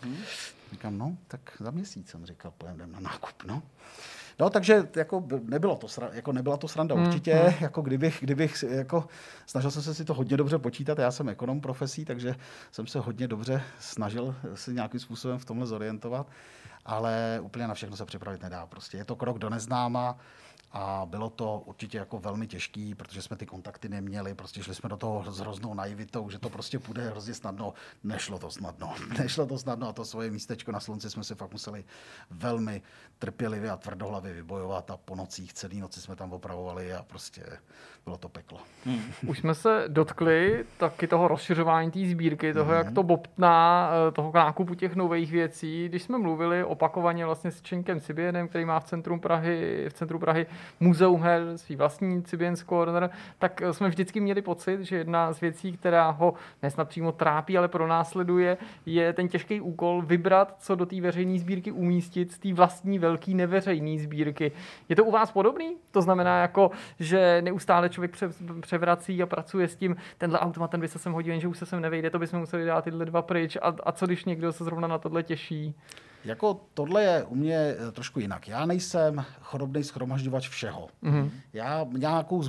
Říkám, no, tak za měsíc jsem říkal, pojedeme na nákup, no. No, takže jako nebyla to sranda určitě, jako kdybych jako snažil jsem se si to hodně dobře počítat, já jsem ekonom profesí, takže jsem se hodně dobře snažil si nějakým způsobem v tomhle zorientovat, ale úplně na všechno se připravit nedá. Prostě je to krok do neznáma a bylo to určitě jako velmi těžký, protože jsme ty kontakty neměli, prostě šli jsme do toho s hroznou naivitou, že to prostě půjde hrozně snadno. Nešlo to snadno a to svoje místečko na slunci jsme si fakt museli velmi trpělivě a tvrdohlavě vybojovat a po nocích, celý noci jsme tam opravovali a prostě bylo to peklo. Už jsme se dotkli taky toho rozšiřování té sbírky, toho, jak to bobtná, toho nákupu těch nových věcí. Když jsme mluvili opakovaně vlastně s Čenkem Cibienem, který má v centru Prahy muzeum her, svý vlastní Cibien's Corner, tak jsme vždycky měli pocit, že jedna z věcí, která ho nesnad přímo trápí, ale pronásleduje, je ten těžký úkol vybrat, co do té veřejné sbírky umístit z té vlastní velké neveřejné sbírky. Je to u vás podobný? To znamená, jako, že neustále člověk převrací a pracuje s tím, tenhle automat, ten by se sem hodil, jenže už se sem nevejde, to bychom museli dát tyhle dva pryč. A co když někdo se zrovna na tohle těší? Jako tohle je u mě trošku jinak. Já nejsem chorobný shromažďovač všeho. Já nějakou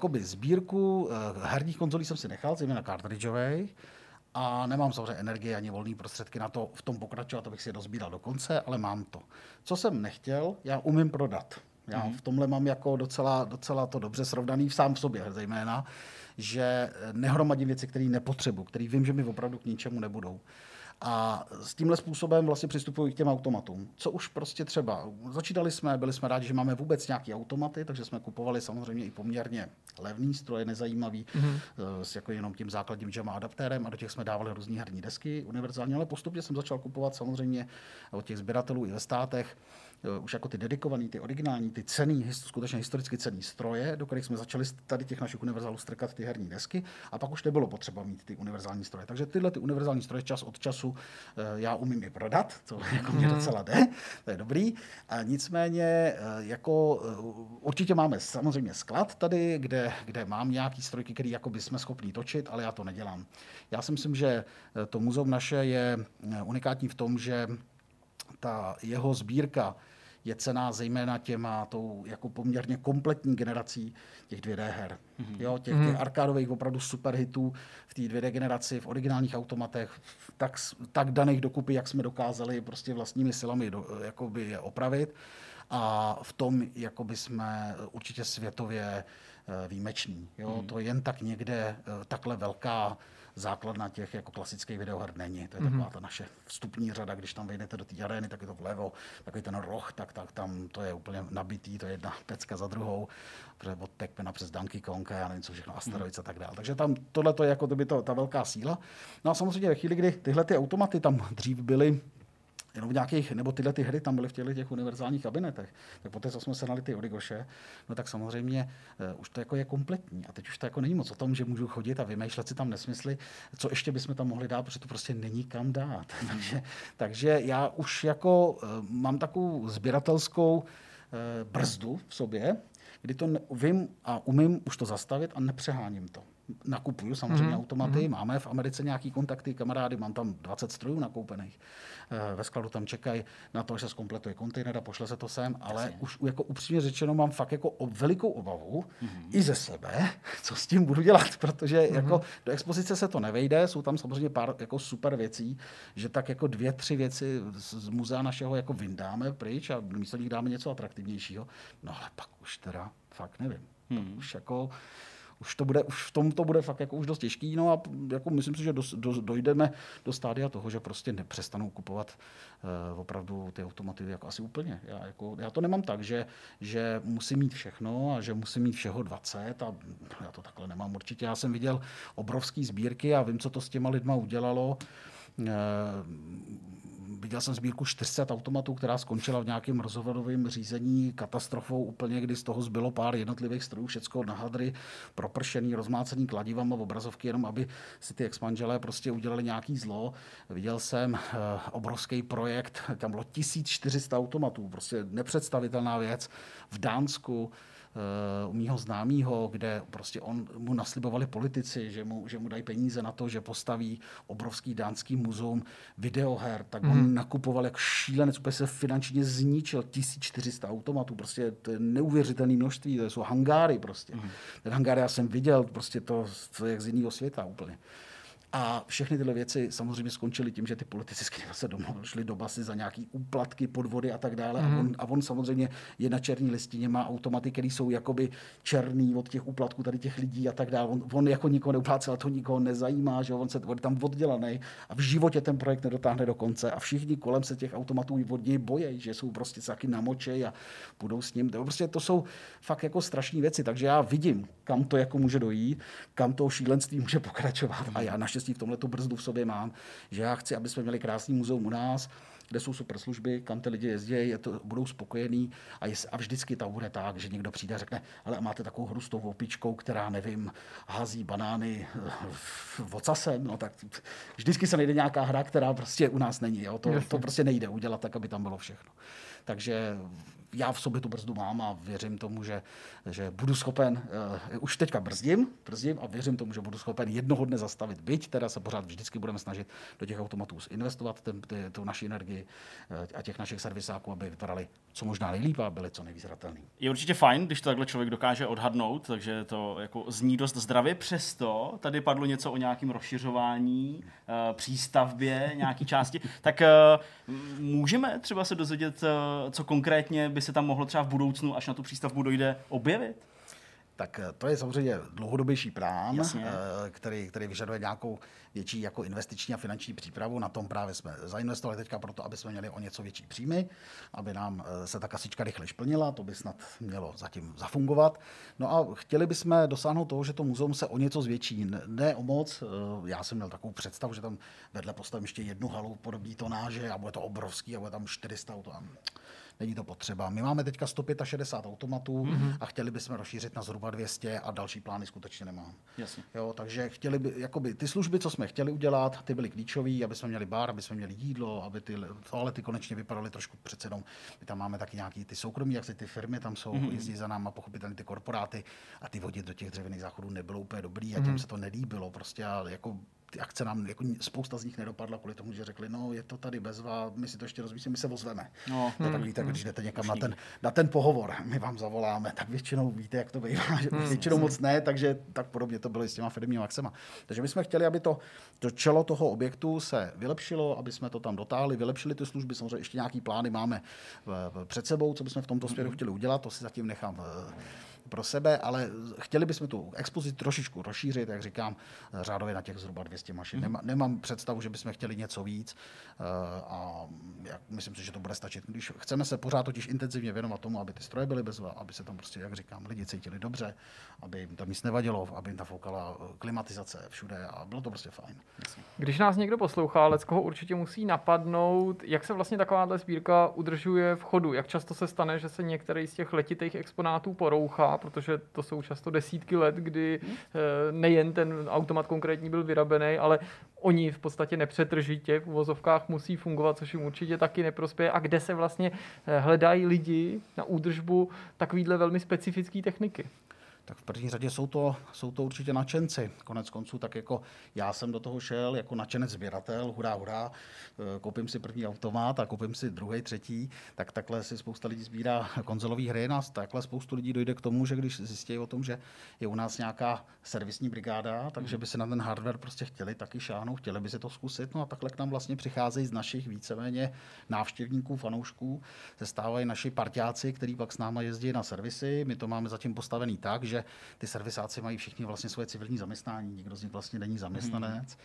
sbírku herních konzolí jsem si nechal, zejména cartridgeových, a nemám samozřejmě energii ani volné prostředky na to v tom pokračovat, abych si je dozbíral do konce, ale mám to. Co jsem nechtěl, já umím prodat. Já v tomhle mám jako docela to dobře srovnaný sám v sobě, zejména, že nehromadím věci, které nepotřebuji, které vím, že mi opravdu k ničemu nebudou. A s tímhle způsobem vlastně přistupuji k těm automatům. Co už prostě třeba, byli jsme rádi, že máme vůbec nějaké automaty, takže jsme kupovali samozřejmě i poměrně levný stroje, nezajímavý, s jako jenom tím základním JAMA adaptérem a do těch jsme dávali různý herní desky univerzálně, ale postupně jsem začal kupovat samozřejmě od těch sběratelů i ve státech už jako ty dedikovaný, ty originální, ty cenný, skutečně historicky cenný stroje, do kterých jsme začali tady těch našich univerzálů strkat ty herní desky a pak už nebylo potřeba mít ty univerzální stroje. Takže tyhle ty univerzální stroje čas od času já umím i prodat, to jako mě docela jde, to je dobrý. A nicméně jako určitě máme samozřejmě sklad tady, kde mám nějaký strojky, který jako by jsme schopni točit, ale já to nedělám. Já si myslím, že to muzeum naše je unikátní v tom, že ta jeho sbírka je cenná zejména tou jako poměrně kompletní generací těch 2D her. Jo, těch arkádových opravdu superhitů v té 2D generaci, v originálních automatech, tak daných dokupy, jak jsme dokázali prostě vlastními silami jakoby je opravit. A v tom jakoby jsme určitě světově výjimeční. Jo? To jen tak někde takhle velká základna těch jako klasických videoher není. To je taková ta naše vstupní řada, když tam vejdete do té arény, tak je to vlevo, takový ten roh, tak tam to je úplně nabitý, to je jedna pecka za druhou, protože od Pac-Mana přes Donkey Kong a já nevím co všechno, Asteroids a tak dále. Takže tam tohle je jako ta velká síla. No a samozřejmě ve chvíli, kdy tyhle ty automaty tam dřív byly jenom v nějakých, nebo tyhle ty hry tam byly v těch univerzálních kabinetech, tak poté, co jsme sehnali ty Origoše, no tak samozřejmě už to jako je kompletní. A teď už to jako není moc o tom, že můžu chodit a vymýšlet si tam nesmysly, co ještě bychom tam mohli dát, protože to prostě není kam dát. Takže já už jako mám takovou sběratelskou brzdu v sobě, kdy to vím a umím už to zastavit a nepřeháním to. nakupuju samozřejmě automaty, máme v Americe nějaký kontakty, kamarády, mám tam 20 strojů nakoupených. Ve skladu tam čekají na to, že se zkompletuje kontejner a pošle se to sem, ale už jako upřímně řečeno mám fakt jako velikou obavu i ze sebe, co s tím budu dělat, protože jako do expozice se to nevejde, jsou tam samozřejmě pár jako super věcí, že tak jako 2-3 věci z muzea našeho jako vyndáme pryč a místo nich dáme něco atraktivnějšího. No ale pak už teda fakt nevím. Už jako už v tom to bude fakt jako už dost těžký, no a jako myslím si, že dojdeme do stádia toho, že prostě nepřestanou kupovat opravdu ty automaty jako asi úplně. Já to nemám tak, že musím mít všechno a že musím mít všeho 20 a já to takhle nemám určitě. Já jsem viděl obrovský sbírky a vím, co to s těma lidma udělalo. Viděl jsem sbírku 400 automatů, která skončila v nějakém rozhodovém řízení katastrofou úplně, kdy z toho zbylo pár jednotlivých strojů, všecko na hadry, propršený, rozmácený kladivama, obrazovky, jenom aby si ty exmanželé prostě udělali nějaký zlo. Viděl jsem obrovský projekt, tam bylo 1400 automatů, prostě nepředstavitelná věc v Dánsku, u mýho známýho, kde prostě mu naslibovali politici, že mu dají peníze na to, že postaví obrovský dánský muzeum videoher, tak on nakupoval jak šílenec, úplně se finančně zničil 1400 automatů, prostě to je neuvěřitelné množství, to jsou hangáry prostě. Ten hangár já jsem viděl, prostě to je jak z jiného světa úplně. A všechny tyhle věci samozřejmě skončily tím, že ty politici se domluvili, šli do basy za nějaký úplatky, podvody a tak dále. A on samozřejmě je na černé listině, má automaty, které jsou jakoby černý od těch úplatků tady těch lidí a tak dále. On jako nikoho neuplácel, to nikoho nezajímá, že on je tam oddělaný a v životě ten projekt nedotáhne do konce a všichni kolem se těch automatů od něj bojí, že jsou prostě taky namočej a půjdou s ním. Prostě to jsou fakt jako strašné věci, takže já vidím, kam to jako může dojít, kam to šílenství může pokračovat a já naštěstí v tomhle tu brzdu v sobě mám, že já chci, aby jsme měli krásný muzeum u nás, kde jsou super služby, kam ty lidi jezdí, budou spokojení a vždycky to bude tak, že někdo přijde a řekne, ale máte takovou hru s tou opičkou, která, nevím, hází banány ocasem, no tak vždycky se najde nějaká hra, která prostě u nás není, jo? To prostě nejde udělat tak, aby tam bylo všechno. Takže já v sobě tu brzdu mám a věřím tomu, že budu schopen, už teďka brzdím a věřím tomu, že budu schopen jednoho dne zastavit. Byť teda se pořád vždycky budeme snažit do těch automatů investovat tu naši energii a těch našich servisáků, aby vypadaly co možná nejlíp a byly co nejvíc hratelný. Je určitě fajn, když to takhle člověk dokáže odhadnout, takže to jako zní dost zdravě. Přesto tady padlo něco o nějakém rozšiřování, přístavbě nějaký části. Tak můžeme třeba se dozvědět, co konkrétně by se tam mohlo třeba v budoucnu, až na tu přístavbu dojde, objevit? Tak to je samozřejmě dlouhodobější plán, který vyžaduje nějakou větší jako investiční a finanční přípravu. Na tom právě jsme zainvestovali teďka proto, aby jsme měli o něco větší příjmy, aby nám se ta kasička rychle šplnila, to by snad mělo zatím zafungovat. No a chtěli bychom dosáhnout toho, že to muzeum se o něco zvětší, ne o moc. Já jsem měl takovou představu, že tam vedle postavím ještě jednu halu podobné tonáže a bude to obrovský a bude tam 400 aut. Není to potřeba. My máme teďka 165 automatů a chtěli bychom rozšířit na zhruba 200 a další plány skutečně nemám. Jasně. Jo, takže chtěli by, jakoby, ty služby, co jsme chtěli udělat, ty byly klíčové, aby jsme měli bar, aby jsme měli jídlo, aby ty toalety konečně vypadaly trošku přece jenom. My tam máme taky nějaký ty soukromí, jak se ty firmy tam jsou, jezdí za náma, pochopitelně ty korporáty a ty vodit do těch dřevěných záchodů nebylo úplně dobrý a těm se to nelíbilo. Prostě jako ty akce nám, jako spousta z nich nedopadla kvůli tomu, že řekli, no je to tady bezva, my si to ještě rozmyslíme, my se ozveme. No, tak víte, když jdete někam na ten pohovor, my vám zavoláme, tak většinou víte, jak to bývá, že většinou moc ne, takže tak podobně to bylo i s těma firmníma akcema. Takže my jsme chtěli, aby to čelo toho objektu se vylepšilo, aby jsme to tam dotáhli, vylepšili ty služby, samozřejmě ještě nějaký plány máme před sebou, co bychom v tomto směru chtěli udělat, to si zatím nechám pro sebe, ale chtěli bychom tu expozici trošičku rozšířit, jak říkám, řádově na těch zhruba 200 mašin. Nemám představu, že bychom chtěli něco víc a myslím si, že to bude stačit. Když chceme se pořád totiž intenzivně věnovat tomu, aby ty stroje byly bezva, aby se tam prostě, jak říkám, lidi cítili dobře, aby jim tam nic nevadilo, aby jim tam foukala klimatizace všude a bylo to prostě fajn. Když nás někdo poslouchá, leckoho určitě musí napadnout, jak se vlastně takováhle sbírka udržuje v chodu. Jak často se stane, že se některý z těch letitých exponátů porouchá, protože to jsou často desítky let, kdy nejen ten automat konkrétní byl vyrabený, ale oni v podstatě nepřetržitě v uvozovkách musí fungovat, což jim určitě taky neprospěje. A kde se vlastně hledají lidi na údržbu takovýhle velmi specifické techniky? Tak v první řadě jsou to určitě nadšenci. Konec konců, tak jako já jsem do toho šel jako nadšenec sběratel, hurá, koupím si první automat a koupím si druhý, třetí, tak takhle si spousta lidí sbírá konzolové hry a takhle spoustu lidí dojde k tomu, že když zjistí o tom, že je u nás nějaká servisní brigáda, takže by si na ten hardware prostě chtěli taky šáhnout, chtěli by si to zkusit, no a takhle k nám vlastně přicházejí z našich víceméně návštěvníků, fanoušků, se stávají naši parťáci, kteří pak s náma jezdí na servisy. My to máme zatím postavený tak, že ty servisáci mají všichni vlastně svoje civilní zaměstnání, nikdo z nich vlastně není zaměstnanec.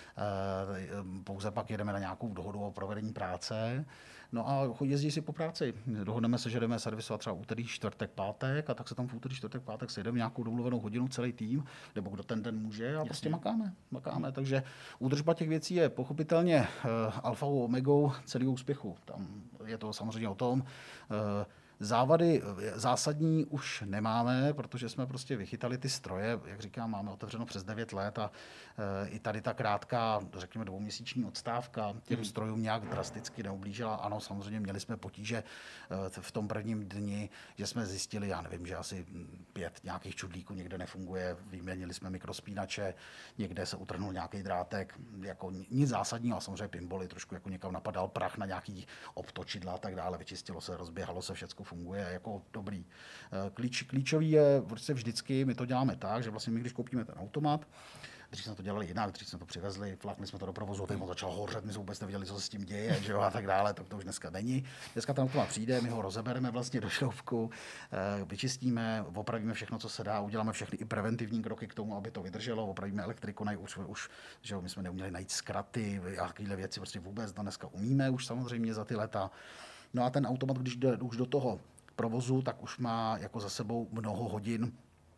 Pouze pak jedeme na nějakou dohodu o provedení práce. No a jezdí si po práci. Dohodneme se, že jdeme servisovat třeba úterý, čtvrtek, pátek a tak se tam v úterý, čtvrtek, pátek sejdeme nějakou domluvenou hodinu celý tým, nebo kdo ten den může a prostě makáme. Takže údržba těch věcí je pochopitelně alfou omegou celého úspěchu. Tam je to samozřejmě o tom, závady zásadní už nemáme, protože jsme prostě vychytali ty stroje, jak říkám, máme otevřeno přes 9 let a i tady ta krátká, řekněme 2měsíční odstávka těm strojům nějak drasticky neublížila. Ano, samozřejmě měli jsme potíže v tom prvním dni, že jsme zjistili, já nevím, že asi 5 nějakých čudlíků někde nefunguje, vyměnili jsme mikrospínače, někde se utrhnul nějaký drátek, jako nic zásadního, a samozřejmě pinboly, trošku jako někam napadal prach na nějaký obtočidla a tak dále, vyčistilo se, rozběhalo se, všechno funguje jako dobrý. Klíčový je prostě vždycky, my to děláme tak, že vlastně my, když koupíme ten automat, dřív jsme to dělali jinak, dřív jsme to přivezli, flakli jsme to do provozu, teď začal hořet, my jsme vůbec nevěděli, co se s tím děje, že jo, a tak dále, to už dneska není. Dneska ten automat přijde, my ho rozebereme vlastně do šroubku, vyčistíme, opravíme všechno, co se dá, uděláme všechny i preventivní kroky k tomu, aby to vydrželo, opravíme elektriku, už že jo, my jsme neuměli najít zkraty, jakýhle věci prostě vůbec dneska umíme už samozřejmě za ty leta. No a ten automat, když jde už do toho provozu, tak už má jako za sebou mnoho hodin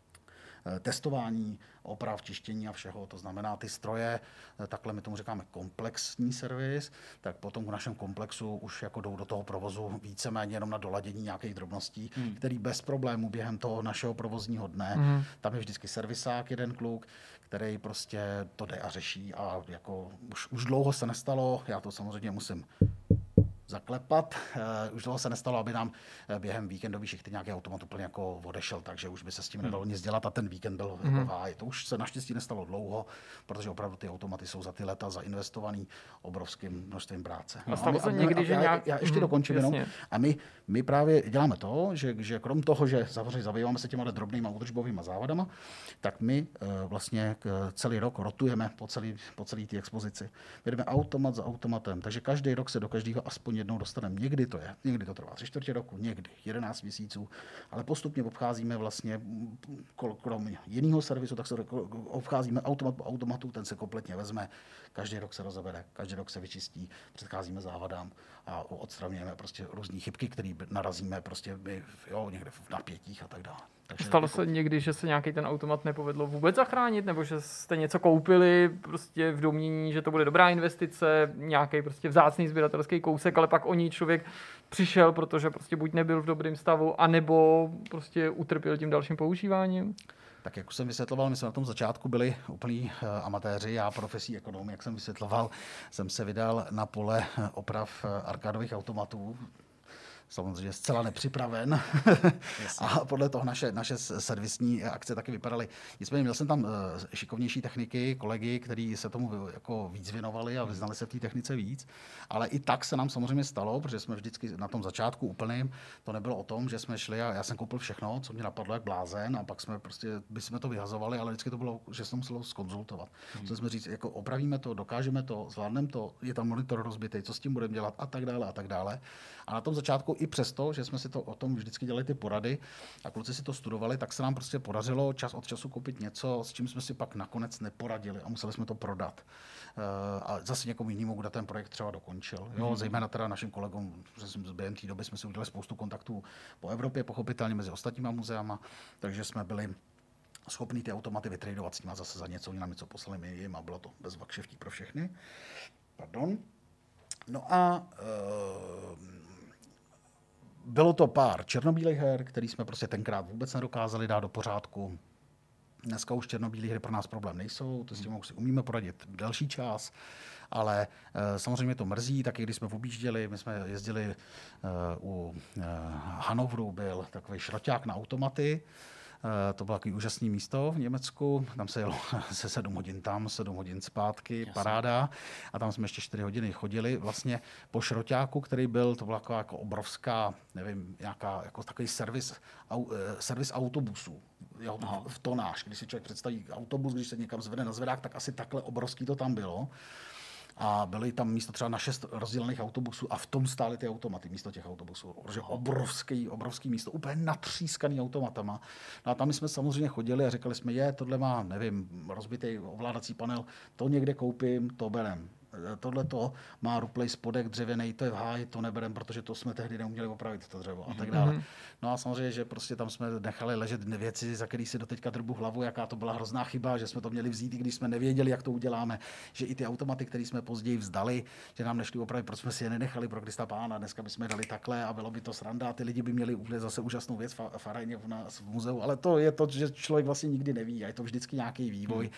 testování, oprav, čištění a všeho. To znamená, ty stroje, takhle my tomu říkáme komplexní servis, tak potom v našem komplexu už jako jdou do toho provozu víceméně jenom na doladění nějakých drobností, který bez problémů během toho našeho provozního dne, tam je vždycky servisák, jeden kluk, který prostě to jde a řeší a jako už dlouho se nestalo, já to samozřejmě musím zaklepat. Už toho se nestalo, aby nám během víkendový šichty nějaký automat úplně jako odešel, takže už by se s tím nedalo nic dělat a ten víkend byl v háji. To už se naštěstí nestalo dlouho, protože opravdu ty automaty jsou za ty leta zainvestovaný obrovským množstvím práce. A stalo se někdy, že nějak... Já ještě dokončím jenom. A my právě děláme to, že krom toho, že zabýváme se těma drobnýma údržbovými závadama, tak my vlastně celý rok rotujeme po celé té expozici. My jdeme automat za automatem, takže každý rok se do každého aspoň jednou dostaneme. Někdy to trvá 3/4 roku, někdy 11 měsíců, ale postupně obcházíme vlastně, krom jiného servisu, tak se obcházíme automat po automatu, ten se kompletně vezme, každý rok se rozebere, každý rok se vyčistí, předcházíme závadám a odstraňujeme prostě různé chybky, které narazíme prostě někde v napětích a tak dále. Takže stalo se někdy, že se nějaký ten automat nepovedlo vůbec zachránit, nebo že jste něco koupili prostě v domnění, že to bude dobrá investice, nějaký prostě vzácný sběratelský kousek, ale pak o ní člověk přišel, protože prostě buď nebyl v dobrém stavu, anebo prostě utrpěl tím dalším používáním? Tak jak už jsem vysvětloval, my jsme na tom začátku byli úplní amatéři, já profesí ekonom, jak jsem vysvětloval, jsem se vydal na pole oprav arkádových automatů, samozřejmě zcela nepřipraven. A podle toho naše servisní akce taky vypadaly. Nicméně měl jsem tam šikovnější techniky, kolegy, kteří se tomu jako víc věnovali a vyznali se v té technice víc. Ale i tak se nám samozřejmě stalo, protože jsme vždycky na tom začátku úplným, to nebylo o tom, že jsme šli a já jsem koupil všechno, co mě napadlo jak blázen a pak jsme prostě, bychom to vyhazovali, ale vždycky to bylo, že se to muselo zkonzultovat. Museli jsme říct, jako opravíme to, dokážeme to, zvládneme to, je tam monitor rozbitý, co s tím budeme dělat a tak dále a tak dále. A na tom začátku i přesto, že jsme si to o tom vždycky dělali ty porady a kluci si to studovali, tak se nám prostě podařilo čas od času koupit něco, s čím jsme si pak nakonec neporadili a museli jsme to prodat. A zase někomu jinému, kdo ten projekt třeba dokončil. Jo, zejména teda našim kolegům, protože během té doby jsme si udělali spoustu kontaktů po Evropě, pochopitelně mezi ostatníma muzeama, takže jsme byli schopní ty automaty vytradovat s nimi zase za něco, oni nám něco poslali my jim a bylo to bez vakšeftí pro všechny. Pardon. No a bylo to pár černobílých her, který jsme prostě tenkrát vůbec nedokázali dát do pořádku. Dneska už černobílé hry pro nás problém nejsou, to s tím už si umíme poradit delší čas, ale samozřejmě to mrzí, taky když jsme objížděli, my jsme jezdili u Hanovru, byl takový šroťák na automaty, To bylo takový úžasné místo v Německu. Tam se jelo se 7 hodin tam, 7 hodin zpátky, paráda. A tam jsme ještě 4 hodiny chodili vlastně po šroťáku, který byl, to byla jako obrovská, nevím, nějaká, jako takový servis autobusů. Jo, v tonáž. Když si člověk představí autobus, když se někam zvede na zvedák, tak asi takhle obrovský to tam bylo. A byly tam místo třeba na 6 rozdělených autobusů a v tom stály ty automaty místo těch autobusů. Protože obrovský místo, úplně natřískaný automatama. No a tam jsme samozřejmě chodili a říkali jsme, tohle má, nevím, rozbitý ovládací panel, to někde koupím, to berem. Tohle to má ruplej spodek dřevěný, to je v háji, to neberem, protože to jsme tehdy neuměli opravit to dřevo a tak dále. No a samozřejmě, že prostě tam jsme nechali ležet věci, za který si doteďka drbu hlavu, jaká to byla hrozná chyba, že jsme to měli vzít, i když jsme nevěděli, jak to uděláme, že i ty automaty, které jsme později vzdali, že nám nešli opravit, proč jsme si je nenechali pro Krista Pána, dneska bychom je dali takhle a bylo by to sranda a ty lidi by měli úplně zase úžasnou věc v arejně v muzeu, ale to je to, že člověk vlastně nikdy neví a je to vždycky nějaký vývoj.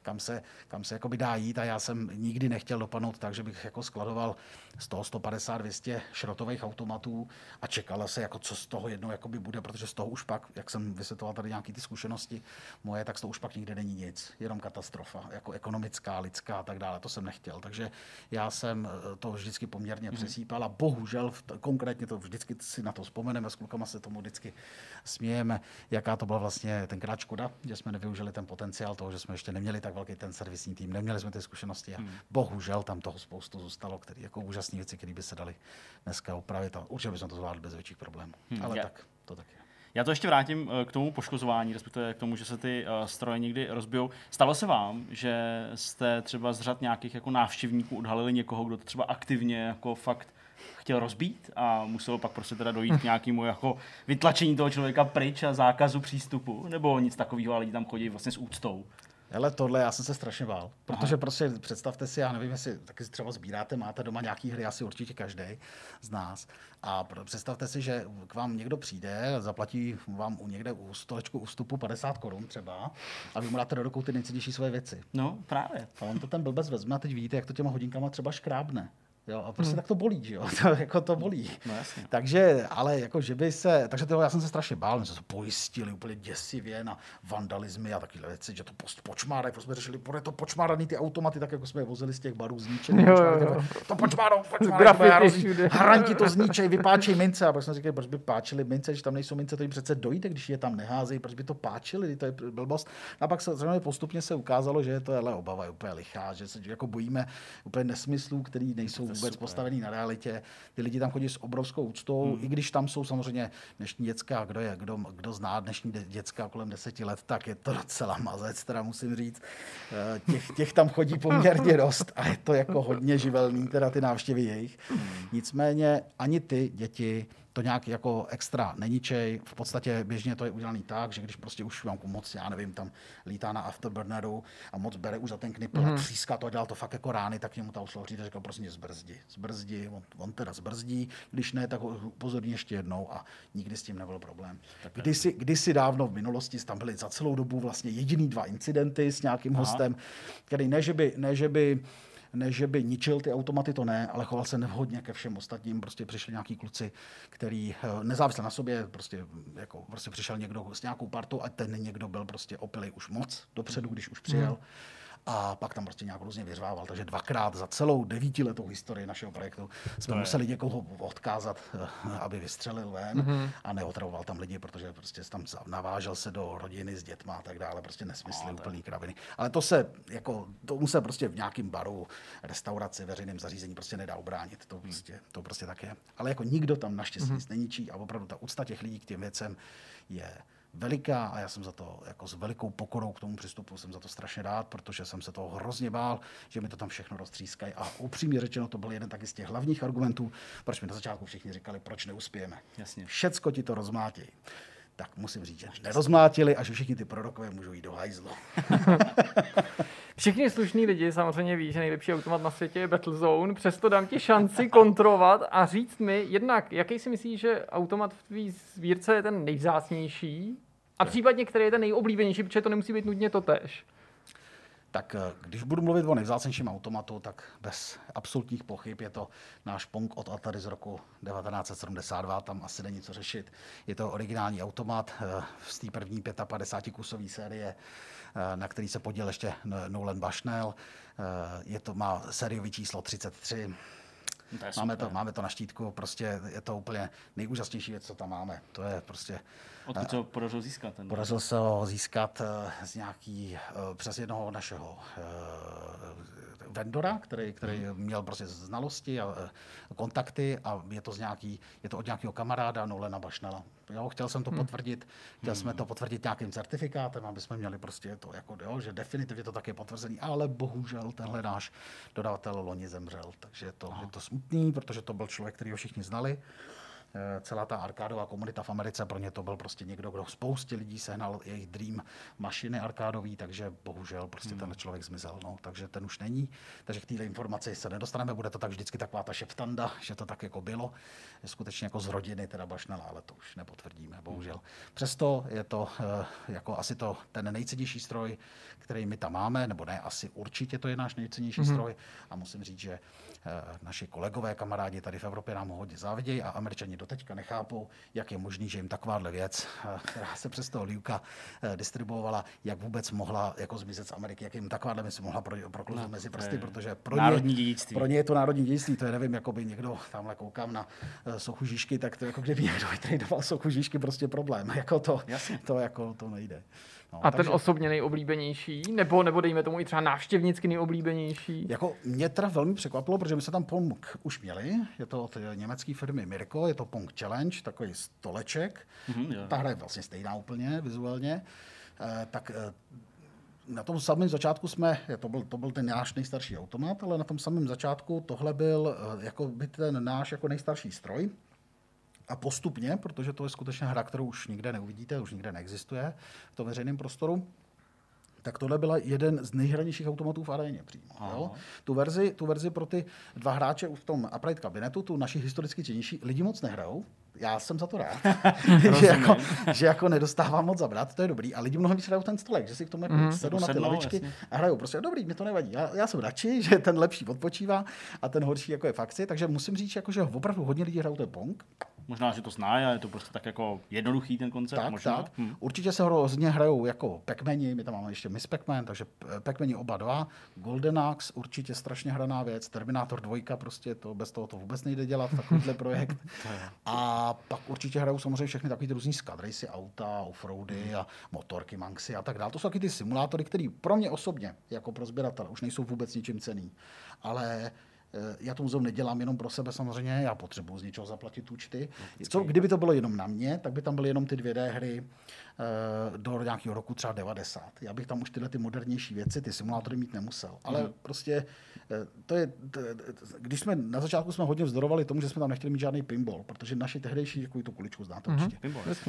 Kam se jakoby dá jít a já jsem nikdy nechtěl dopadnout tak, že bych jako skladoval 100, 150, 200 šrotových automatů a čekala se, jako co z toho jednou jakoby bude, protože z toho už pak, jak jsem vysvětloval tady nějaký ty zkušenosti moje, tak z toho už pak nikde není nic, jenom katastrofa, jako ekonomická, lidská a tak dále, to jsem nechtěl, takže já jsem to vždycky poměrně přesýpal a bohužel konkrétně to vždycky si na to vzpomeneme, s klukama se tomu vždycky smějeme, jaká to byla vlastně tenkrát škoda, že jsme nevyužili ten potenciál toho, že jsme ještě neměli tak velký ten servisní tým, neměli jsme ty zkušenosti a bohužel tam toho spoustu zůstalo, který jako úžasné věci, které by se daly dneska opravit a určitě bychom to zvládli bez větších problémů. Ale tak, to tak je. Já to ještě vrátím k tomu poškozování, respektive k tomu, že se ty stroje někdy rozbijou. Stalo se vám, že jste třeba z řad nějakých jako návštěvníků odhalili někoho, kdo to třeba aktivně jako fakt chtěl rozbít a muselo pak prostě teda dojít k nějakému jako vytlačení toho člověka pryč a zákazu přístupu, nebo nic takového, ale lidi tam chodí vlastně s úctou? Ale tohle já jsem se strašně bál, protože prostě představte si, já nevím, jestli taky si třeba sbíráte, máte doma nějaký hry, asi určitě každý z nás. A představte si, že k vám někdo přijde, zaplatí vám někde u stolečku ústupu 50 korun třeba a vy mu dáte do rukou ty nejcennější svoje věci. No, právě. A on to ten blbec vezme a teď vidíte, jak to těma hodinkama třeba škrábne. Jo, a prostě tak to bolí, že jo, jako to bolí. No jasně. Takže, ale jako, že by se, takže toho já jsem se strašně bál, my jsme se pojistili úplně děsivě na vandalismy a takové věci, že to počmárají, protože jsme řešili, bude to počmáraný ty automaty, tak jako jsme je vozili z těch barů zničený. To počmárou, hranti to zničej, vypáčej mince. A pak jsme říkali, proč by páčili mince, když tam nejsou mince, to jim přece dojde, když je tam neházejí, proč by to páčili, to je blbost. A pak se postupně se ukázalo, že to je obava je úplně lichá, že se jako bojíme úplně nesmyslů, který nejsou vůbec postavený na realitě. Ty lidi tam chodí s obrovskou úctou, i když tam jsou samozřejmě dnešní děcka, kdo zná dnešní děcka kolem 10 let, tak je to docela mazec, teda musím říct. Těch tam chodí poměrně dost a je to jako hodně živelný, teda ty návštěvy jejich. Nicméně ani ty děti to nějak jako extra neničej. V podstatě běžně to je udělaný tak, že když prostě už vám moc, já nevím, tam lítá na afterburneru a moc bere už za ten knipl a tříská to a dělal to fakt jako rány, tak němu ta uslouží a říkal, prostě zbrzdi. On teda zbrzdí, když ne, tak ho upozorní ještě jednou a nikdy s tím nebyl problém. Kdysi dávno v minulosti tam byly za celou dobu vlastně jediný 2 incidenty s nějakým hostem, který ne, že by ničil ty automaty, to ne, ale choval se nevhodně ke všem ostatním. Prostě přišli nějaký kluci, který nezávisle na sobě, prostě přišel někdo s nějakou partou a ten někdo byl prostě opilý už moc dopředu, když už přijel. A pak tam prostě nějak různě vyřvával. Takže 2krát za celou 9letou historii našeho projektu jsme museli někoho odkázat, aby vystřelil ven a neotravoval tam lidi, protože prostě tam navážel se do rodiny s dětma a tak dále. Prostě nesmysly, úplný kraviny. Ale tomu se prostě v nějakém baru, restauraci, veřejném zařízení prostě nedá ubránit. To prostě tak je. Ale jako nikdo tam naštěstí nic neničí a opravdu ta úcta těch lidí k těm věcem je veliká a já jsem za to jako s velikou pokorou k tomu přistupu jsem za to strašně rád, protože jsem se toho hrozně bál, že mi to tam všechno roztřískají a upřímně řečeno to byl jeden taky z těch hlavních argumentů, proč mi na začátku všichni říkali, proč neuspějeme. Jasně. Všecko ti to rozmlátějí. Tak musím říct, že nerozmlátili a že všichni ty prorokové můžou jít do hajzlu. Všichni slušní lidi samozřejmě ví, že nejlepší automat na světě je Battlezone, přesto dám ti šanci kontrolovat a říct mi jednak, jaký si myslíš, že automat v tvý sbírce je ten nejvzácnější a případně který je ten nejoblíbenější, protože to nemusí být nutně totéž. Tak když budu mluvit o nejvzácnějším automatu, tak bez absolutních pochyb je to náš Pong od Atari z roku 1972, tam asi není co řešit. Je to originální automat z té první 55-kusové série, na který se podílel ještě Nolan Bushnell. Má sériový číslo 33. Máme to na štítku, prostě je to úplně nejúžasnější věc, co tam máme. To je prostě... Odkud se ho podařilo získat? Podařilo se ho získat přes jednoho našeho vendora, který měl prostě znalosti a kontakty a je to od nějakého kamaráda Nolana Bushnella. Jo, chtěl jsem to potvrdit, chtěl jsme to potvrdit nějakým certifikátem, aby jsme měli prostě to že definitivně to tak je potvrzený, ale bohužel tenhle náš dodavatel loni zemřel, takže je to smutný, protože to byl člověk, který ho všichni znali. Celá ta arkádová komunita v Americe, pro ně to byl prostě někdo, kdo spoustě lidí sehnal jejich dream mašiny arkádový, takže bohužel prostě ten člověk zmizel, takže ten už není. Takže k téhle informaci se nedostaneme, bude to tak vždycky taková ta šeptanda, že to tak jako bylo, je skutečně jako z rodiny teda Bushnella, ale to už nepotvrdíme, bohužel. Přesto je to jako asi ten nejcennější stroj, který my tam máme, nebo ne, asi určitě to je náš nejcennější stroj a musím říct, že naši kolegové, kamarádi tady v Evropě nám ho hodně závidějí a Američani doteďka nechápou, jak je možný, že jim takováhle věc, která se přes toho Liuka distribuovala, jak vůbec mohla jako zmizet z Ameriky, jak jim takováhle věc mohla proklouznout mezi prsty, protože pro ně je to národní dědictví, to je nevím, jako by někdo, tamhle koukám na sochu Žižky, tak to jako kdyby někdo vytradoval sochu Žižky, prostě problém, jako to nejde. A ten osobně nejoblíbenější? Nebo dejme tomu i třeba návštěvnicky nejoblíbenější? Jako mě teda velmi překvapilo, protože my se tam Pong už měli. Je to od německé firmy Mirko, je to Pong Challenge, takový stoleček. Ta hra je vlastně stejná úplně vizuálně. Na tom samém začátku to byl ten náš nejstarší automat, ale na tom samém začátku tohle byl jako by ten náš jako nejstarší stroj. A postupně, protože to je skutečně hra, kterou už nikde neuvidíte, už nikde neexistuje v tom veřejném prostoru, tak tohle byla jeden z nejhranějších automatů v aréně přímo. Jo? Tu verzi pro ty dva hráče v tom upright kabinetu, tu naši historicky cenější, lidi moc nehrajou. Já jsem za to rád, že jako nedostávám moc zabrat, to je dobrý. A lidi mnohem víc hrajou ten stolek, že si k tomu jako sedou na ty lavičky jasně. A hrajou. Prostě dobrý, mi to nevadí. Já jsem radši, že ten lepší odpočívá a ten horší jako je v akci. Takže musím říct, jako, že opravdu hodně lidí hrajou ten Pong. Možná, že to zná, ale je to prostě tak jako jednoduchý ten koncept. Tak. Určitě se hodně hrajou jako Pac-Mani, my tam máme ještě Miss Pac-Man, takže Pac-Mani oba dva. Golden Axe, určitě strašně hraná věc. Terminator 2, prostě bez toho to vůbec nejde dělat, takovýhle projekt. A pak určitě hrajou samozřejmě všechny takový různý skadracy, auta, offroady a motorky, manxy a tak dále. To jsou taky ty simulátory, které pro mě osobně, jako pro sběratele, už nejsou vůbec ničím cenný. Ale já to muzeum nedělám jenom pro sebe samozřejmě, já potřebuji z něčeho zaplatit účty. Kdyby to bylo jenom na mě, tak by tam byly jenom ty 2D hry do nějakého roku třeba 90. Já bych tam už tyhle ty modernější věci, ty simulátory mít nemusel. Ale prostě když jsme na začátku jsme hodně vzdorovali tomu, že jsme tam nechtěli mít žádný pinball, protože naši tehdejší, jako tu kuličku znáte určitě.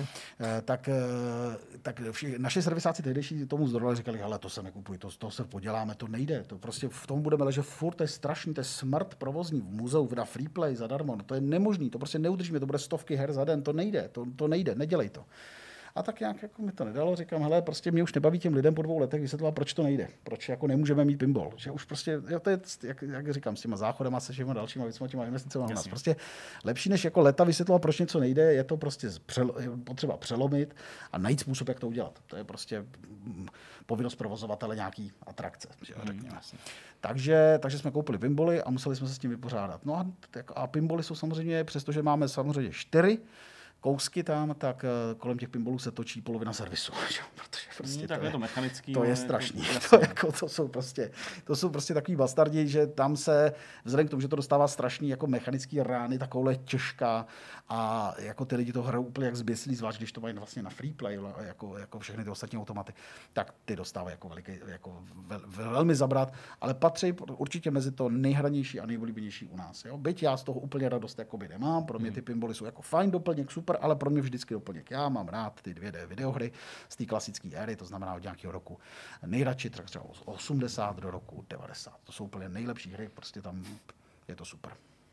Tak naši servisáci tehdejší tomu vzdorovali, říkali, hele, to se nekupuj, to se poděláme, to nejde. To prostě v tom budeme ležet furt, to je strašný, to je smrt provozní v muzeu, na freeplay zadarmo, to je nemožný, to prostě neudržíme, to bude stovky her za den, to nejde, to nejde, nedělej to. A tak nějak jako mi to nedalo, říkám, hele, prostě mě už nebaví těm lidem po 2 letech vysvětlovat, proč to nejde, proč jako nemůžeme mít pinball, že už prostě, to je, jak říkám, s těma záchodama, se všema dalšíma věcma, těma investicemi u nás. Prostě lepší než jako leta vysvětlovat, proč něco nejde, je to prostě potřeba přelomit a najít způsob, jak to udělat. To je prostě povinnost provozovatele nějaký atrakce, že řekněme. Takže jsme koupili pinbally a museli jsme se s tím vypořádat. No a pinbally jsou samozřejmě, přestože máme samozřejmě 4 kousky tam, tak kolem těch pinballů se točí polovina servisu. Protože prostě to mechanický. To je strašný. To jsou prostě takový bastardi, že tam se, vzhledem k tomu, že to dostává strašný jako mechanický rány, takovouhle těžká a jako ty lidi to hrajou úplně jak zběsilí, zvlášť když to mají vlastně na freeplay, jako všechny ty ostatní automaty, tak ty dostávají velmi zabrat, ale patří určitě mezi to nejhranější a nejoblíbenější u nás. Jo? Byť já z toho úplně radost jakoby nemám, pro mě ty pinbally jsou jako fajn doplněk, super, ale pro mě vždycky doplněk. Já mám rád ty 2D videohry z té klasické éry, to znamená od nějakého roku. Nejradši třeba od 80 do roku 90. To jsou úplně nejlepší hry, prostě tam je to super.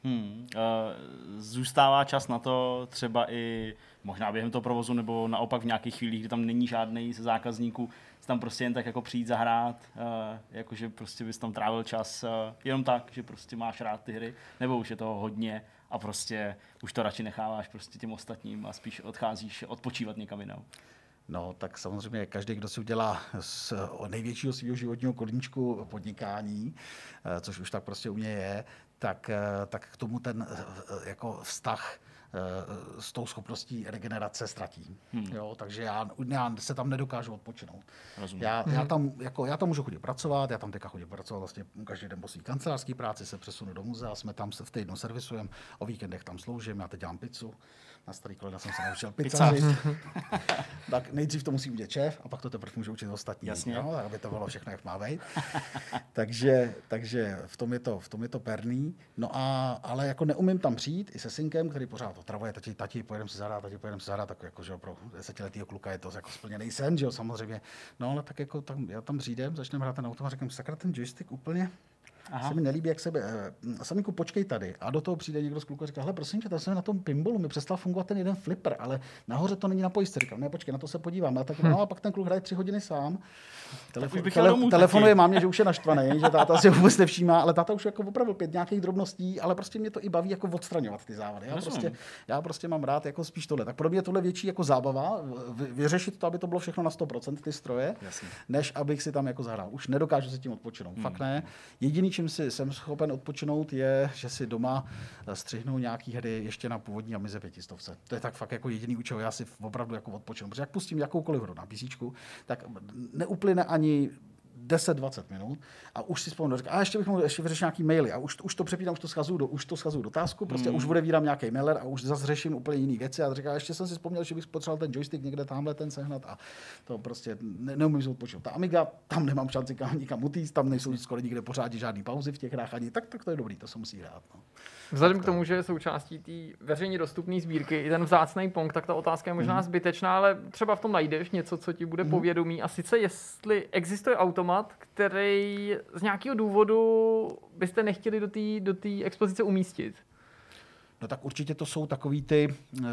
Zůstává čas na to třeba i možná během toho provozu, nebo naopak v nějakých chvílích, kdy tam není žádný ze zákazníků, tam prostě jen tak jako přijít zahrát, jakože prostě bys tam trávil čas jenom tak, že prostě máš rád ty hry, nebo už je toho hodně a prostě už to radši necháváš prostě těm ostatním a spíš odcházíš odpočívat někam jinam. No, tak samozřejmě každý, kdo si udělá z největšího svého životního koníčku podnikání, což už tak prostě u mě je, tak k tomu ten jako vztah s tou schopností regenerace ztratím. Jo, takže já se tam nedokážu odpočinout. Já tam můžu chodit pracovat, já tam teďka chodím pracovat vlastně každý den po svý kancelářský práci, se přesunu do muzea, jsme tam v týdnu servisujeme, o víkendech tam sloužím, já teď dělám pizzu. Na starý kolena jsem se naučil pizzařit. Tak nejdřív to musí udělat šéf a pak to teprve může učit ostatní. Jasně. No, aby to bylo všechno, jak má být. takže v tom je to perný. No ale jako neumím tam přijít i se synkem, který pořád otravuje, tati, pojedeme se zahrát, tak jako, že pro 10letýho kluka je to jako splněný sen, že jo, samozřejmě. No ale tak jako já tam přijdem, začneme hrát ten automat, říkám, sakra, ten joystick úplně se mi nelíbí, jak sebe. Samíku, počkej tady. A do toho přijde někdo z kluku a říká, hele, prosím tě, tam jsem na tom pinballu, mi přestal fungovat ten jeden flipper, ale nahoře to není na pojistce. Říkám, ne, počkej, na to se podívám. A pak ten kluk hraje 3 hodiny sám. Telefonuje mámě, že už je naštvaný, že táta si vůbec nevšímá, ale táta už jako opravdu 5 nějakých drobností, ale prostě mě to i baví jako odstraňovat ty závady. Já prostě mám rád jako spíš tohle. Tak pro mě je tohle větší jako zábava, vyřešit to, aby to bylo všechno na 100% ty stroje, než abych si tam jako zahrál. Už nedokážu se tím odpočinout. Fakt ne. Jediný, čím si jsem schopen odpočinout, je, že si doma střihnu nějaký hry ještě na původní Amize 500. To je tak fakt jako jediný účel, já si opravdu jako odpočinu. Protože jak pustím jakoukoliv hru na písíčku, tak neuplyne ani 10-20 minut a už si vzpomínám, a ještě bych mohl vyřešit nějaký maily a už to přepínám, už to schazuju do tásku, prostě už odevírám nějaký mailer a už zase řeším úplně jiný věci a říkám, ještě jsem si vzpomněl, že bych potřeboval ten joystick někde tamhle ten sehnat a to prostě neumím si odpočinout. Ta Amiga, tam nemám šanci nikam utíct, tam nejsou skoro nikde pořádně žádný pauzy v těch hrách ani, tak to je dobrý, to se musí hrát. No. Vzhledem k tomu, že je součástí té veřejně dostupné sbírky i ten vzácný Pong, tak ta otázka je možná zbytečná, ale třeba v tom najdeš něco, co ti bude povědomí. A sice jestli existuje automat, který z nějakého důvodu byste nechtěli do té expozice umístit. No tak určitě to jsou takový ty,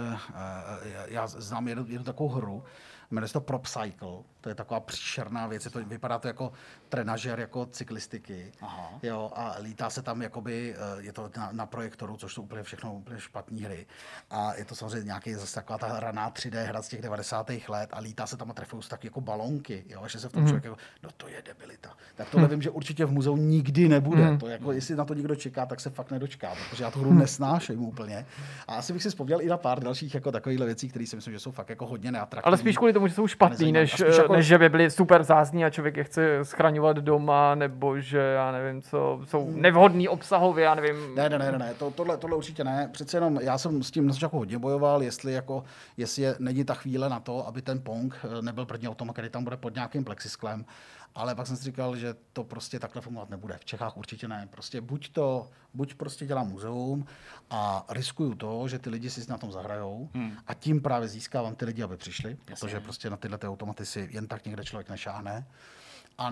já znám jednu takovou hru, jmenuje se to Prop Cycle, to je taková příšerná věc, vypadá to jako trenažer, jako cyklistiky. Jo, a lítá se tam, jakoby, je to na projektoru, což jsou úplně všechno úplně špatné hry. A je to samozřejmě nějaký zase taková ta raná 3D hra z těch 90. let a lítá se tam a trefují se taky jako balonky, jo, že se v tom člověk jako, no to je debilita. Tak to vím, že určitě v muzeu nikdy nebude. To jako, jestli na to někdo čeká, tak se fakt nedočká, protože já tu hru nesnáším úplně. A asi bych si vzpomněl i na pár dalších jako takovýchhle věcí, které si myslím, že jsou fakt jako hodně neatraktivní. Ale spíš kvůli tomu, že jsou špatný, než že by byly super zásní a člověk je chce schraňovat doma, nebo že já nevím, co jsou nevhodný obsahově, já nevím. Ne, tohle určitě ne. Přece jenom já jsem s tím na začátku hodně bojoval, jestli není ta chvíle na to, aby ten Pong nebyl první automat, který tam bude pod nějakým plexisklem. Ale pak jsem si říkal, že to prostě takhle fungovat nebude. V Čechách určitě ne. Prostě buď prostě dělám muzeum a riskuju to, že ty lidi si na tom zahrajou a tím právě získávám ty lidi, aby přišli, protože prostě na tyhle automaty si jen tak někde člověk nešáhne. A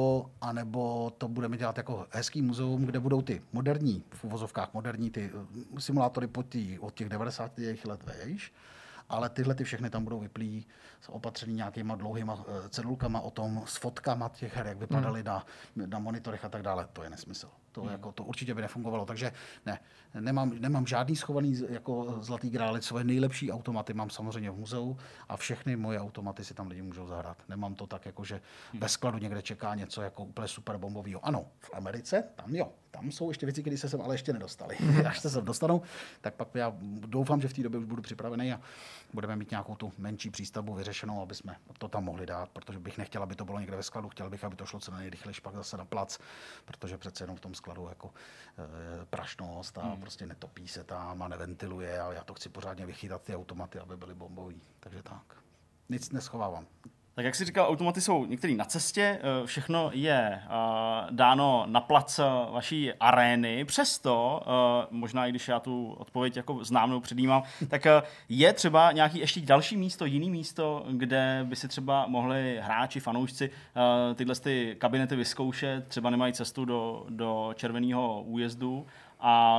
nebo to budeme dělat jako hezký muzeum, kde budou ty moderní, v uvozovkách moderní, ty simulátory od těch 90. let vejš, ale tyhle ty všechny tam budou vyplý opatřený nějakýma dlouhýma cedulkama o tom, s fotkama těch her, jak vypadaly na monitorech a tak dále. To je nesmysl. To určitě by nefungovalo. Takže ne, nemám žádný schovaný jako zlatý grály. Svoje nejlepší automaty mám samozřejmě v muzeu a všechny moje automaty si tam lidi můžou zahrát. Nemám to tak, jako že ve skladu někde čeká něco jako úplně super bombového. Ano, v Americe, tam jsou ještě věci, které se sem ale ještě nedostali. Až se sem dostanou, tak pak já doufám, že v té době už budu připravený a budeme mít nějakou tu menší přístavbu vyřešenou, aby jsme to tam mohli dát, protože bych nechtěl, aby to bylo někde ve skladu, chtěl bych, aby to šlo co nejrychleji pak zase na plac, protože přece jenom v tom skladu jako prašnost a prostě netopí se tam a neventiluje a já to chci pořádně vychytat ty automaty, aby byly bombový. Takže tak. Nic neschovávám. Tak jak jsi říkal, automaty jsou některý na cestě, všechno je dáno na plac vaší arény, přesto, možná i když já tu odpověď jako známou předjímám, tak je třeba nějaký ještě další místo, jiný místo, kde by si třeba mohli hráči, fanoušci tyhle ty kabinety vyzkoušet, třeba nemají cestu do červeného újezdu a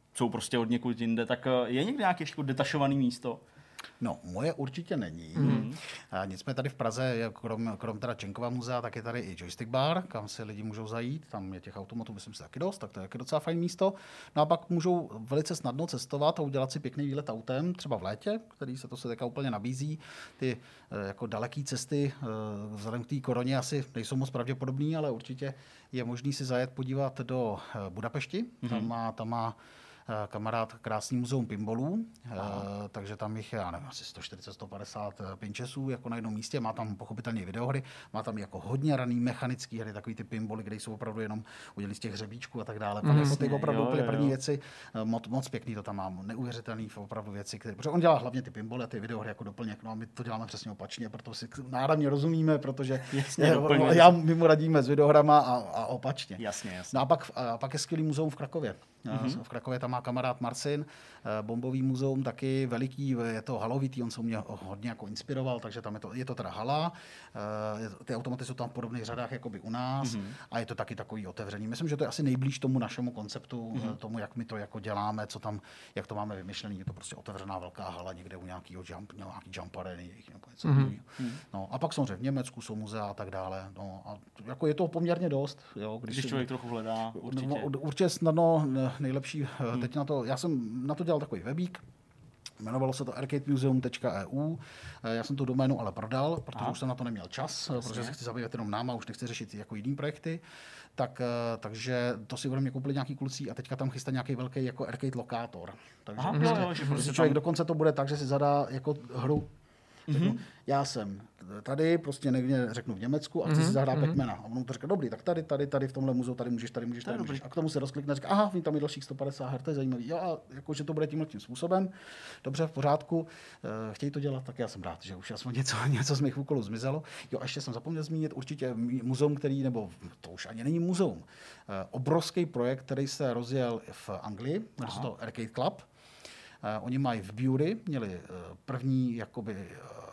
jsou prostě od někud jinde, tak je někde nějaké ještě detašované místo? No, moje určitě není. Nicméně tady v Praze, je krom teda Čenkova muzea, tak je tady i Joystick Bar, kam se lidi můžou zajít. Tam je těch automatů, myslím si, taky dost, tak to je taky docela fajn místo. No a pak můžou velice snadno cestovat a udělat si pěkný výlet autem, třeba v létě, který se to se teďka úplně nabízí. Ty jako daleké cesty vzhledem k té koroně asi nejsou moc pravděpodobný, ale určitě je možný si zajet podívat do Budapešti. Tam má kamarád krásný muzeum pinballů, takže tam jich je, já nevím, asi 140-150 pinchesů jako na jednom místě, má tam pochopitelně videohry, má tam jako hodně raný mechanický hry, takový ty pinbally, kde jsou opravdu jenom udělali z těch hřebíčků a tak dále. Pak jako ty opravdu úplně první věci, moc pěkný to tam mám, neuvěřitelný opravdu věci, protože on dělá hlavně ty pinbally a ty videohry jako doplněk, no a my to děláme přesně opačně, proto si náramně rozumíme, protože my mu radíme s videohrama a opačně. Jasně. No a pak je skvělý muzeum v Krakově. V Krakově tam má kamarád Marcin, bombový muzeum, taky veliký, je to halovitý, on se mě hodně jako inspiroval, takže tam je to teda hala, ty automaty jsou tam v podobných řadách jako by u nás a je to taky takový otevřený. Myslím, že to je asi nejblíž tomu našemu konceptu, tomu, jak my to jako děláme, jak to máme vymyšlený, je to prostě otevřená velká hala někde u nějaký jump areny nebo něco takového. No a pak samozřejmě v Německu jsou muzea a tak dále, no a jako je to poměrně dost, jo, když člověk trochu hledá, určitě. No, určitě snadno nejlepší teď na to, já jsem na to dělal takový webík, jmenovalo se to arcademuseum.eu. Já jsem tu doménu ale prodal, protože už jsem na to neměl čas, protože se chci zabývat jenom náma, už nechci řešit jako jiný projekty. Takže to si ode mě koupili nějaký kluci a teďka tam chystá nějaký velký jako arcade lokátor. Takže prostě člověk dokonce to bude tak, že si zadá jako hru. Řeknu, já jsem tady, prostě někde řeknu v Německu a chci si zahrát Pac-Mana. A on to říká, dobrý, tak tady v tomhle muzeu, tady můžeš. A k tomu se rozklikne a říká, aha, vím, tam je dalších 150 her, to je zajímavý. Jo, a jakože to bude tímhle tím způsobem. Dobře, v pořádku, chtějí to dělat, tak já jsem rád, že už aspoň něco z mých úkolů zmizelo. Jo, a ještě jsem zapomněl zmínit určitě muzeum, nebo to už ani není muzeum, obrovský projekt, který se rozjel v Anglii, to je Arcade Club. Oni mají v Bury, měli první jakoby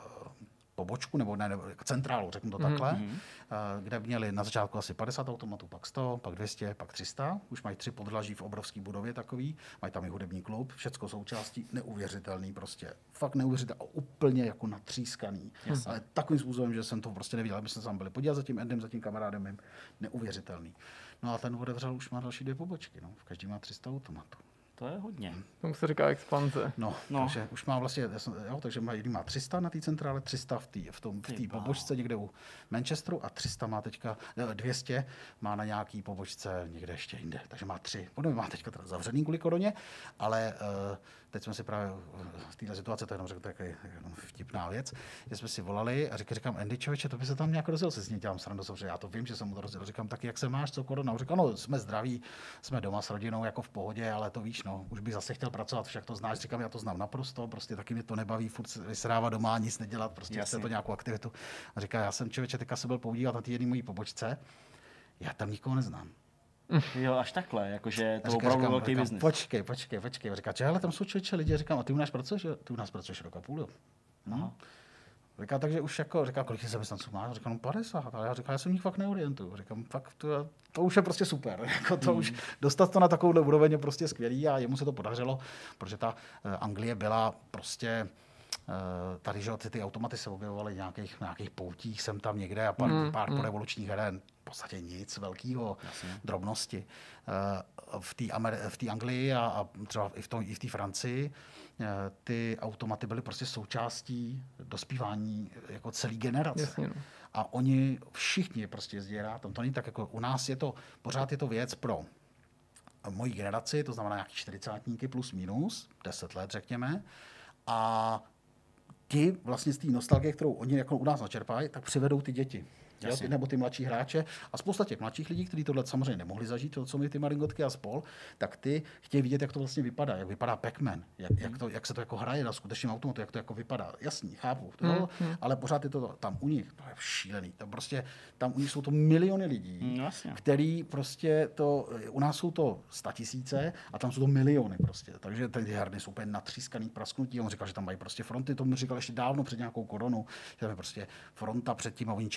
pobočku, nebo centrálu, řeknu to takhle, kde měli na začátku asi 50 automatů, pak 100, pak 200, pak 300. Už mají 3 podlaží v obrovské budově takový. Mají tam i hudební klub, všecko součástí, neuvěřitelný prostě. Fakt neuvěřitelný, úplně jako natřískaný. Ale takovým způsobem, že jsem to prostě neviděl, aby jsme tam byli podívat za tím Endem, za tím kamarádem mým, neuvěřitelný. No a ten otevřel, už má další 2 pobočky, no. Každý má 300 automatů. To je hodně. Tomu se říká expanze. No. Takže už má vlastně, takže má 300 na té centrále, 300 v té pobočce někde u Manchesteru a 300 má teďka, 200 má na nějaký pobočce někde ještě jinde. Takže má 3. On má teďka teda zavřený kvůli koroně, ale teď jsme si právě v této situaci, to jenom řekl takový vtipná věc, že jsme si volali a říkám, Andy, člověče, to by se tam nějak rozjel, se s ním dělám srandu, protože já to vím, že jsem mu to rozjel. Říkám, tak jak se máš, co korona? On říká, no, jsme zdraví, jsme doma s rodinou jako v pohodě, ale to víš, no, už bych zase chtěl pracovat, však to znáš. Říkám, já to znám naprosto, prostě taky mě to nebaví, furt vysrávat doma, nic nedělat, prostě chce to nějakou aktivitu. A říká, já jsem člověče, teďka se byl podívat na té jedné mojí pobočce, já tam nikoho neznám. Jo, až takhle, jakože to opravdu velký biznis. Počkej. Říká, hele, tam jsou člověče lidi, říkám, a ty u nás pracuješ rok a půl, jo. No. Říká, takže už jako, říká, kolik zaměstnanců máš? Říkám, no 50, ale já říkám, já se v nich fakt neorientuju. Říkám, fakt to už je prostě super. Jako to už dostat to na takovouhle úroveň je prostě skvělý a jemu se to podařilo, protože ta Anglie byla prostě tady, že ty automaty se objevovaly v nějakých poutích sem tam někde a pár porevolučních heren, v podstatě nic velkého, drobnosti. V té Anglii a třeba i v té Francii ty automaty byly prostě součástí dospívání jako celý generace. Jasně, no. A oni všichni prostě jezdí rád. To není tak jako u nás, pořád je to věc pro moji generaci, to znamená nějaký 40 plus minus, 10 let řekněme. A ti vlastně z té nostalgie, kterou oni jako u nás načerpají, tak přivedou ty děti. Nebo ty mladší hráče. A spousta těch mladších lidí, kteří tohle samozřejmě nemohli zažít, to, co my ty Maringotky a spol, tak ty chtějí vidět, jak to vlastně vypadá, jak vypadá Pac-Man, jak se to jako hraje na skutečném automatu, jak to jako vypadá. Jasný, chápu, ale pořád je to tam u nich, to je šílený. Tam u nich jsou to miliony lidí, který prostě u nás jsou to 100 000 a tam jsou to miliony prostě. Takže ty herny jsou úplně natřískaný, prasknutí. On říkal, že tam mají prostě fronty, to mi říkal ještě dávno před nějakou koronou, že tam je prostě fronta před tím a oni čekají, až se to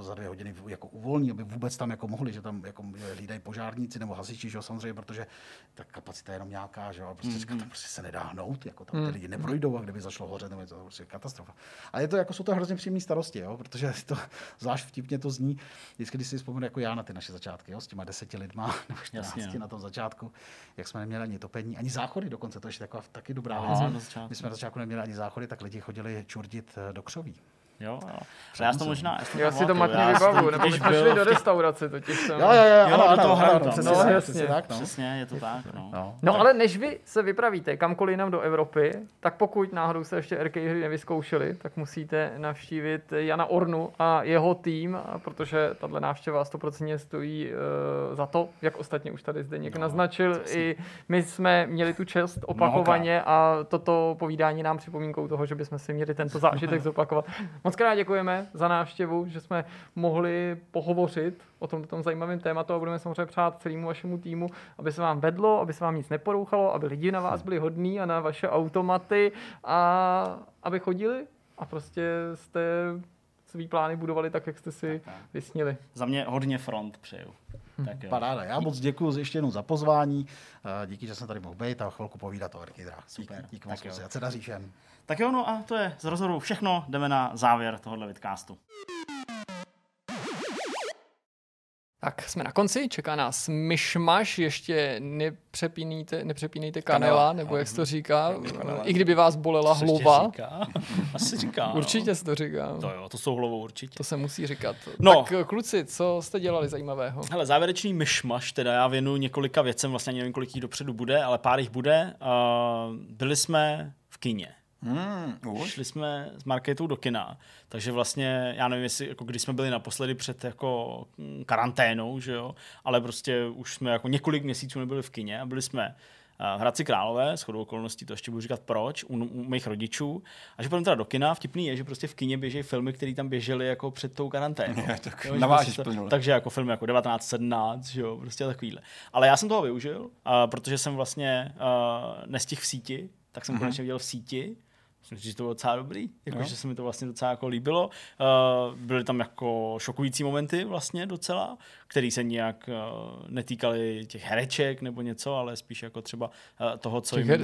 to za 2 hodiny jako uvolní, aby vůbec tam jako mohli, že tam jako hlídají požárníci nebo hasiči, že jo, samozřejmě, protože ta kapacita je jenom nějaká, že jo, a prostě to prostě se nedá hnout, jako tam ty lidi neprojdou, a kdyby zašlo hořet, nebo je to prostě katastrofa. Ale je to jako jsou to hrozně příjemné starosti, jo, protože to zvlášť vtipně to zní, vždycky, když si vzpomenu jako já na ty naše začátky, jo, s těma 10 lidma nebo 14 na tom začátku, jak jsme neměli ani topení, ani záchody dokonce, to je taková taky dobrá věc. My jsme na začátku neměli ani záchody, tak lidi chodili čurdit do křoví. Jo. Já to možná... Já si to matně vybavu, nebo my jsme šli do restaurace totiž. Jo, do toho hradu. Přesně, je to tak. No ale než vy se vypravíte kamkoliv jinam do Evropy, tak pokud náhodou se ještě arcade hry nevyzkoušeli, tak musíte navštívit Jana Ornu a jeho tým, protože tahle návštěva 100% stojí za to, jak ostatně už tady Zdeněk naznačil. I my jsme měli tu čest opakovaně a toto povídání nám připomínkou toho, že bychom si měli tento zážitek zopakovat. Moc krát děkujeme za návštěvu, že jsme mohli pohovořit o tomto zajímavém tématu a budeme samozřejmě přát celému vašemu týmu, aby se vám vedlo, aby se vám nic neporouchalo, aby lidi na vás byli hodní a na vaše automaty a aby chodili a prostě jste svý plány budovali tak, jak jste si vysnili. Za mě hodně front přeju. Tak paráda. Já moc děkuji ještě jednou za pozvání. Díky, že jsem tady mohl být a chvilku povídat o arcade hrách. Super. Díky moc, ať se daří všem. Tak jo, no a to je z rozhovoru všechno. Jdeme na závěr tohohle vidcastu. Tak jsme na konci, čeká nás myšmaš, ještě nepřepínejte kanela, nebo jak se to říká, i kdyby vás bolela hlava. Asi říká. Určitě se to říká. To jo, to jsou hlavou určitě. To se musí říkat. No. Tak kluci, co jste dělali zajímavého? Hele, závěrečný myšmaš, teda já věnuju několika věcem, vlastně nevím, kolik jich dopředu bude, ale pár jich bude. Byli jsme v kině. Šli jsme s Markétou do kina, takže vlastně, já nevím, jestli, jako, když jsme byli naposledy před jako karanténou, že jo, ale prostě už jsme jako několik měsíců nebyli v kině a byli jsme v Hradci Králové, shodou okolností, to ještě budu říkat proč, u mých rodičů. A že půjdeme teda do kina, vtipný je, že prostě v kině běží filmy, které tam běžely jako před tou karanténou. Takže jako filmy jako 1917, že jo, prostě takovýhle. Ale já jsem toho využil, protože jsem vlastně nestihl v síti, tak jsem konečně viděl v síti. Myslím, že to bylo docela dobrý, jakože se mi to vlastně docela jako líbilo. Byly tam jako šokující momenty vlastně docela, který se nějak netýkaly těch hereček nebo něco, ale spíš jako třeba toho, co jim...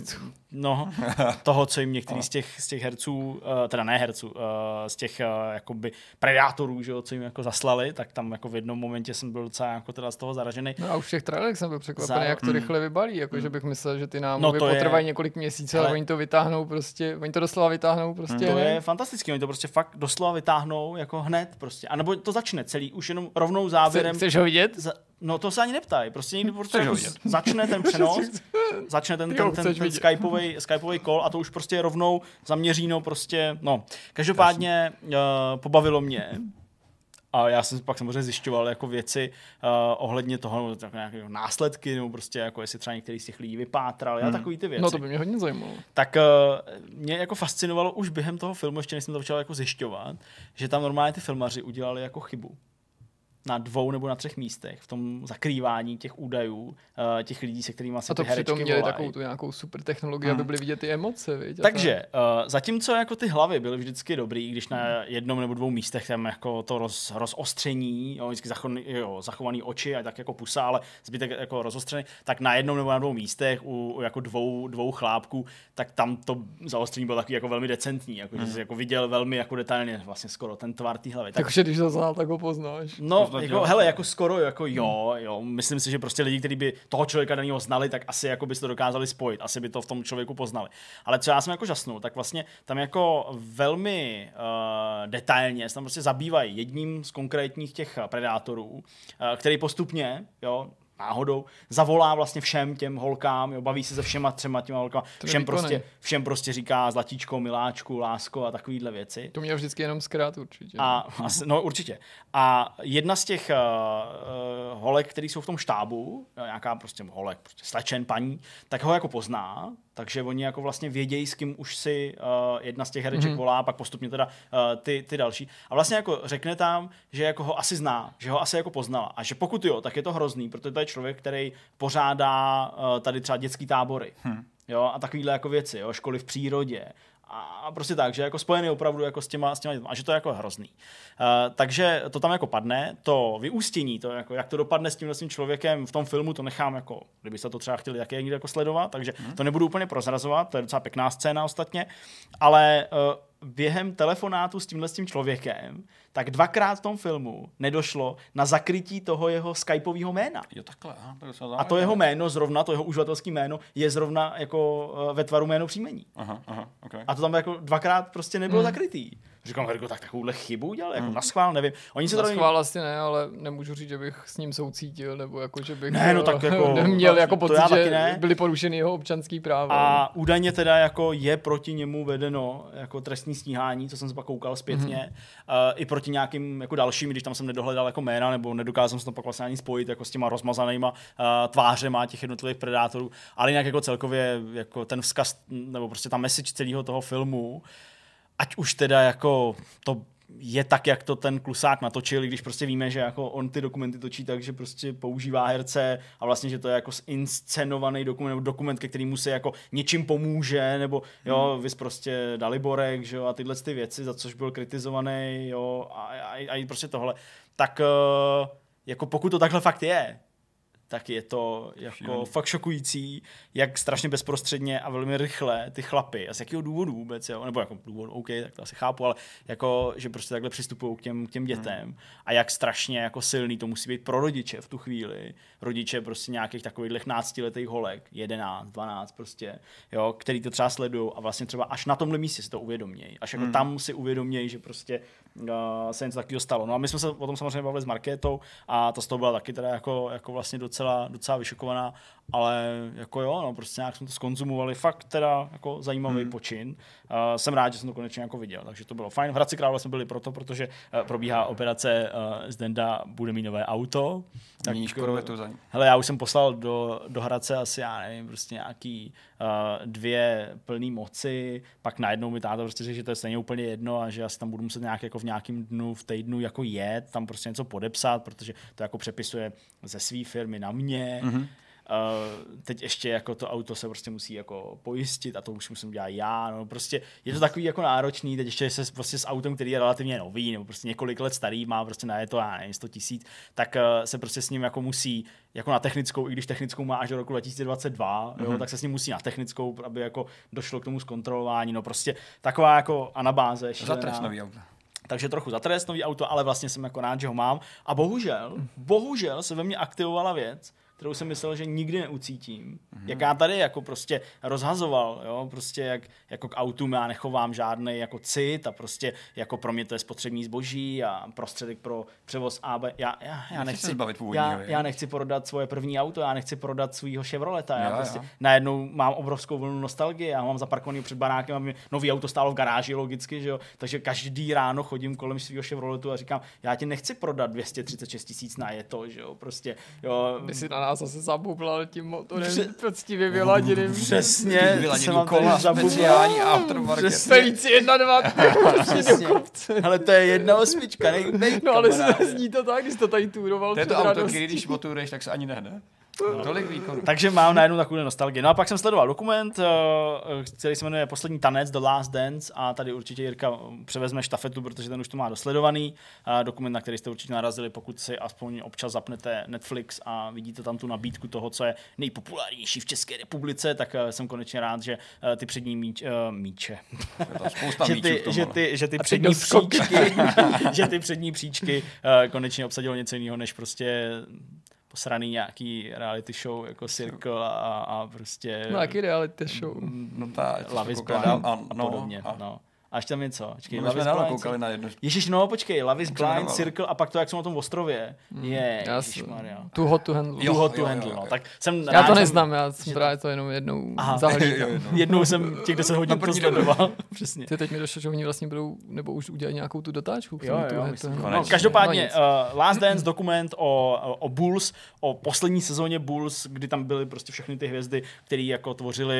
toho, co jim některý z těch herců, teda ne herců, z těch jakoby predátorů, že jo, co jim jako zaslali, tak tam jako v jednom momentě jsem byl docela jako teda z toho zaražený. No a už v těch trailerech jsem byl překvapený, jak to rychle vybalí, jakože bych myslel, že ty námluvy potrvají několik měsíců, ale oni to vytáhnou prostě, oni to doslova vytáhnou prostě. To je fantastický, oni to prostě fakt doslova vytáhnou jako hned prostě. A nebo to začne celý už jenom rovnou záběrem. Chceš ho vidět? No to se ani neptají, prostě někdy prostě začne ten přenos, začne ten skypový call a to už prostě rovnou zaměříno prostě, no. Každopádně pobavilo mě. A já jsem pak samozřejmě zjišťoval jako věci ohledně toho, nějaké následky, nebo prostě jako jestli třeba některý z těch lidí vypátral, a takový ty věci. No to by mě hodně zajímalo. Tak mě jako fascinovalo už během toho filmu, ještě než jsem to začal jako zjišťovat, že tam normálně ty filmaři udělali jako chybu na 2 nebo na 3 místech v tom zakrývání těch údajů těch lidí, se kterými se ty herečky volají. A to přitom měli takovou tu nějakou super technologii, aby byly vidět ty emoce. Viď? Takže zatímco jako ty hlavy byly vždycky dobrý, když na 1 nebo 2 místech tam jako to rozostření, vždycky zachovaný oči a tak jako pusa, ale zbytek jako rozostřený, tak na 1 nebo na 2 místech u jako dvou chlápků, tak tam to zaostření bylo takový jako velmi decentní, jako, že jsi jako viděl velmi jako detailně vlastně skoro ten tvar té hlavy. Takže když to znal, tak ho poznáš. No, jako, hele, jako skoro, jako jo, myslím si, že prostě lidi, kteří by toho člověka daného znali, tak asi jako by si to dokázali spojit, asi by to v tom člověku poznali. Ale co já jsem jako žasnul, tak vlastně tam jako velmi detailně se tam prostě zabývají jedním z konkrétních těch predátorů, který postupně, jo, náhodou zavolá vlastně všem těm holkám, jo, baví se se všema 3 těma holkama, všem prostě říká zlatíčko, miláčku, lásko a takovýhle věci. To měl vždycky jenom zkrát určitě. No určitě. A jedna z těch holek, který jsou v tom štábu, nějaká prostě holek, prostě slečen paní, tak ho jako pozná, takže oni jako vlastně vědějí, s kým už si jedna z těch hereček volá, pak postupně teda ty další. A vlastně jako řekne tam, že jako ho asi zná, že ho asi jako poznala. A že pokud jo, tak je to hrozný, protože to je člověk, který pořádá tady třeba dětský tábory. Jo, a takovýhle jako věci, jo, školy v přírodě A prostě tak, že jako spojený opravdu jako s těma dětma, a že to je jako hrozný. Takže to tam jako padne, to vyústění, to jako, jak to dopadne s tímhle člověkem v tom filmu, to nechám jako, kdybyste to třeba chtěli taky někde jako sledovat, takže to nebudu úplně prozrazovat, to je docela pěkná scéna ostatně, ale během telefonátu s tímhle člověkem, tak 2krát v tom filmu nedošlo na zakrytí toho jeho skypového jména. Jo, takhle, a to jeho jméno zrovna, to jeho uživatelské jméno je zrovna jako ve tvaru jméno příjmení. Okay. A to tam jako 2krát prostě nebylo zakrytý. Říkám, Herko, tak takovouhle chybu udělal, jako naschvál, nevím. Oni se naschvál asi ne, ale nemůžu říct, že bych s ním soucítil, nebo jako, že bych tak jako, neměl jako pocit, že byly porušeny jeho občanský práva. A údajně teda jako je proti němu vedeno jako trestní stíhání, co jsem se pak koukal zpětně, i proti nějakým jako dalším, když tam jsem nedohledal jako jména, nebo nedokázal jsem to pak vlastně ani spojit jako s těma rozmazanýma tvářema těch jednotlivých predátorů, ale jinak jako celkově jako ten vzkaz, nebo prostě ta message celého toho filmu, ať už teda jako to je tak, jak to ten Klusák natočil, když prostě víme, že jako on ty dokumenty točí tak, že prostě používá herce a vlastně, že to je jako inscenovaný dokument, nebo dokument, ke kterému se jako něčím pomůže, nebo jo, vys prostě Daliborek, že jo, a tyhle ty věci, za což byl kritizovaný, jo, a prostě tohle. Tak jako pokud to takhle fakt je, tak je to jako fakt šokující, jak strašně bezprostředně a velmi rychle ty chlapy, a z jakého důvodu vůbec, jo? Nebo jako důvod, OK, tak to asi chápu, ale jako, že prostě takhle přistupují k těm dětem a jak strašně jako silný to musí být pro rodiče v tu chvíli. Rodiče prostě nějakých takových 12letých holek, 11, 12 prostě, jo, který to třeba sledují a vlastně třeba až na tomhle místě si to uvědomějí. Až jako tam si uvědomějí, že prostě se něco takového stalo. No a my jsme se o tom samozřejmě bavili s Markétou a to z toho byla taky teda jako vlastně docela vyšokovaná, ale jako jo, no prostě nějak jsme to zkonzumovali, fakt teda jako zajímavý počin. Jsem rád, že jsem to konečně jako viděl, takže to bylo fajn. V Hradci Králové jsme byli proto, protože probíhá operace Zdenda bude mít nové auto. Tak hele, já už jsem poslal do Hradce asi, já nevím, prostě nějaký 2 plný moci, pak najednou mi táta prostě řekl, že to je stejně úplně jedno a že asi tam budu muset nějak jako v nějakým dnu, v týdnu jako jet, tam prostě něco podepsat, protože to jako přepisuje ze své firmy na mě. Teď ještě jako to auto se prostě musí jako pojistit a to už musím dělat já, no prostě je to takový jako náročný, teď ještě se prostě s autem, který je relativně nový nebo prostě několik let starý, má prostě na je to, já nevím, 100 000, tak se prostě s ním jako musí jako na technickou, i když technickou má až do roku 2022, jo, tak se s ním musí na technickou, aby jako došlo k tomu zkontrolování, no prostě taková jako anabáze. Za trest nový auto. Takže trochu za trest nový auto, ale vlastně jsem jako rád, že ho mám a bohužel se ve mně aktivovala věc, kterou jsem myslel, že nikdy neucítím. Jak já tady jako prostě rozhazoval, jo, prostě jak jako k autům já nechovám žádnej jako cit a prostě jako pro mě to je spotřební zboží a prostředek pro převoz AB. Já nechci prodat svoje první auto, já nechci prodat svýho Chevroleta, já prostě najednou mám obrovskou vlnu nostalgie, já mám zaparkovaný před barákem, aby nový auto stálo v garáži logicky, že jo, takže každý ráno chodím kolem svýho Chevroletu a říkám, já ti nechci prodat 236 000 na je to, že jo, prostě, jo. By si na nás zase zabublal tím motorem poctivě vyladěným. Přesně, vyladěný kola, speciální aftermarket. Felici 1.2. Ale to je 1.8. No ale zní to tak, když jsi to tady túroval. To je to auto, když otůreš, tak se ani nehne. No. Tolik výkonů. Takže mám najednou takovou nostalgii. No a pak jsem sledoval dokument, který se jmenuje Poslední tanec, The Last Dance, a tady určitě Jirka převezme štafetu, protože ten už to má dosledovaný. Dokument, na který jste určitě narazili, pokud si aspoň občas zapnete Netflix a vidíte tam tu nabídku toho, co je nejpopulárnější v České republice, tak jsem konečně rád, že ty přední míče. že ty přední příčky konečně obsadilo něco jiného, než prostě posraný nějaký reality show jako Circle a prostě... No jaký reality show? Love is Blind a podobně. No. A ještě tam něco. Počkej, Love is Blind. Ježiš, no počkej, Love is Blind, Circle a pak to, jak jsou na tom ostrově. Ježišmarja. Too Hot to Handle. Too Hot to Handle, no. Tak já to neznám, já jsem právě to jenom jednou zahlídal. Jednou jsem těch 10 hodin to sledoval. Přesně. Ty teď mi došlo, že oni vlastně budou, nebo už udělají nějakou tu dotáčku. Každopádně Last Dance dokument o Bulls, o poslední sezóně Bulls, kdy tam byly prostě všechny ty hvězdy, které jako tvořily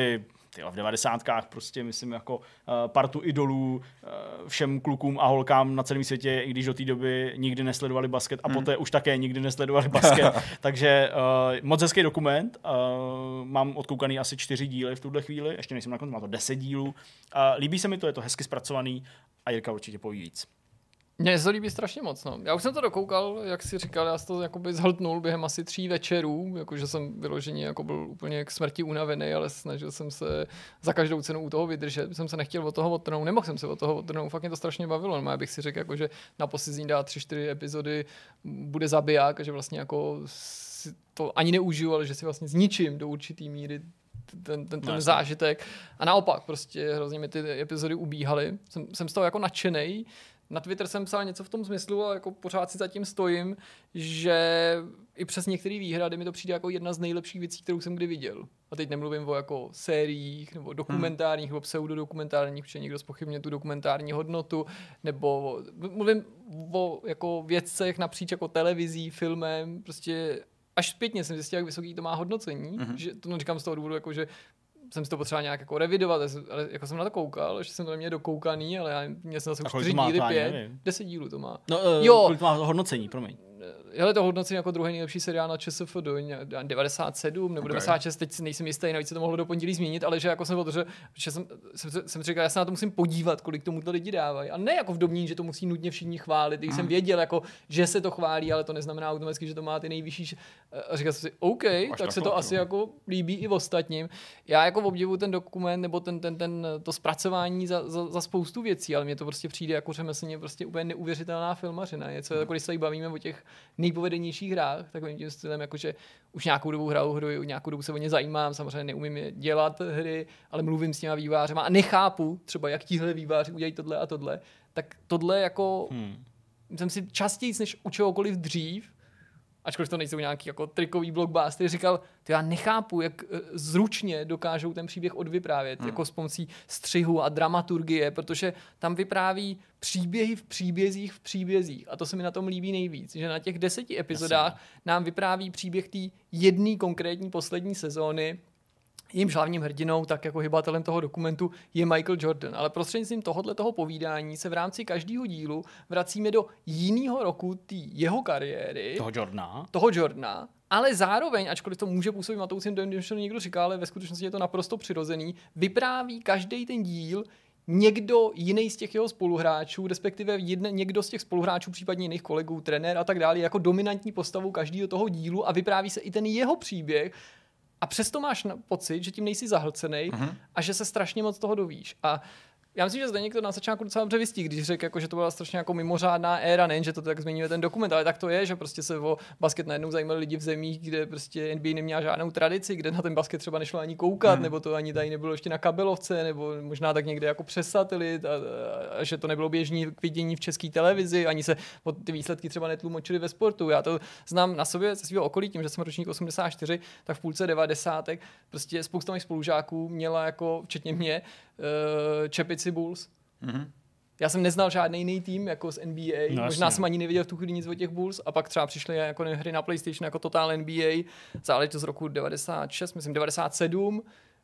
v 90kách prostě myslím jako partu idolů všem klukům a holkám na celém světě, i když do té doby nikdy nesledovali basket a poté už také nikdy nesledovali basket. Takže moc hezký dokument. Mám odkoukaný asi 4 díly v tuhle chvíli, ještě nejsem na konci, má to 10 dílů. Líbí se mi to, je to hezky zpracovaný a Jirka určitě poví víc. Mně se to líbí strašně moc. No. Já už jsem to dokoukal, jak si říkal, já jsem to jakoby zhltnul během asi 3 večerů, jakože jsem vyloženě jako byl úplně k smrti unavený, ale snažil jsem se za každou cenu u toho vydržet. Jsem se nechtěl od toho odtrhnout, nemohl jsem se od toho odtrhnout, fakt mě to strašně bavilo. No, já bych si řekl, jako, že na poslední dá 3-4 epizody bude zabiják a že vlastně jako si to ani neužiju, ale že si vlastně zničím do určitý míry ten zážitek. A naopak, prostě hrozně mi ty epizody ubíhaly. Jsem z toho jako nadšenej. Na Twitter jsem psal něco v tom smyslu a jako pořád si zatím stojím, že i přes některé výhrady mi to přijde jako jedna z nejlepších věcí, kterou jsem kdy viděl. A teď nemluvím o jako sériích nebo dokumentárních nebo pseudodokumentárních, protože někdo zpochybňuje tu dokumentární hodnotu, nebo mluvím o jako věcech napříč jako televizí, filmem, prostě až zpětně jsem zjistil, jak vysoký to má hodnocení, že to říkám z toho důvodu, jako že jsem si to potřeboval nějak jako revidovat, ale jako jsem na to koukal, že jsem to neměl dokoukaný, ale měl jsem zase už 4 díly, 5, 10 dílů to má. No, kolik to má hodnocení, promiň. Hele, to hodnocení jako druhý nejlepší seriál na ČSFD, 97 nebo 96, teď nejsem jistý, navíc se to mohlo do pondělí změnit, ale že jako jsem otevřel, že jsem říkal, já se na to musím podívat, kolik tomu to lidi dávají. A ne jako v domnění, že to musí nutně všichni chválit. Když jsem věděl, jako, že se to chválí, ale to neznamená automaticky, že to má ty nejvyšší. A říkal jsem si, OK, tak se to asi jako líbí i ostatním. Já jako obdivuju ten dokument nebo to zpracování za spoustu věcí, ale mně to prostě přijde jako řemeslně prostě úplně neuvěřitelná filmařina. Něco, jako když se bavíme o těch nejpovedenějších hrách, takovým tím stylem, jakože už nějakou dobu hraju hru, nějakou dobu se o ně zajímám, samozřejmě neumím je dělat hry, ale mluvím s těma vývářema a nechápu třeba, jak tihle výváři udělají tohle a tohle, tak tohle jako jsem si častěji než u čehokoliv dřív, ačkoliv to nejsou nějaký jako trikový blockbuster, říkal, já nechápu, jak zručně dokážou ten příběh odvyprávět, jako s pomocí střihu a dramaturgie, protože tam vypráví příběhy v příbězích. A to se mi na tom líbí nejvíc, že na těch 10 epizodách nám vypráví příběh té jedné konkrétní poslední sezóny. Jím hlavním hrdinou, tak jako hybatelem toho dokumentu, je Michael Jordan. Ale prostřednictvím toho povídání se v rámci každého dílu vracíme do jiného roku té jeho kariéry. Toho Jordana. Ale zároveň, ačkoliv to může působit matoucím dojem, když to někdo říká, ale ve skutečnosti je to naprosto přirozený, vypráví každý ten díl někdo jiný z těch jeho spoluhráčů, respektive někdo z těch spoluhráčů, případně jiných kolegů, trenér a tak dále, jako dominantní postavu každého toho dílu a vypráví se i ten jeho příběh. A přesto máš pocit, že tím nejsi zahlcenej a že se strašně moc toho dovíš. A já myslím, že Zdeněk to na začátku docela dobře vystihl, když řekl, jako, že to byla strašně jako mimořádná éra, nejen, že to tak zmiňuje ten dokument, ale tak to je, že prostě se o basket najednou zajímali lidi v zemích, kde prostě NBA neměla žádnou tradici, kde na ten basket třeba nešlo ani koukat, nebo to ani tady nebylo ještě na kabelovce, nebo možná tak někde jako přes satelit, a že to nebylo běžný k vidění v české televizi, ani se ty výsledky třeba netlumočily ve sportu. Já to znám na sobě ze svého okolí, tím, že jsem ročník 84, tak v půlce 90. prostě spousta mých spolužáků měla jako včetně mě čepici Bulls. Já jsem neznal žádný jiný tým jako z NBA, možná jsem ani nevěděl v tu chvíli nic o těch Bulls a pak třeba přišly jako hry na PlayStation jako Total NBA, záležitost z roku 96, myslím 97,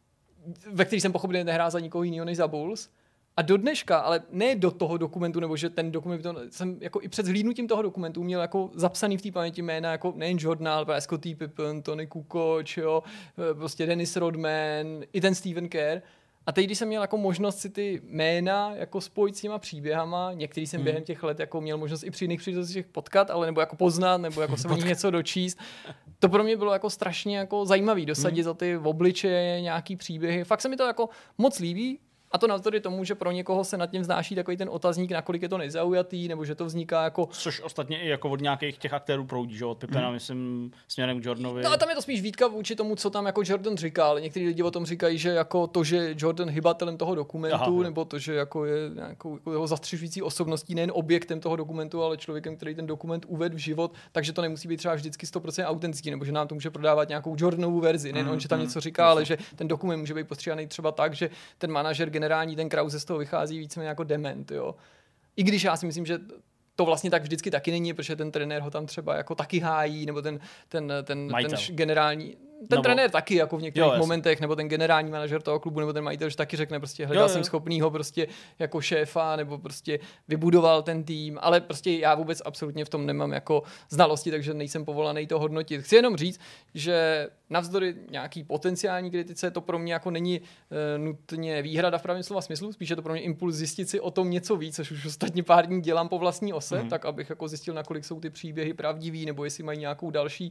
ve který jsem pochopil, že nehrál za nikoho jiného než za Bulls. A do dneška, ale ne do toho dokumentu, nebo že ten dokument, jsem jako i před zhlídnutím toho dokumentu měl jako zapsaný v té paměti jména jako nejen Jordan, ale Scottie Pippen, Tony Kukoc, jo, prostě Dennis Rodman, i ten Stephen Kerr. A teď, když jsem měl jako možnost si ty jména jako spojit s těma příběhama, některý jsem během těch let jako měl možnost i při jiných příležitostech potkat, ale nebo jako poznat, nebo jako se o nich něco dočíst. To pro mě bylo jako strašně jako zajímavý dosadit za ty obličeje, nějaký příběhy. Fakt se mi to jako moc líbí. A to navzdory tomu, že pro někoho se nad tím vznáší takový ten otazník, nakolik je to nezaujatý, nebo že to vzniká jako... Což ostatně i jako od nějakých těch aktérů proudí, že od Pippena, myslím, směrem k Jordanovi. No a tam je to spíš výtka vůči tomu, co tam jako Jordan říkal. Někteří lidi o tom říkají, že jako to, že Jordan hybatelem toho dokumentu, nebo to, že jako je nějakou jako jeho zastřešující osobností, nejen objektem toho dokumentu, ale člověkem, který ten dokument uvedl v život, takže to nemusí být třeba vždycky 100% autentický, nebo že nám to může prodávat nějakou Jordanovu verzi. Nejen on, že tam něco říká, ale že ten dokument může být postříhaný třeba tak, že ten manažer generální, ten Krause z toho vychází víceméně jako dement, jo. I když já si myslím, že to vlastně tak vždycky taky není, protože ten trenér ho tam třeba jako taky hájí, nebo ten generální, ten trenér taky jako v některých momentech, nebo ten generální manažer toho klubu, nebo ten majitel, že taky řekne prostě hledal jsem schopnýho prostě jako šéfa, nebo prostě vybudoval ten tým, ale prostě já vůbec absolutně v tom nemám jako znalosti, takže nejsem povolaný to hodnotit. Chci jenom říct, že navzdory nějaký potenciální kritice to pro mě jako není nutně výhrada v pravém slova smyslu, spíše to pro mě impuls zjistit si o tom něco víc, což už ostatně pár dní dělám po vlastní ose, tak abych jako zjistil, nakolik jsou ty příběhy pravdivý, nebo jestli mají nějakou další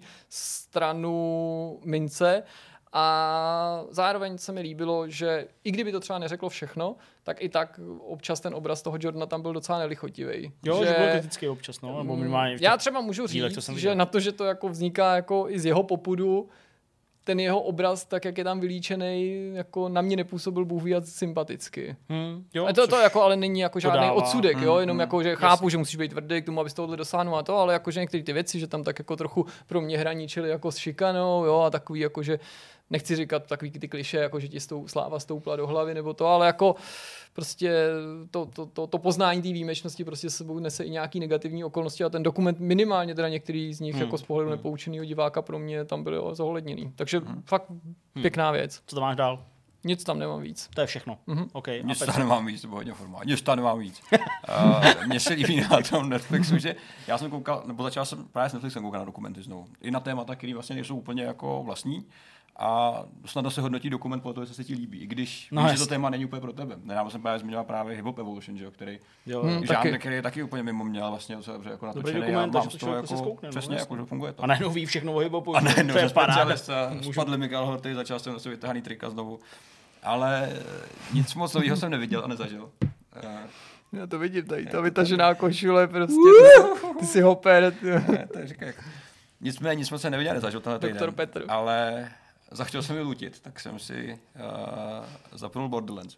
stranu mince. A zároveň se mi líbilo, že i kdyby to třeba neřeklo všechno, tak i tak občas ten obraz toho Jordana tam byl docela nelichotivý. Jo, že byl kritický občas, no, nebo minimálně já třeba můžu říct, že na to, že to jako vzniká jako i z jeho popudu, ten jeho obraz, tak jak je tam vylíčený, jako na mě nepůsobil Bůh ví sympaticky. Jo, a to jako ale není jako žádný odsudek, jo, jenom jako, že chápu, že musíš být tvrdý k tomu, abys tohle dosáhnul a to, ale jako, že některé ty věci, že tam tak jako trochu pro mě hraničily jako s šikanou, jo, a takový jako, že nechci říkat takový ty klišé, jako že ti sláva stoupla do hlavy nebo to, ale jako prostě to poznání té výjimečnosti prostě s sebou nese i nějaký negativní okolnosti a ten dokument minimálně teda některý z nich jako z pohledu nepoučeného diváka pro mě tam byly zohledněný. Takže fakt pěkná věc. Co to máš dál? Nic tam nemám víc. To je všechno. Okay. Nic tam nemám víc, to bylo hodně formální. Nic tam nemám víc. Mně se líbí na tom Netflixu, že já jsem koukal, nebo začal jsem právě s Netflixem koukat na dokumenty znovu. I na témata, které vlastně nejsou úplně jako vlastní. A snadno se hodnotí dokument podle toho, co se ti líbí. I když víš, že to téma není úplně pro tebe. Nedávno jsem právě zmiňoval právě Hip Hop Evolution, že, který žánr, který je taky úplně mimo mě, ale vlastně docela dobře jako natočený a mám z toho jako přesně, jako, že funguje to. A najednou ví všechno o hip-hopu. A najednou jsem specialista, spadl mi kalhoty, začal jsem si vytáhaný trika znovu. Ale nic moc nového jsem neviděl a nezažil. Já to vidím tady, ta vytažená košule, prostě ty si hoper. To říká jako. Nicméně nic moc jsem neviděl, nezažil tenhle týden, ale zachtěl jsem ji lutit, tak jsem si zapnul Borderlands.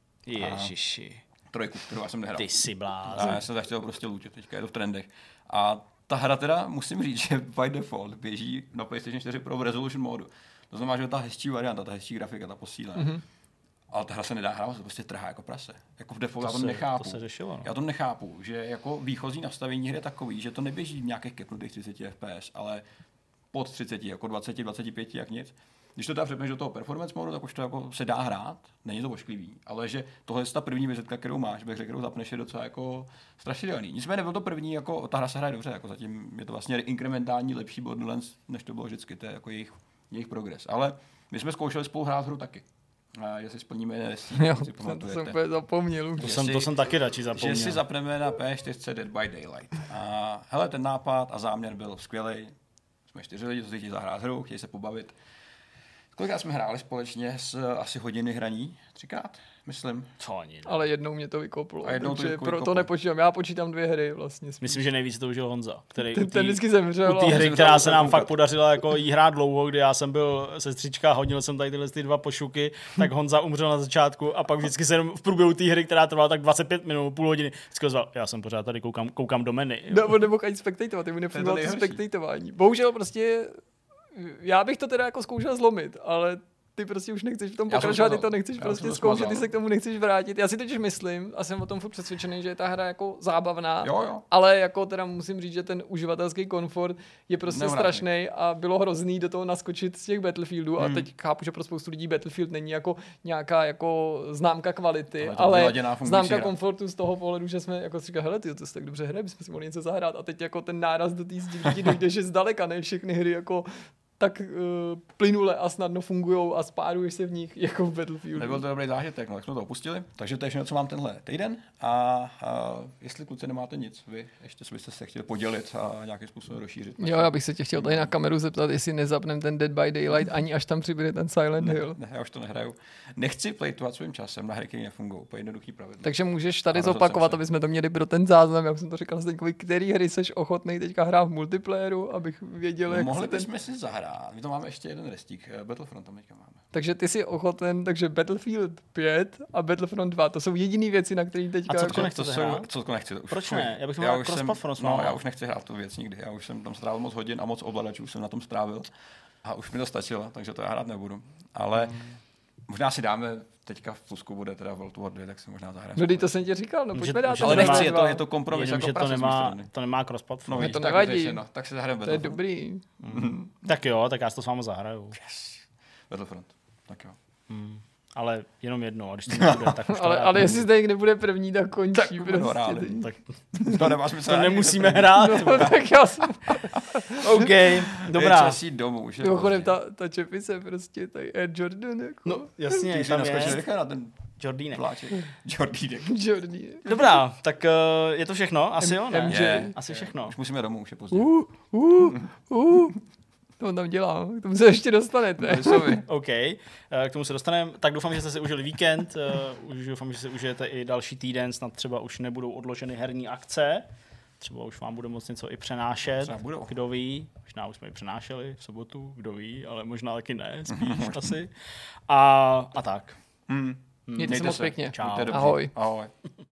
Ježiši. Trojku, kterou já jsem nehrál. Ty jsi blázen. A já jsem zachtěl prostě lutit, teďka je to v trendech. A ta hra teda, musím říct, že by default běží na PlayStation 4 Pro v Resolution modu. To znamená, že ta hezčí varianta, ta hezčí grafika, ta posílená. Ale ta hra se nedá hrát, se prostě trhá jako prase. Jako v default, já to nechápu. To se řešilo, no. Já to nechápu, že jako výchozí nastavení hry je takový, že to neběží v nějakých kepnutých 30 FPS, ale pod 30, jako 20, 25, jak nic. Když to teda přepneš do toho performance modu, tak už to jako se dá hrát, není to ošklivý, ale že tohle je ta první vizitka, kterou máš, bych řekl, kterou zapneš, je docela jako strašidelný. Nicméně nebyl to první, jako ta hra se hraje dobře, jako zatím je to vlastně inkrementální lepší Borderlands, než to bylo vždycky, to je jako jejich progres. Ale my jsme zkoušeli spolu hrát hru taky. A jestli splníme to jsem úplně zapomněl. To jsem taky radši zapomněl. Že si zapneme na P4 Dead by Daylight. A hele, ten nápad a záměr byl skvělý. Jsme 4 lidi, co si chtějí zahrát hru, chtějí se pobavit. Kolikrát jsme hráli společně s asi hodiny hraní? 3krát, myslím. Co ani ne. Ale jednou mě to vykoplo. A jednou to proto nepočítám. Já počítám 2 hry vlastně. Myslím, že nejvíc to užil Honza, který ten vždycky zemřel. U té hry, která se nám fakt podařila jako jí hrát dlouho, kdy já jsem byl sestřička, hodil jsem tady tyhle 2 pošuky, tak Honza umřel na začátku a pak vždycky jsem v průběhu té hry, která trvala tak 25 minut, půl hodiny, zkazal, já jsem pořád tady koukám do menu. Nebo ani spektatovat, ty mu nefungovalo to spektatování. Bohužel prostě já bych to teda jako zkoušel zlomit, ale ty prostě už nechceš v tom pokračovat, ty to nechceš prostě zkoušet, ty se k tomu nechceš vrátit. Já si totiž myslím a jsem o tom furt přesvědčený, že je ta hra jako zábavná, ale jako teda musím říct, že ten uživatelský komfort je prostě strašný a bylo hrozný do toho naskočit z těch Battlefieldů a teď chápu, že pro spoustu lidí Battlefield není jako nějaká jako známka kvality, ale známka komfortu z toho pohledu, že jsme jako si říkali, hele, to se tak dobře hraje, bychom si mohli něco zahrát a teď jako ten náraz do té zdi dojde, že zdaleka ne všechny hry jako tak plynule a snadno fungujou a spáruješ se v nich jako v Battlefieldu. Nebyl to dobrý zážitek, no tak jsme to opustili. Takže to je všechno, co mám tenhle týden. A jestli kluci nemáte nic, vy ještě byste se chtěli podělit a nějakým způsobem rozšířit. Jo, já bych se tě chtěl tady na kameru zeptat, jestli nezapnem ten Dead by Daylight, ani až tam přibude ten Silent Hill. Ne, já už to nehraju. Nechci plejtovat svým časem na hry, které nefungují, po jednoduchý pravidlo. Takže můžeš tady zopakovat, aby jsme to měli pro ten záznam, jak jsem to říkal, který hry seš ochotný teďka hrát v multiplayeru, abych věděl, jak mohli bychom si zahrát. My to máme ještě jeden restík, Battlefront tam teďka máme. Takže ty jsi ochoten, takže Battlefield 5 a Battlefront 2, to jsou jediné věci, na které teďka... A co nechci? Proč ne? Já bych měl cross-platform. Já už nechci hrát tu věc nikdy. Já už jsem tam strávil moc hodin a moc ovladačů jsem na tom strávil. A už mi to stačilo, takže to já hrát nebudu. Ale Možná si dáme teďka v Plusku bude teda World War 2, tak se možná zahrajeme. No, to jsem ti říkal, no pojďme dát. Ale nechci, je to kompromis. Jenomže jako to nemá cross-platform. No, to nevadí. Tak se zahrajeme To je Battlefront. dobrý. Tak jo, tak já si to s vámi zahraju. Yes. Battlefront, tak jo. Ale jenom jedno, a když to nebude, tak už to ale jestli zde nebude první, tak končí. Tak prostě. tak To nemá smysl. to nemusíme hrát. No, tak já jsem... OK, dobrá. Je čas jít domů, už je Mimochodem, pozdě. ta čepice prostě, tady Air Jordan, jako. No, jasně, Ty jsi tam naskočil je rychle na ten Jordínek. vláček. Jordínek. Jordan. Dobrá, tak je to všechno? Asi jo, ne? MJ. Asi všechno. Už musíme domů, už je pozdě. To on tam dělá, k tomu se ještě dostanete. OK, k tomu se dostaneme. Tak doufám, že jste si užili víkend, doufám, že si užijete i další týden, snad třeba už nebudou odloženy herní akce, třeba už vám bude moct něco i přenášet, kdo ví, možná už jsme ji přenášeli v sobotu, kdo ví, ale možná taky ne, spíš asi. A tak. Mějte se moc pěkně. Čau. Buďte dobří. Ahoj. Ahoj.